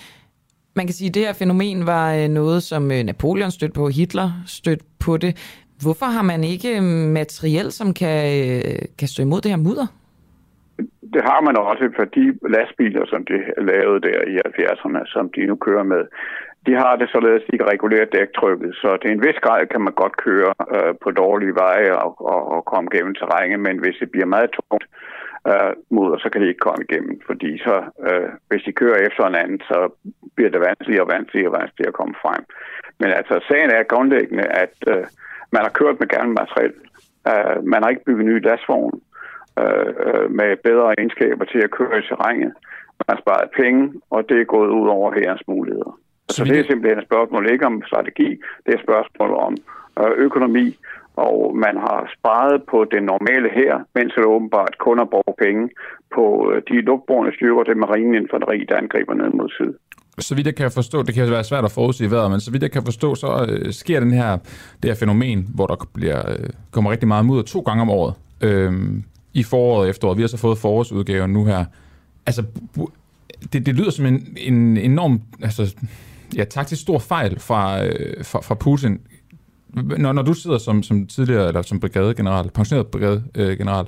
Man kan sige, at det her fænomen var noget, som Napoleon stødte på, Hitler stødte på det. Hvorfor har man ikke materiel, som kan, kan stå imod det her mudder? det har man også for de lastbiler, som de lavede der i halvfjerdserne, som de nu kører med. De har det således, at de kan regulere dæktrykket, så til en vis grad kan man godt køre øh, på dårlige veje og, og, og komme gennem terrænet, men hvis det bliver meget tungt øh, mudder, så kan de ikke komme igennem, fordi så, øh, hvis de kører efter en anden, så bliver det vanskeligere og vanskeligere og vanskeligere at komme frem. Men altså, sagen er grundlæggende, at øh, man har kørt med gammelt materiel. Øh, man har ikke bygget nye lastvogn øh, med bedre egenskaber til at køre i terrænet. Man har sparet penge, og det er gået ud over herrens muligheder. Så det er simpelthen et spørgsmål ikke om strategi, det er et spørgsmål om øh, økonomi, og man har sparet på den normale her, mens det åbenbart kun har brugt penge på øh, de luftbårne styrker, det marine infanteri, der angriber ned mod syd. Så vidt jeg kan forstå, det kan være svært at forudsige vejret, men så vidt jeg kan forstå, så øh, sker den her, det her fænomen, hvor der bliver, øh, kommer rigtig meget mudder to gange om året. Øh, I foråret og efteråret. Vi har så fået forårsudgaven nu her. Altså, det, det lyder som en, en enorm, altså, ja, taktisk stor fejl fra, øh, fra, fra Putin. Når, når du sidder som, som tidligere, eller som brigadegeneral, pensioneret brigadegeneral,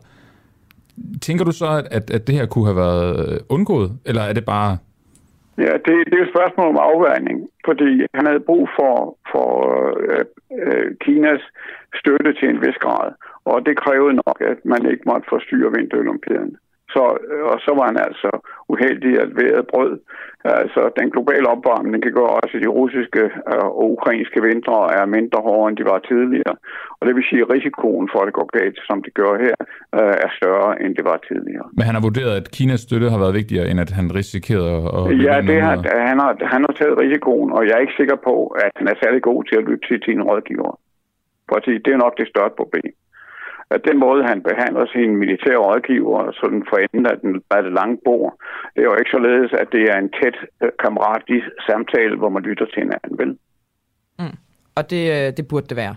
tænker du så, at, at det her kunne have været undgået, eller er det bare... Ja, det, det er et spørgsmål om afvejning, fordi han havde brug for, for øh, øh, Kinas støtte til en vis grad, og det krævede nok, at man ikke måtte forstyrre vinterolympiaden. Så, og så var han altså uheldig, at vejret brød. Altså, den globale opvarmning kan gøre også, at de russiske og ukrainske vintre er mindre hårde, end de var tidligere. Og det vil sige, at risikoen for, at det går galt, som det gør her, er større, end det var tidligere. Men han har vurderet, at Kinas støtte har været vigtigere, end at han risikerede at... Ja, det har, han, har, han har taget risikoen, og jeg er ikke sikker på, at han er særlig god til at lytte til sine rådgivere. Fordi det er nok det største problem. At den måde, han behandler sine militære rådgiver, sådan for enden af, den, af det lange bord, det er jo ikke således, at det er en tæt kammeratlig samtale, hvor man lytter til hinanden, vel? Mm. Og det, det burde det være?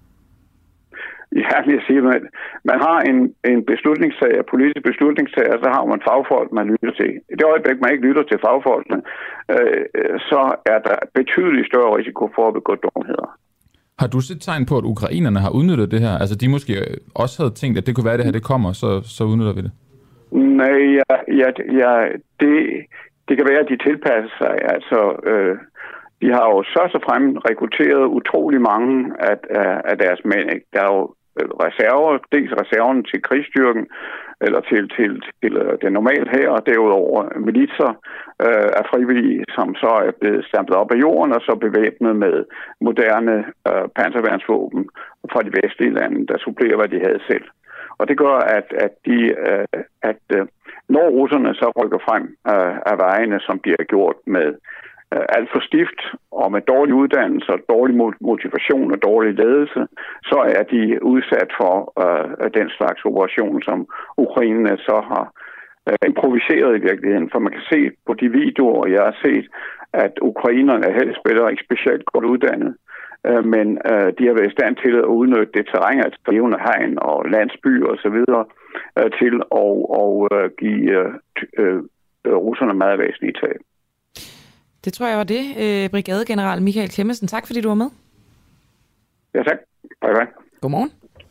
Ja, jeg siger, man, man har en, en beslutningstager, politisk beslutningstager, så har man fagfolk, man lytter til. I det øjeblik, man ikke lytter til fagfolkene, øh, så er der betydeligt større risiko for at begå dumheder. Har du set tegn på, at ukrainerne har udnyttet det her? Altså, de måske også havde tænkt, at det kunne være, at det her det kommer, så, så udnytter vi det? Nej, ja, ja, ja, det, det kan være, at de tilpasser sig. Altså, øh, de har jo så og fremmest rekrutteret utrolig mange af, af, af deres mænd. Ikke? Der er jo reserver, dels reserven til krigsstyrken, eller til, til, til den normale her, og derudover militser øh, af frivillige, som så er blevet stampet op af jorden, og så bevæbnet med moderne øh, panserværnsvåben fra de vestlige lande, der supplerer, hvad de havde selv. Og det gør, at, at, de, øh, at øh, når russerne så rykker frem øh, af vejene, som de har gjort med øh, alt for stift, og med dårlig uddannelse, og dårlig motivation og dårlig ledelse, så er de udsat for øh, den slags operation, som Ukraine så har øh, improviseret i virkeligheden. For man kan se på de videoer, jeg har set, at ukrainerne helst spiller ikke specielt godt uddannet, øh, men øh, de har været i stand til at udnytte det terræn, altså levende hegn og landsbyer osv., øh, til at og, øh, give øh, øh, russerne meget væsentlige tab. Det tror jeg var det. Øh, brigadegeneral Michael Clemmensen, tak fordi du var med. Ja, tak. Bye bye. Godmorgen.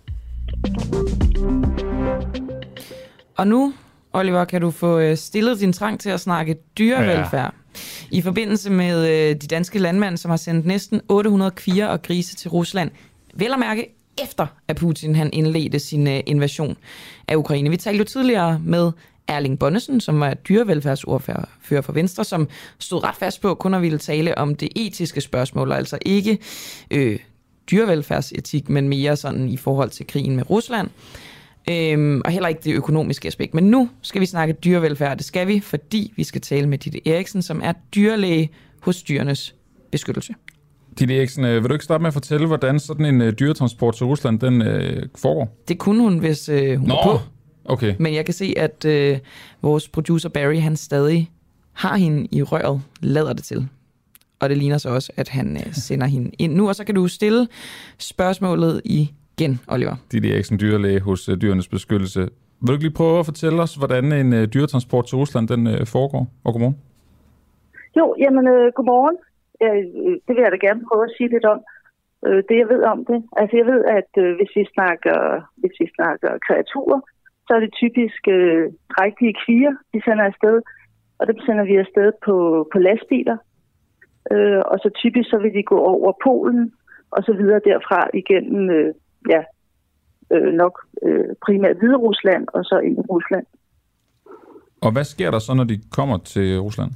Og nu, Oliver, kan du få stillet din trang til at snakke dyrevelfærd. Ja. I forbindelse med øh, de danske landmænd, som har sendt næsten otte hundrede kvier og grise til Rusland. Vel at mærke efter, at Putin han indledte sin øh, invasion af Ukraine. Vi talte jo tidligere med Erling Bonnesen, som var dyrevelfærdsordfører for Venstre, som stod ret fast på kun at ville tale om det etiske spørgsmål, altså ikke øh, dyrevelfærdsetik, men mere sådan i forhold til krigen med Rusland, øhm, og heller ikke det økonomiske aspekt. Men nu skal vi snakke dyrevelfærd, det skal vi, fordi vi skal tale med Ditte Eriksen, som er dyrlæge hos Dyrenes Beskyttelse. Ditte Eriksen, vil du ikke starte med at fortælle, hvordan sådan en uh, dyretransport til Rusland, den uh, foregår? Det kunne hun, hvis uh, hun Nå. var på. Okay. Men jeg kan se, at øh, vores producer Barry, han stadig har hende i røret, lader det til. Og det ligner så også, at han øh, sender hende ind nu. Og så kan du stille spørgsmålet igen, Oliver. Ditte Eriksen, dyrlæge hos øh, Dyrenes Beskyttelse. Vil du ikke lige prøve at fortælle os, hvordan en øh, dyretransport til Rusland den øh, foregår? Og godmorgen. Jo, jamen øh, godmorgen. Øh, det vil jeg da gerne prøve at sige lidt om. Øh, det jeg ved om det. Altså jeg ved, at øh, hvis vi snakker, hvis vi snakker kreaturer, så er det typisk øh, drægtige kvier, de sender afsted, og dem sender vi afsted på, på lastbiler. Øh, og så typisk så vil de gå over Polen, og så videre derfra igennem, øh, ja, øh, nok øh, primært Hvide Rusland, og så ind i Rusland. Og hvad sker der så, når de kommer til Rusland?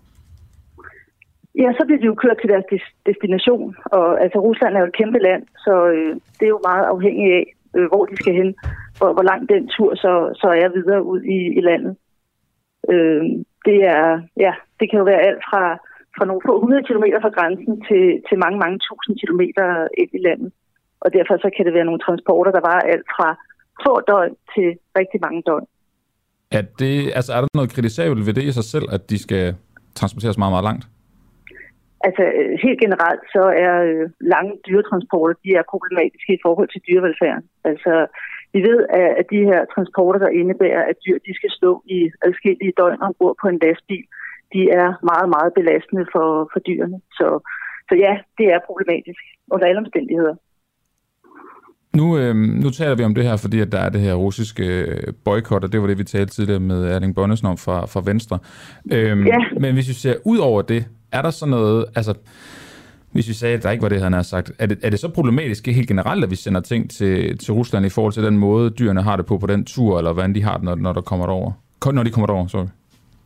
Ja, så bliver de jo kørt til deres des- destination, og altså Rusland er jo et kæmpe land, så øh, det er jo meget afhængigt af, øh, hvor de skal hen, hvor, hvor lang den tur så, så er videre ud i, i landet. Øh, det er, ja, det kan jo være alt fra, fra nogle få hundrede kilometer fra grænsen til, til mange, mange tusind kilometer ind i landet. Og derfor så kan det være nogle transporter, der var alt fra få døgn til rigtig mange døgn. Er, det, altså, er der noget kritisabelt ved det i sig selv, at de skal transporteres meget, meget langt? Altså helt generelt så er øh, lange dyretransporter, de er problematiske i forhold til dyrevelfærden. Altså vi ved, at, at de her transporter, der indebærer, at dyr de skal stå i adskillige døgn ombord på en lastbil, de er meget, meget belastende for, for dyrene. Så, så ja, det er problematisk under alle omstændigheder. Nu, øh, nu taler vi om det her, fordi at der er det her russiske boykot, og det var det, vi talte tidligere med Erling Bonnesen om fra, fra Venstre. Øhm, ja. Men hvis vi ser ud over det, er der så noget, altså hvis vi sagde, at der ikke var det, han har sagt, er det, er det så problematisk helt generelt, at vi sender ting til, til Rusland i forhold til den måde, dyrene har det på på den tur, eller hvordan de har det, når, når, der kommer derover? Når de kommer derover, sorry.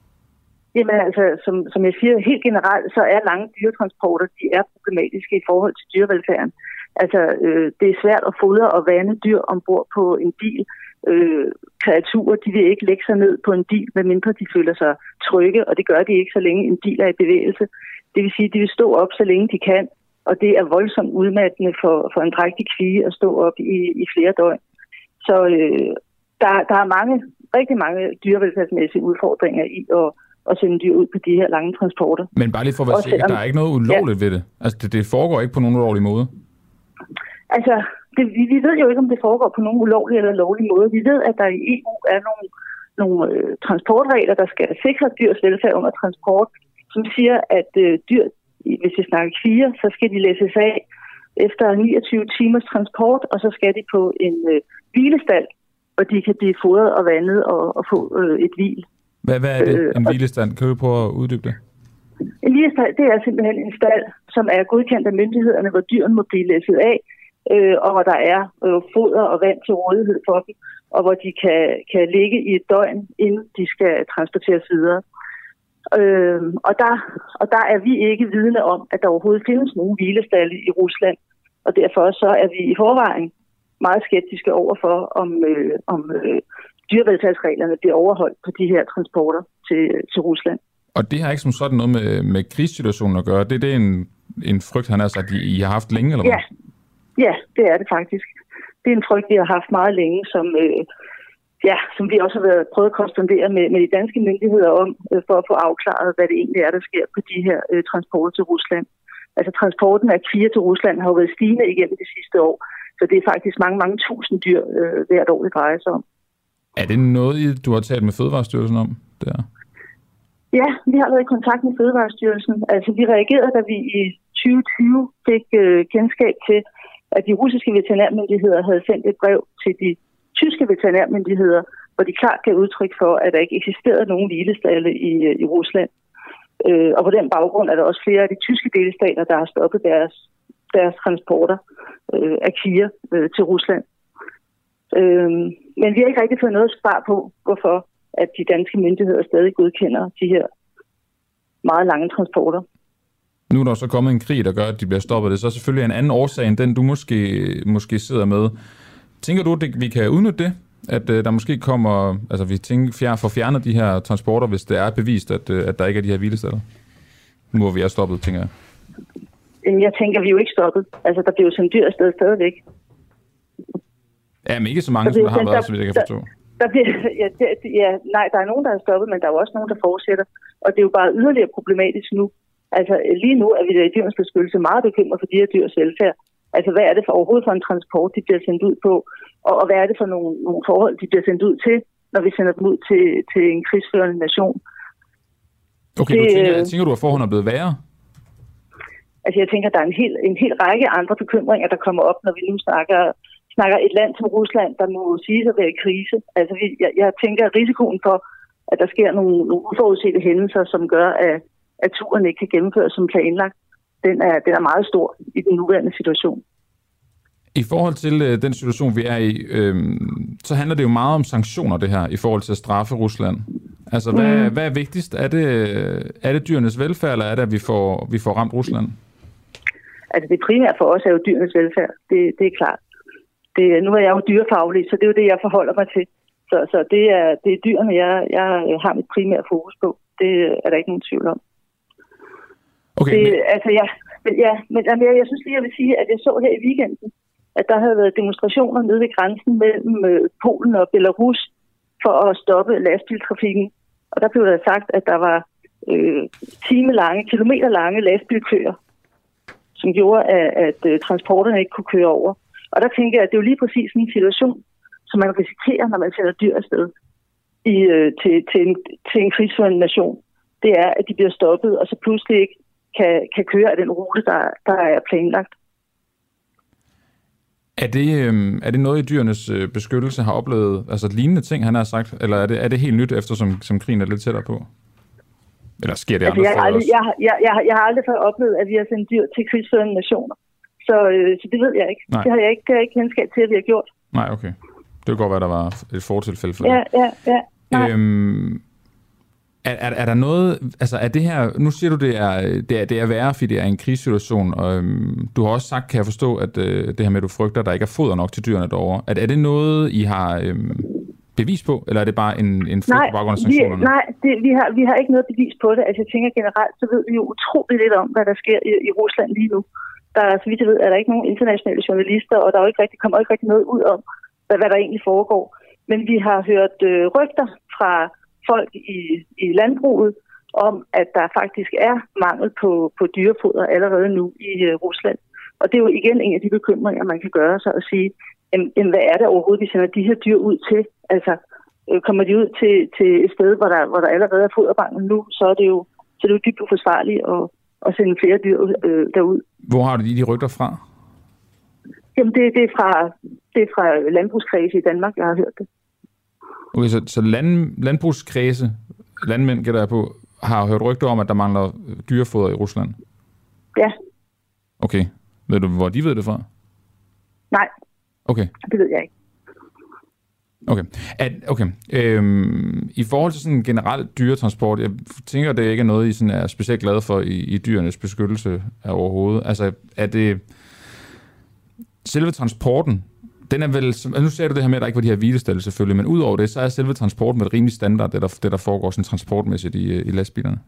Jamen altså, som, som jeg siger, helt generelt, så er lange dyretransporter, de er problematiske i forhold til dyrevelfærden. Altså, øh, det er svært at fodre og vande dyr ombord på en bil. Øh, kreaturer, de vil ikke lægge sig ned på en bil, medmindre de føler sig trygge, og det gør de ikke, så længe en bil er i bevægelse. Det vil sige, at de vil stå op, så længe de kan, og det er voldsomt udmattende for, for en drægtig kvie at stå op i, i flere døgn. Så øh, der, der er mange, rigtig mange dyrevelfærdsmæssige udfordringer i at, at sende dyr ud på de her lange transporter. Men bare lige for at være sikker, der er ikke noget ulovligt ja. ved det? Altså, det, det foregår ikke på nogen ulovlig måde? Altså, det, vi, vi ved jo ikke, om det foregår på nogen ulovlig eller lovlig måde. Vi ved, at der i E U er nogle, nogle øh, transportregler, der skal sikre dyrs velfærd under transport, som siger, at øh, dyr, hvis vi snakker kvier, så skal de læsses af efter niogtyve timers transport, og så skal de på en øh, hvilestal, og de kan blive fodret og vandet og, og få øh, et hvil. Hvad, hvad er det, en hvilestand? Kan du prøve at uddybe det? En hvilestal, det er simpelthen en stald, som er godkendt af myndighederne, hvor dyrene må blive læsset af, øh, og hvor der er øh, foder og vand til rådighed for dem, og hvor de kan, kan ligge i et døgn, inden de skal transporteres videre. Øh, og, der, og der er vi ikke vidne om, at der overhovedet findes nogen hvilestalle i Rusland, og derfor så er vi i forvejen meget skeptiske overfor, om, øh, om øh, dyrevelfærdsreglerne bliver overholdt på de her transporter til, til Rusland. Og det har ikke som sådan noget med, med krigssituationen at gøre? Det, det er en, en frygt, han har sagt, I, I har haft længe, eller hvad? Ja. ja, det er det faktisk. Det er en frygt, vi har haft meget længe, som, øh, ja, som vi også har været prøvet at korrespondere med, med de danske myndigheder om, øh, for at få afklaret, hvad det egentlig er, der sker på de her øh, transporter til Rusland. Altså transporten af kvier til Rusland har jo været stigende igennem de sidste år, så det er faktisk mange, mange tusind dyr øh, hvert år, det drejer sig om. Er det noget, du har talt med Fødevarestyrelsen om? Der? Ja, vi har været i kontakt med Fødevarestyrelsen. Altså, vi reagerede, da vi i tyve tyve fik øh, kendskab til, at de russiske veterinærmyndigheder havde sendt et brev til de tyske veterinærmyndigheder, hvor de klart gav udtryk for, at der ikke eksisterede nogen hvilestalle i, i Rusland. Øh, og på den baggrund er der også flere af de tyske delstater, der har stoppet deres, deres transporter øh, af kvier øh, til Rusland. Øh, men vi har ikke rigtig fået noget svar på, hvorfor at de danske myndigheder stadig godkender de her meget lange transporter. Nu er der så kommet en krig, der gør, at de bliver stoppet. Det er så selvfølgelig en anden årsag, end den du måske, måske sidder med. Tænker du, at vi kan udnytte det? At uh, der måske kommer, altså vi tænker, fjer, får fjernet de her transporter, hvis det er bevist, at, uh, at der ikke er de her hvilestaller? Nu er vi er stoppet, tænker jeg. Jeg tænker, vi er jo ikke stoppet. Altså, der bliver jo sendt dyr afsted stadigvæk. Ja, men ikke så mange, som der har været, så vidt jeg kan forstå. Der bliver, ja, det, ja, nej, der er nogen, der er stoppet, men der er også nogen, der fortsætter. Og det er jo bare yderligere problematisk nu. Altså lige nu er vi der i Dyrenes Beskyttelse meget bekymret for de her dyrs velfærd. Altså hvad er det for overhovedet for en transport, de bliver sendt ud på? Og, og hvad er det for nogle, nogle forhold, de bliver sendt ud til, når vi sender dem ud til, til en krigsførende nation? Okay, det, du tænker, jeg tænker du, at forholdene er blevet værre? Altså jeg tænker, der er en hel, en hel række andre bekymringer, der kommer op, når vi nu snakker, snakker et land som Rusland, der må sige sig at være i krise. Altså, vi, jeg, jeg tænker, at risikoen for, at der sker nogle, nogle uforudsete hændelser, som gør, at, at turen ikke kan gennemføres som planlagt, den er, den er meget stor i den nuværende situation. I forhold til øh, den situation, vi er i, øh, så handler det jo meget om sanktioner, det her, i forhold til at straffe Rusland. Altså, hvad, mm. hvad er vigtigst? Er det, er det dyrenes velfærd, eller er det, at vi får, vi får ramt Rusland? Altså, det primære for os er jo dyrenes velfærd. Det, det er klart. Det, nu er jeg jo dyrefaglig, så det er jo det, jeg forholder mig til. Så, så det, er, det er dyrene, jeg, jeg har mit primære fokus på. Det er der ikke nogen tvivl om. Okay, det, men... Altså, ja, men, ja, men jeg, jeg synes lige, jeg vil sige, at jeg så her i weekenden, at der havde været demonstrationer nede ved grænsen mellem øh, Polen og Belarus for at stoppe lastbiltrafikken. Og der blev der sagt, at der var øh, timelange, kilometerlange lastbilkøer, som gjorde, at, at øh, transporterne ikke kunne køre over. Og der tænker jeg, at det er jo lige præcis en situation, som man risikerer, når man sender dyr afsted i, øh, til, til, en, til en krigsførende nation. Det er, at de bliver stoppet, og så pludselig ikke kan, kan køre af den rute, der, der er planlagt. Er det, øh, er det noget, i dyrenes øh, beskyttelse har oplevet, altså lignende ting, han har sagt, eller er det, er det helt nyt, eftersom som krigen er lidt tættere på? Eller sker det altså, andre jeg, steder aldrig, også? jeg, jeg, jeg, jeg har aldrig før oplevet, at vi har sendt dyr til krigsførende nationer. Så, øh, så det ved jeg ikke. Nej. Det har jeg ikke, det har jeg ikke kendskab til, at vi har gjort. Nej, okay. Det kan godt være, der var et fortilfælde for ja, det. Ja, ja, ja. Øhm, er, er, er der noget, altså er det her, nu siger du, det er, det er, det er værre, fordi det er en krigssituation, og øhm, du har også sagt, kan jeg forstå, at øh, det her med, at du frygter, at der ikke er foder nok til dyrene derovre. Er, er det noget, I har øhm, bevis på, eller er det bare en, en frygt på baggrund af sanktionerne? Vi, nej, det, vi, har, vi har ikke noget bevis på det. Altså jeg tænker generelt, så ved vi jo utroligt lidt om, hvad der sker i, i Rusland lige nu. Der, så vidt jeg ved, er der ikke nogen internationale journalister, og der er jo ikke rigtig, kommer ikke rigtig noget ud om, hvad, hvad der egentlig foregår. Men vi har hørt øh, rygter fra folk i, i landbruget om, at der faktisk er mangel på, på dyrefoder allerede nu i øh, Rusland. Og det er jo igen en af de bekymringer, man kan gøre sig og sige, jamen, hvad er det overhovedet, vi sender de her dyr ud til? Altså, øh, kommer de ud til, til et sted, hvor der, hvor der allerede er fodermangel nu, så er det jo, så er det jo dybt uforsvarligt at, at sende flere dyr øh, derud. Hvor har du de, de rygter fra? Jamen, det, det, er fra, det er fra landbrugskredse i Danmark, jeg har hørt det. Okay, så, så land, landbrugskredse, landmænd gætter jeg på, har hørt rygter om, at der mangler dyrefoder i Rusland? Ja. Okay. Ved du, hvor de ved det fra? Nej. Okay. Det ved jeg ikke. Okay. At, okay. Øhm, I forhold til sådan generelt dyretransport, jeg tænker, det ikke er noget, I sådan er specielt glade for i, i dyrenes beskyttelse af overhovedet. Altså, er det selve transporten, den er vel, nu sagde du det her med, at der ikke var de her hvilestalde selvfølgelig, men udover det, så er selve transporten vel rimelig standard, det der, det der foregår sådan transportmæssigt i, i lastbilerne?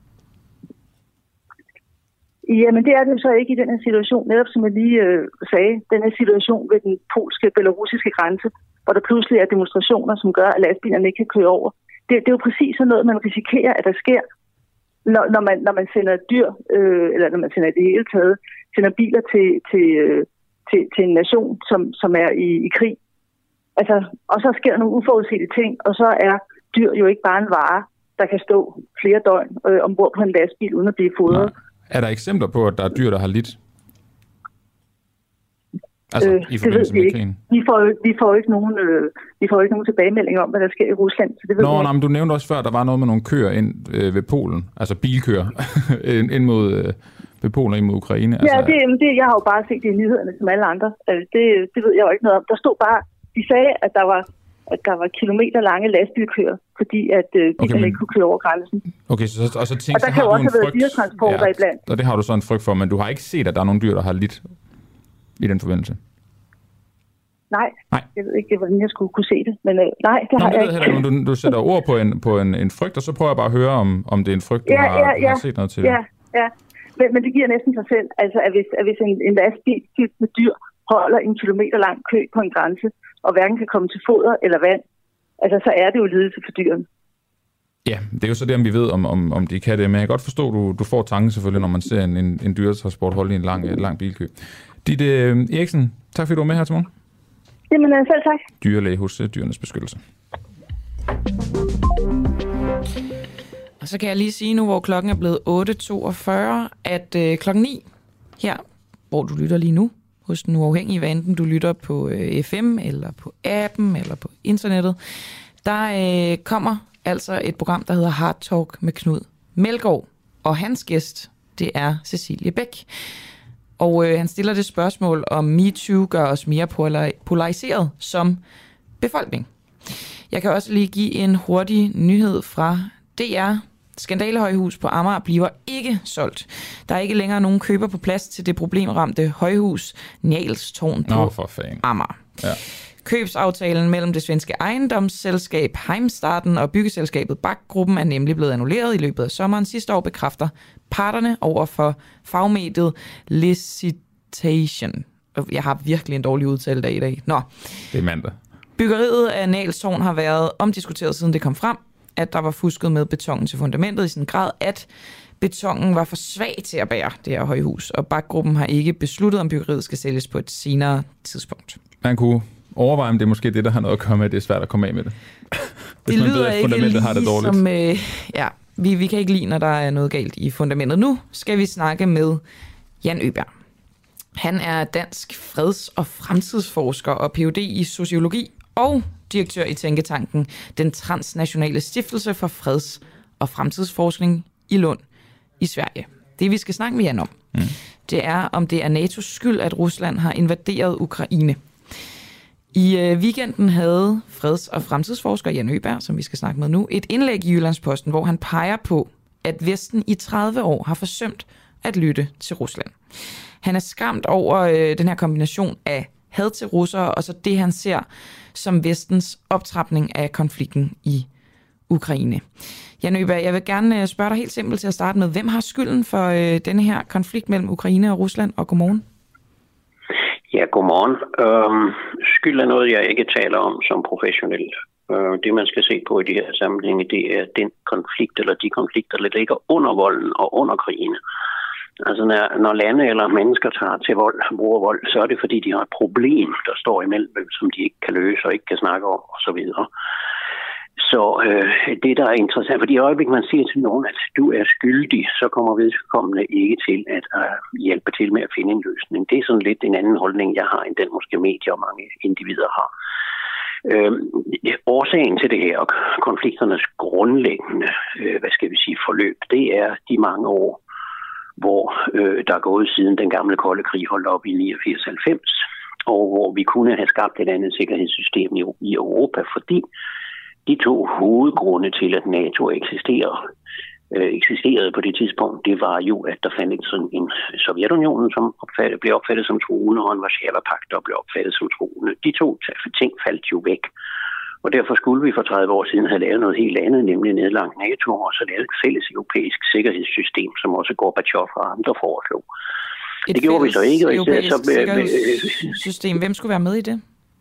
Jamen det er det så ikke i den her situation, netop som jeg lige øh, sagde, den her situation ved den polske-belarusiske grænse, hvor der pludselig er demonstrationer, som gør, at lastbilerne ikke kan køre over. Det, det er jo præcis sådan noget, man risikerer, at der sker, når, når, man, når man sender dyr, øh, eller når man sender det hele taget, sender biler til, til, øh, til, til en nation, som, som er i, i krig. Altså, og så sker der nogle uforudsete ting, og så er dyr jo ikke bare en vare, der kan stå flere døgn øh, ombord på en lastbil, uden at blive fodret. Nej. Er der eksempler på, at der er dyr, der har lidt? Altså, øh, i forbindelse med krigen? Vi får, vi får ikke nogen, øh, vi får ikke nogen tilbagemelding om, hvad der sker i Rusland. Så det ved Nå, nej, men du nævnte også før, at der var noget med nogle køer ind øh, ved Polen, altså bilkøer, ind mod øh, ved Polen og ind mod Ukraine. Ja, altså, det, det, jeg har jo bare set det i nyhederne som alle andre. Altså, det, det ved jeg jo ikke noget om. Der stod bare, de sagde, at der var at der var kilometer lange lastbilkøer, fordi at øh, bilerne okay, men... ikke kunne køre over grænsen. Okay, så, og så tænkte, og der kan jo også have været dyretransporter ja, iblandt. Og det har du så en frygt for, men du har ikke set, at der er nogle dyr, der har lidt i den forbindelse? Nej, nej. Jeg ved ikke, hvordan jeg skulle kunne se det, men øh, nej, det Nå, har det jeg ikke. Heller, du, du sætter ord på en, på en, en frygt, og så prøver jeg bare at høre, om, om det er en frygt, du ja, har, ja, ja. har set noget til. Ja, ja. Men, men det giver næsten sig selv, altså at hvis, at hvis en, en lastbil fyldt med dyr holder en kilometer lang kø på en grænse, og hverken kan komme til foder eller vand, altså, så er det jo lidelse for dyrene. Ja, det er jo så det, om vi ved, om, om, om de kan det. Men jeg kan godt forstå, at du, du får tanken selvfølgelig, når man ser en, en, en dyretransport holde i en lang, lang bilkø. Ditte øh, Eriksen, tak fordi du var med her til morgen. Jamen selv tak. Dyrlæge hos Dyrenes Beskyttelse. Og så kan jeg lige sige nu, hvor klokken er blevet otte toogfyrre, at øh, klokken ni her, hvor du lytter lige nu, hos Den Uafhængige, hvad enten du lytter på øh, F M, eller på appen, eller på internettet, der øh, kommer altså et program, der hedder Hard Talk med Knud Melgaard, og hans gæst, det er Cecilie Bæk. Og øh, han stiller det spørgsmål, om MeToo gør os mere polariseret som befolkning. Jeg kan også lige give en hurtig nyhed fra D R. Skandalehøjhus på Amager bliver ikke solgt. Der er ikke længere nogen køber på plads til det problemramte højhus Njalstårn på Nå, for fanden. Amager. Ja. Købsaftalen mellem det svenske ejendomsselskab Heimstaden og byggeselskabet Bak-gruppen er nemlig blevet annulleret i løbet af sommeren sidste år, bekræfter parterne over for fagmediet Licitation. Jeg har virkelig en dårlig udtale dag i dag. Nå. Det er mandag. Byggeriet af Njalstårn har været omdiskuteret, siden det kom frem, at der var fusket med betongen til fundamentet i sådan en grad, at betongen var for svag til at bære det her højhus, og Bak-gruppen har ikke besluttet, om byggeriet skal sælges på et senere tidspunkt. Man kunne overveje, om det er måske det, der har noget at komme med, at det er svært at komme af med det. Hvis det man lyder ved, at ikke fundamentet har det dårligt. som... Øh, ja, vi, vi kan ikke lide, når der er noget galt i fundamentet. Nu skal vi snakke med Jan Øberg. Han er dansk freds- og fremtidsforsker og P H D i sociologi og direktør i tænketanken Den Transnationale Stiftelse for Freds- og Fremtidsforskning i Lund i Sverige. Det vi skal snakke med Jan om, mm. det er, om det er N A T O's skyld, at Rusland har invaderet Ukraine. I øh, weekenden havde freds- og fremtidsforsker Jan Øberg, som vi skal snakke med nu, et indlæg i Jyllandsposten, hvor han peger på, at Vesten i tredive år har forsømt at lytte til Rusland. Han er skræmt over øh, den her kombination af had til russere, og så det, han ser som Vestens optrapning af konflikten i Ukraine. Jan Øberg, jeg vil gerne spørge dig helt simpelt til at starte med, hvem har skylden for øh, denne her konflikt mellem Ukraine og Rusland, og godmorgen? Ja, godmorgen. Øhm, skyld er noget, jeg ikke taler om som professionel. Øh, det, man skal se på i de her sammenhænge, det er den konflikt, eller de konflikter, der ligger under volden og under krigen. Altså, når, når lande eller mennesker tager til vold, bruger vold, så er det, fordi de har et problem, der står imellem dem, som de ikke kan løse og ikke kan snakke om, osv. Så øh, det, der er interessant, for de øjeblik, man siger til nogen, at du er skyldig, så kommer vedkommende ikke til at øh, hjælpe til med at finde en løsning. Det er sådan lidt en anden holdning, jeg har, end den måske medier og mange individer har. Øh, årsagen til det her, konflikternes grundlæggende, øh, hvad skal vi sige, forløb, det er de mange år, hvor øh, der er gået siden den gamle kolde krig holdt op i niogfirs halvfems, og hvor vi kunne have skabt et andet sikkerhedssystem i, i Europa, fordi de to hovedgrunde til, at NATO eksisterer, øh, eksisterede på det tidspunkt, det var jo, at der fandt sådan en Sovjetunionen, som opfattet, blev opfattet som truende, og en Warszawa-pagt, der blev opfattet som truende. De to ting faldt jo væk. Og derfor skulle vi for tredive år siden have lavet noget helt andet, nemlig nedlagt NATO, og så lavet et fælles europæisk sikkerhedssystem, som også Gorbachev og andre foreslog. Et det gjorde vi så ikke. Og europæisk så, sikkerhedssystem. Hvem skulle være med i det?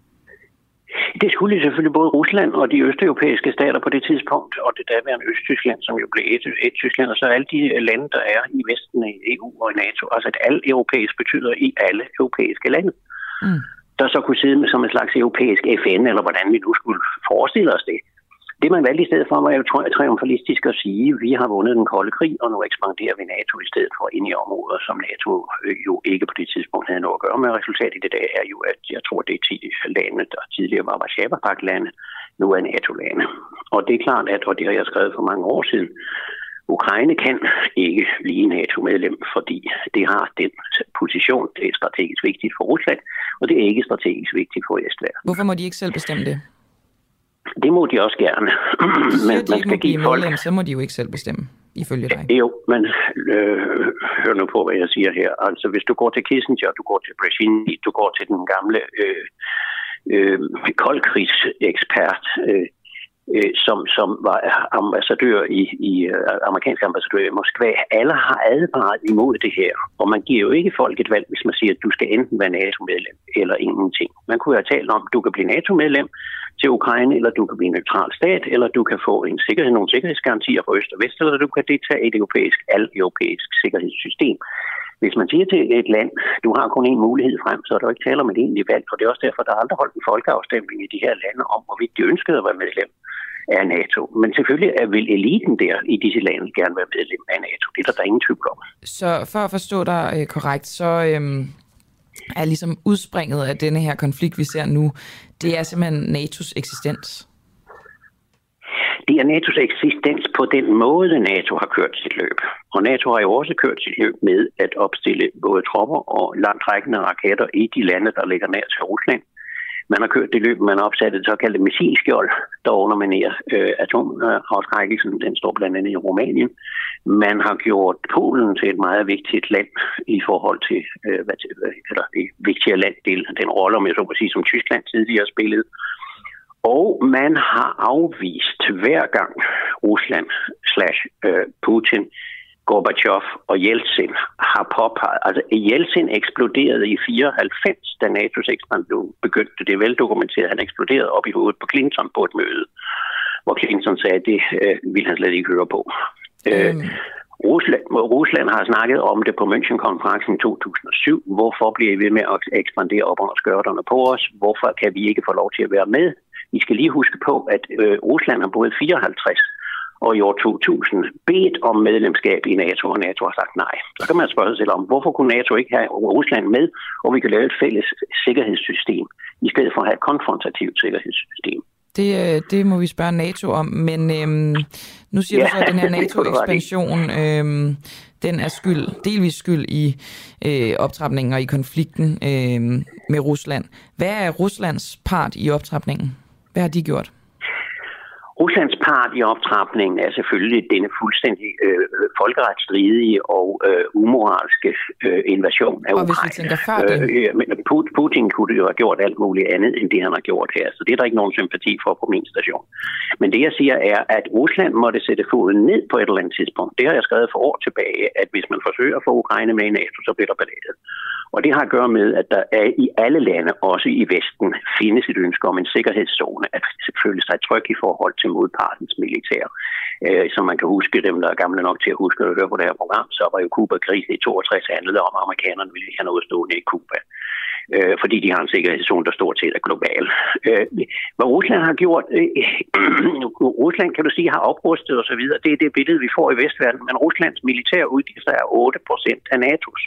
Det skulle selvfølgelig både Rusland og de østeuropæiske stater på det tidspunkt, og det daværende Østtyskland, som jo blev et, et Tyskland, og så alle de lande, der er i Vesten, i E U og i NATO. Altså at alle europæisk betyder i alle europæiske lande. Mm. Der så kunne sidde med som en slags europæisk F N, eller hvordan vi nu skulle forestille os det. Det man valgte i stedet for, var jo triumfalistisk at sige, at vi har vundet den kolde krig, og nu ekspanderer vi NATO i stedet for ind i områder, som NATO jo ikke på det tidspunkt havde noget at gøre med. Resultatet i det dag er jo, at jeg tror, det er ti lande, der tidligere var Warszawa-pagt-lande, nu er NATO-lande. Og det er klart, at, og det har jeg skrevet for mange år siden, Ukraine kan ikke blive NATO-medlem, fordi det har den position, det er strategisk vigtigt for Rusland, og det er ikke strategisk vigtigt for Estland. Hvorfor må de ikke selv bestemme det? Det må de også gerne. Men de man skal give folk... medlem, så må de jo ikke selv bestemme, ifølge dig. Jo, men øh, hør nu på, hvad jeg siger her. Altså, hvis du går til Kissinger, du går til Brzezinski, du går til den gamle øh, øh, koldkrigsekspert, øh, øh, som, som var ambassadør i, i uh, amerikansk ambassadør i Moskva. Alle har advaret imod det her, og man giver jo ikke folk et valg, hvis man siger, at du skal enten være NATO-medlem eller ingenting. Man kunne jo have talt om, at du kan blive NATO-medlem til Ukraine, eller du kan blive en neutral stat, eller du kan få en sikkerhed, nogle sikkerhedsgarantier for øst og vest, eller du kan deltage i et europæisk, al-europæisk sikkerhedssystem. Hvis man siger til et land, du har kun en mulighed frem, så er der jo ikke tale om et egentligt valg, og det er også derfor, der er aldrig holdt en folkeafstemning i de her lande om, hvorvidt de ønskede at være medlem af NATO. Men selvfølgelig vil eliten der i disse lande gerne være medlem af NATO. Det er der, der er ingen tvivl om. Så for at forstå dig øh, korrekt, så, øhm, er ligesom udspringet af denne her konflikt, vi ser nu, det er simpelthen N A T O's eksistens. Det er N A T O's eksistens på den måde, NATO har kørt sit løb. Og NATO har jo også kørt sit løb med at opstille både tropper og langtrækkende raketter i de lande, der ligger nær til Rusland. Man har kørt det løb, man har opsat et såkaldt missilskjold, der underminerer øh, atomafskrækkelsen. Den står blandt andet i Rumænien. Man har gjort Polen til et meget vigtigt land i forhold til, øh, hvad til eller det vigtigere landdel, den rolle, om jeg så må sige, som Tyskland tidligere spillede. Og man har afvist hver gang Rusland slash øh, Putin, Gorbachev og Yeltsin har påpeget. Altså Yeltsin eksploderede i fireoghalvfems, da N A T O's ekspansion begyndte. Det er veldokumenteret. Han eksploderede op i hovedet på Clinton på et møde, hvor Clinton sagde, at det øh, ville han slet ikke høre på. Mm. Øh, Rusland, Rusland har snakket om det på München-konferencen i to tusind og syv. Hvorfor bliver I ved med at ekspandere op under skørterne på os? Hvorfor kan vi ikke få lov til at være med? I skal lige huske på, at øh, Rusland har både fireoghalvtreds og i år to tusind bedt om medlemskab i NATO, og NATO har sagt nej. Så kan man spørge sig selv om, hvorfor kunne NATO ikke have Rusland med, og vi kan lave et fælles sikkerhedssystem, i stedet for at have et konfrontativt sikkerhedssystem. Det, det må vi spørge NATO om, men øhm, nu siger ja, du så, at den her NATO-ekspansion, øhm, den er skyld, delvis skyld i øh, optrapningen og i konflikten øh, med Rusland. Hvad er Ruslands part i optrapningen? Hvad har de gjort? Ruslands part i optrapningen er selvfølgelig denne fuldstændig øh, folkeretsstridige og øh, umoralske øh, invasion af Ukraine. Og hvis vi tænker før det? Øh, men Putin kunne jo have gjort alt muligt andet, end det han har gjort her. Så det er der ikke nogen sympati for på min station. Men det jeg siger er, at Rusland måtte sætte foden ned på et eller andet tidspunkt. Det har jeg skrevet for år tilbage, at hvis man forsøger at få Ukraine med i NATO, så bliver der ballade. Og det har at gøre med, at der er i alle lande, også i Vesten, findes et ønske om en sikkerhedszone, at føle sig tryg i forhold til modpartens militær. Øh, som man kan huske, dem der er gamle nok til at huske at høre på det her program, så var jo Cuba-krisen i toogtres handlede om, at amerikanerne ville ikke have noget stående i Cuba. Øh, fordi de har en sikkerhedszone, der stort set er global. Øh, hvad Rusland har gjort, øh, Rusland kan du sige har oprustet og så videre, det er det billede, vi får i Vestverden, men Ruslands militære udgifter er otte procent af NATO's.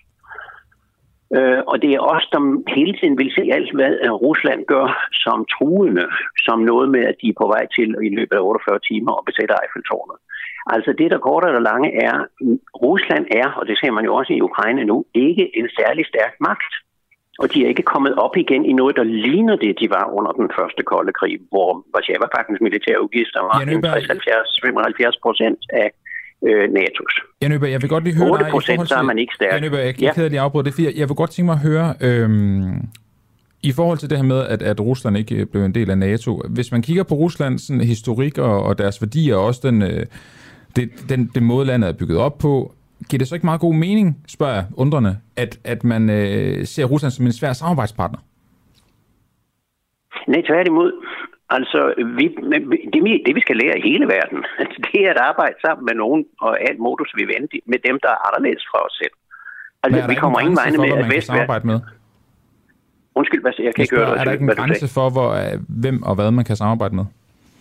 Uh, og det er os, der hele tiden vil se alt, hvad Rusland gør som truende, som noget med, at de er på vej til i løbet af otteogfyrre timer og besætter Eiffeltårnet. Altså det, der korte og lange er, Rusland er, og det ser man jo også i Ukraine nu, ikke en særlig stærk magt. Og de er ikke kommet op igen i noget, der ligner det, de var under den første kolde krig, hvor Warszawapagtens militære udgifter var tres til femoghalvfjerds procent af Øh, NATO's. Jan Øberg, jeg vil godt lige høre otte procent, dig, så er man ikke stærk. Jan Øberg, jeg kan ikke ja. lige afbryde det, for jeg vil godt tænke mig at høre, øhm, i forhold til det her med, at, at Rusland ikke blev en del af NATO, hvis man kigger på Ruslands sådan, historik og, og deres værdier, og også den, øh, det, den, den måde, landet er bygget op på, giver det så ikke meget god mening, spørger jeg undrende, at, at man øh, ser Rusland som en svær samarbejdspartner? Nej, tværtimod. Altså, vi, det, det vi skal lære i hele verden, det er at arbejde sammen med nogen og alt modus vivendi med dem, der er anderledes fra os selv. Altså, vi kommer ingen vegne med at Vestverden... med? Undskyld, hvad jeg kan ikke høre dig. Er der ikke en grænse for, hvor, hvem og hvad man kan samarbejde med?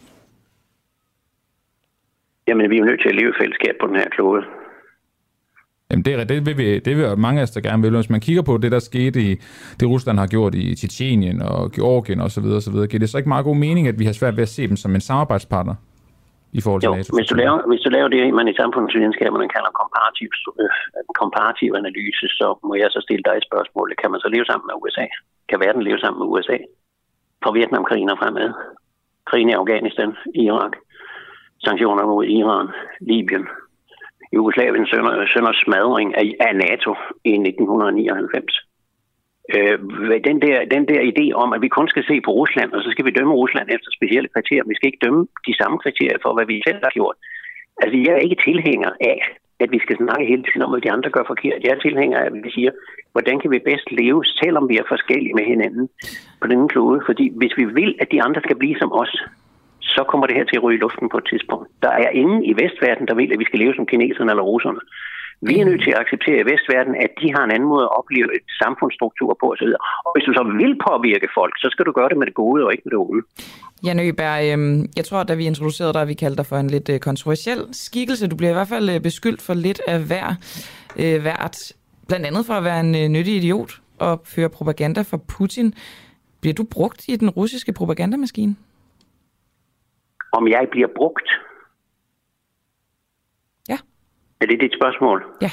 Jamen, vi er jo nødt til at leve i fællesskab på den her klode. Jamen, det, det, vil vi, det vil mange af os, der gerne vil. Hvis man kigger på det, der skete i det, Rusland har gjort i Tjetjenien og Georgien osv., osv., giver det så ikke meget god mening, at vi har svært ved at se dem som en samarbejdspartner i forhold til jo, NATO? Hvis du, laver, hvis du laver det, man i samfundsvidenskaberne kalder komparativ, øh, komparativ analyse, så må jeg så stille dig et spørgsmål. Kan man så leve sammen med U S A? Kan verden leve sammen med U S A? Fra Vietnamkrigen og fremad. Krigen i Afghanistan, Irak, sanktioner mod Iran, Libyen, Jugoslaviens sønders smadring af NATO i nitten nioghalvfems. Øh, den, der, den der idé om, at vi kun skal se på Rusland, og så skal vi dømme Rusland efter specielle kriterier. Vi skal ikke dømme de samme kriterier for, hvad vi selv har gjort. Altså, jeg er ikke tilhænger af, at vi skal snakke hele tiden om, hvad de andre gør forkert. Jeg er tilhænger af, at vi siger, hvordan kan vi bedst leve, selvom vi er forskellige med hinanden på denne klode. Fordi hvis vi vil, at de andre skal blive som os, så kommer det her til at ryge i luften på et tidspunkt. Der er ingen i Vestverden, der vil, at vi skal leve som kineserne eller russerne. Vi er nødt til at acceptere i Vestverden, at de har en anden måde at opleve et samfundsstruktur på osv. Og hvis du så vil påvirke folk, så skal du gøre det med det gode og ikke med det onde. Jan Øberg, jeg tror, da vi introducerede dig, vi kaldte dig for en lidt kontroversiel skikkelse. Du bliver i hvert fald beskyldt for lidt af hver, hvert, blandt andet for at være en nyttig idiot. at føre propaganda for Putin. Bliver du brugt i den russiske propagandamaskine? Om jeg bliver brugt? Ja. Er det dit spørgsmål? Ja.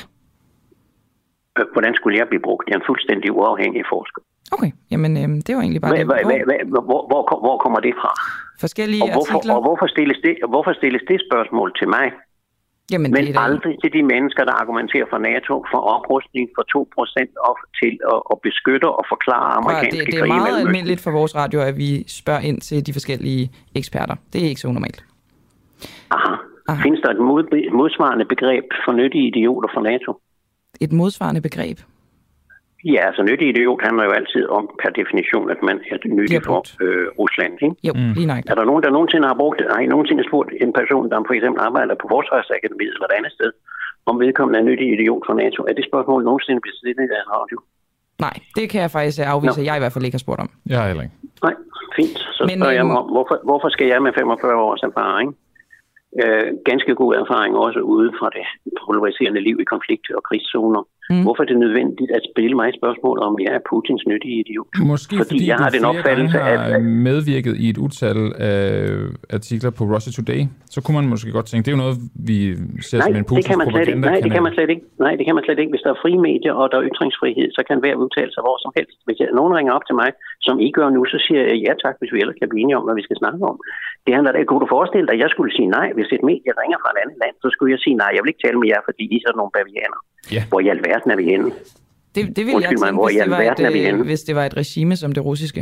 Hvordan skulle jeg blive brugt? Jeg er en fuldstændig uafhængig forsker. Okay, jamen øh, det var egentlig bare hva, det. Hva, hva, hvor, hvor, hvor kommer det fra? Forskellige og hvorfor, artikler. Og hvorfor stilles, det, hvorfor stilles det spørgsmål til mig? Jamen, Men det er aldrig til de mennesker, der argumenterer for NATO, for oprustning, for to procent op til at, at beskytte og forklare amerikanske krige. Det, det er krige meget mellem almindeligt for vores radio, at vi spørger ind til de forskellige eksperter. Det er ikke så unormalt. Aha. Aha. Findes der et mod, modsvarende begreb for nyttige idioter for NATO? Et modsvarende begreb? Ja, altså nyttig idiot handler jo altid om per definition, at man er nyttig for øh, Rusland. Ikke? Jo, lige nok. Er der nogen, der nogensinde har brugt det? Har I nogensinde spurgt en person, der for eksempel arbejder på Forsvarsakademiet eller et andet sted, om vedkommende er nyttig idiot for NATO? Er det spørgsmål nogensinde blevet stillet i deres radio? Nej, det kan jeg faktisk afvise, no. at jeg i hvert fald ikke har spurgt om. Jeg heller ikke. Nej, fint. Så Men, spørger jeg mig øhm... om, hvorfor, hvorfor skal jeg med femogfyrre års erfaring? Øh, ganske god erfaring også ude fra det polariserende liv i konflikt- og krigszoner. Mm. Hvorfor er det nødvendigt at spille mig et spørgsmål om, jeg er Putins nyttige idiot? Måske fordi, fordi jeg du har den opfattelse, har at... medvirket i et utal af artikler på Russia Today. Så kunne man måske godt tænke, det er jo noget, vi ser nej, som en Putins propaganda. Nej, det kan man slet ikke. Nej, det kan man slet ikke. Hvis der er frie medier, og der er ytringsfrihed, så kan hver udtale sig hvor som helst. Hvis jeg, nogen ringer op til mig, som I gør nu, så siger jeg ja tak, hvis vi ellers kan blive enige om, hvad vi skal snakke om. Det handler da, kunne du forestille dig, at jeg skulle sige nej, hvis et medie ringer fra et andet land, så skulle jeg sige nej, jeg vil ikke tale med jer, fordi I er sådan nogle bavianer. Ja. Hvor i alverden er vi henne? Det, det ville Undskyld jeg tænke, mig, hvis, det var et, øh, hvis det var et regime som det russiske.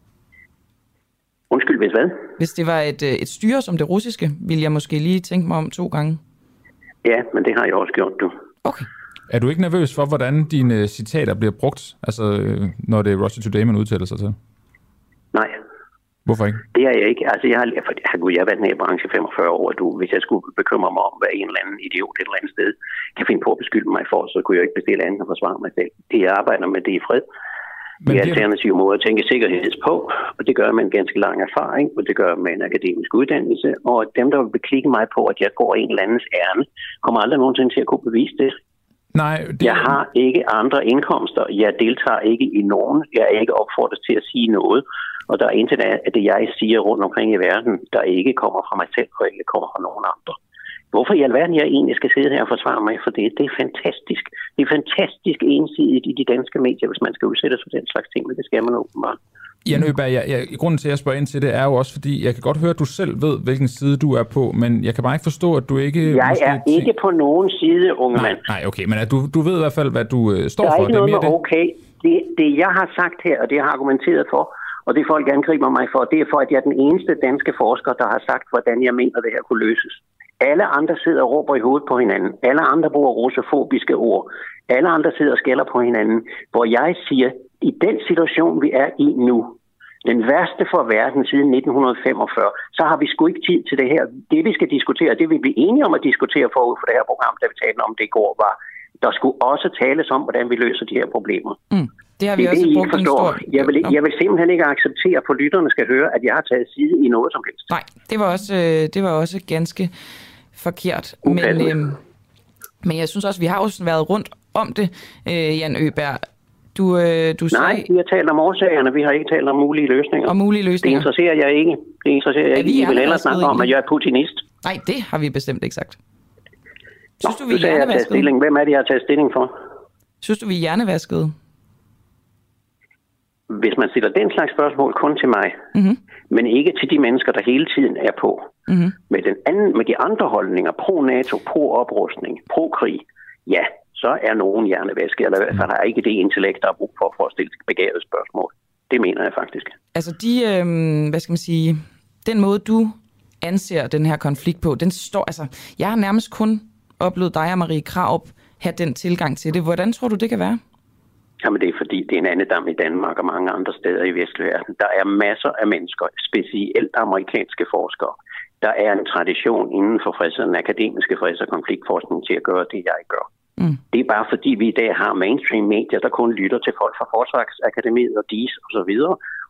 Undskyld, hvis hvad? Hvis det var et, et styre som det russiske, ville jeg måske lige tænke mig om to gange. Ja, men det har jeg også gjort, du. Okay. Er du ikke nervøs for, hvordan dine citater bliver brugt, altså når det er Russia Today, man udtaler sig til? Nej. Hvorfor ikke? Det er jeg ikke. Altså, jeg har, for, jeg har været i den her branche femogfyrre år, du. Hvis jeg skulle bekymre mig om, hvad en eller anden idiot et eller andet sted kan finde på at beskylde mig for, så kunne jeg ikke bestille andet og forsvare mig selv. Det jeg arbejder med, det er fred. Men det er alternative måder at tænke sikkerhed på, og det gør jeg med en ganske lang erfaring, og det gør jeg med en akademisk uddannelse, og dem, der vil beklikke mig på, at jeg går en eller andens ærne, kommer aldrig nogensinde til at kunne bevise det. Nej, det... Jeg har ikke andre indkomster. Jeg deltager ikke i nogen. Jeg er ikke opfordret til at sige noget. Og der er intet af det, jeg siger rundt omkring i verden, der ikke kommer fra mig selv, og ikke kommer fra nogen andre. Hvorfor i alverden jeg egentlig skal sidde her og forsvare mig for det? Det er fantastisk. Det er fantastisk ensidigt i de danske medier, hvis man skal udsættes for den slags ting, men det skal man åbenbart. Jan Øberg, jeg, jeg, grunden til, at jeg spørger ind til det, er jo også, fordi jeg kan godt høre, at du selv ved, hvilken side du er på, men jeg kan bare ikke forstå, at du ikke... Jeg er tænker... ikke på nogen side, unge nej, mand. Nej, okay, men at du, du ved i hvert fald, hvad du øh, står for. Der er ikke det er noget mere med okay. Det, det, jeg har sagt her, og det jeg har argumenteret for, og det folk angriber mig for, det er for, at jeg er den eneste danske forsker, der har sagt, hvordan jeg mener, det her kunne løses. Alle andre sidder og råber i hovedet på hinanden. Alle andre bruger russofobiske ord. Alle andre sidder og skælder på hinanden. Hvor jeg siger, i den situation, vi er i nu, den værste for verden siden nitten femogfyrre, så har vi sgu ikke tid til det her. Det vi skal diskutere, det vi bliver enige om at diskutere forud for det her program, der vi talte om det i går, var, der skulle også tales om, hvordan vi løser de her problemer. Mm. Det har vi det, også det, brugt en stor... Jeg vil, ikke, jeg vil simpelthen ikke acceptere, at lytterne skal høre, at jeg har taget side i noget som helst. Nej, det var også, det var også ganske forkert. Men, øh, men jeg synes også, vi har også været rundt om det, øh, Jan Øberg. Du, øh, du Nej, sagde... vi har talt om årsagerne, vi har ikke talt om mulige løsninger. Og mulige løsninger. Det interesserer jeg ikke. Det interesserer jeg ikke. Jeg vil ellers snakke om, at jeg er putinist. Nej, det har vi bestemt ikke sagt. Synes Nå, du, vi er hjernevaskede? Hvem er det, jeg har taget stilling for? Synes du, vi er hjernevaskede? Hvis man stiller den slags spørgsmål kun til mig, mm-hmm. men ikke til de mennesker, der hele tiden er på, mm-hmm. med, den anden, med de andre holdninger, pro-NATO, pro-oprustning, pro-krig, ja, så er nogen hjernevaske, eller i hvert fald har ikke det intellekt, der er brug for, for at stille begavede spørgsmål. Det mener jeg faktisk. Altså de, øh, hvad skal man sige, den måde du anser den her konflikt på, den står, altså, jeg har nærmest kun oplevet dig og Marie Krarup have den tilgang til det. Hvordan tror du, det kan være? Jamen det er fordi, det er en anden dam i Danmark og mange andre steder i vestlig verden. Der er masser af mennesker, specielt amerikanske forskere. Der er en tradition inden for freds- den akademiske freds- og konfliktforskning til at gøre det, jeg gør. Mm. Det er bare fordi, vi i dag har mainstream medier, der kun lytter til folk fra Forsvarsakademiet og D I S og så videre,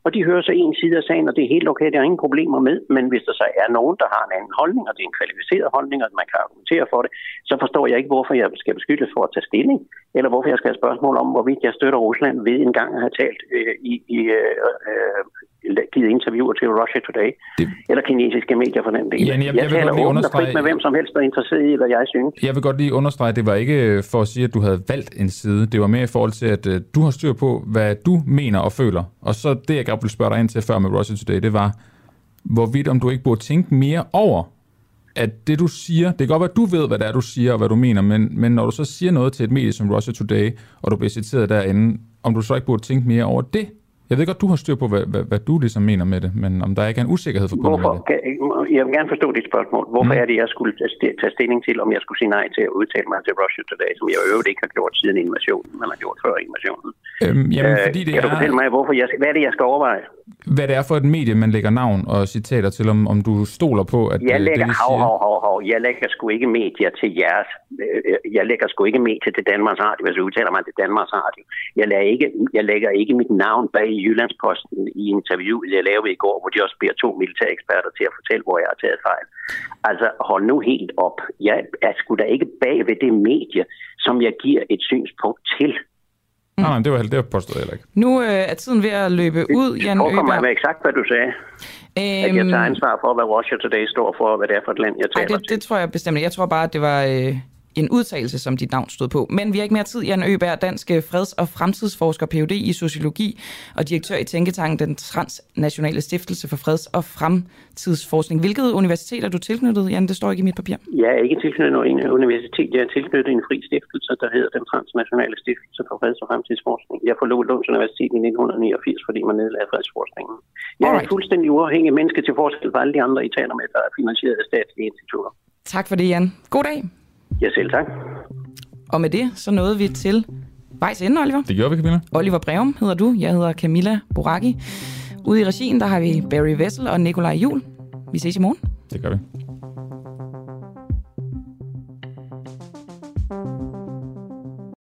og de hører så en side af sagen, og det er helt okay, det er ingen problemer med, men hvis der så er nogen, der har en anden holdning, og det er en kvalificeret holdning, og man kan argumentere for det, så forstår jeg ikke, hvorfor jeg skal beskyldes for at tage stilling, eller hvorfor jeg skal have spørgsmål om, hvorvidt jeg støtter Rusland ved engang at have talt øh, i, i øh, øh, givet interviewer til Russia Today, det... eller kinesiske medier for den del. Jan, jeg, jeg, jeg taler åbent understrege... og frit med hvem som helst, der er interesseret i, hvad jeg synes. Jeg vil godt lige understrege, at det var ikke for at sige, at du havde valgt en side. Det var mere i forhold til, at uh, du har styr på, hvad du mener og føler. Og så det, jeg gerne ville spørge dig ind til før med Russia Today, det var, hvorvidt om du ikke burde tænke mere over, at det du siger, det kan godt være, at du ved, hvad det er, du siger og hvad du mener, men, men når du så siger noget til et medie som Russia Today, og du bliver citeret derinde, om du så ikke burde tænke mere over det. Jeg ved godt, du har styr på, hvad, hvad, hvad du ligesom mener med det, men om der ikke er en usikkerhed forbundet med det. Jeg vil gerne forstå dit spørgsmål. Hvorfor mm. er det, jeg skulle tage stilling til, om jeg skulle sige nej til at udtale mig til Russia Today, som jeg øvrigt ikke har gjort siden invasionen, man har gjort før invasionen? Øhm, jamen, fordi det kan er... du fortælle mig, hvorfor jeg, hvad er det, jeg skal overveje? Hvad det er for et medie, man lægger navn og citater til, om, om du stoler på, at jeg lægger, det, de hov, siger... hov, hov, hov. Jeg lægger sgu ikke medier til jeres. Jeg lægger sgu ikke medier til Danmarks Radio, hvis jeg udtaler mig til Danmarks Radio. Jeg lægger ikke, jeg lægger ikke mit navn bag i Jyllandsposten i interviewet, jeg lavede i går, hvor de også beder to militære eksperter til at fortælle, hvor jeg har taget fejl. Altså, hold nu helt op. Jeg er sgu da ikke bag ved det medie, som jeg giver et synspunkt til. Mm. Nej, det var det var påstået heller ikke. Nu øh, er tiden ved at løbe ud, Jan Øberg. Det forekommer mig eksakt, hvad du sagde. Øhm... At jeg tager ansvar for, hvad Russia Today står for, og hvad det er for et land, jeg taler Ej, det, til. det tror jeg bestemt. Jeg tror bare, at det var øh, en udtalelse, som dit navn stod på. Men vi har ikke mere tid. Jan Øberg, dansk freds- og fremtidsforsker, Ph.D. i sociologi og direktør i Tænketanken, den transnationale stiftelse for freds- og fremtidsforskning. Hvilket universitet er du tilknyttet, Jan? Det står ikke i mit papir. Jeg er ikke tilknyttet noget universitet. Jeg er tilknyttet en fri stiftelse, der hedder den transnationale stiftelse for freds- og fremtidsforskning. Jeg forlod Lunds Universitet i nitten niogfirs, fordi man nedlagde fredsforskningen. Jeg er fuldstændig uafhængig menneske til forskel fra alle de andre, I taler med, der er finansieret af statslige institutter. Tak for det, Jan. God dag. Ja, selv tak. Og med det, så nåede vi til vejs ende, Oliver. Det gjorde vi, Camilla. Oliver Breum hedder du. Jeg hedder Camilla Boracchi. Ude i regien, der har vi Barry Vessel og Nikolaj Juhl. Vi ses i morgen. Det gør vi.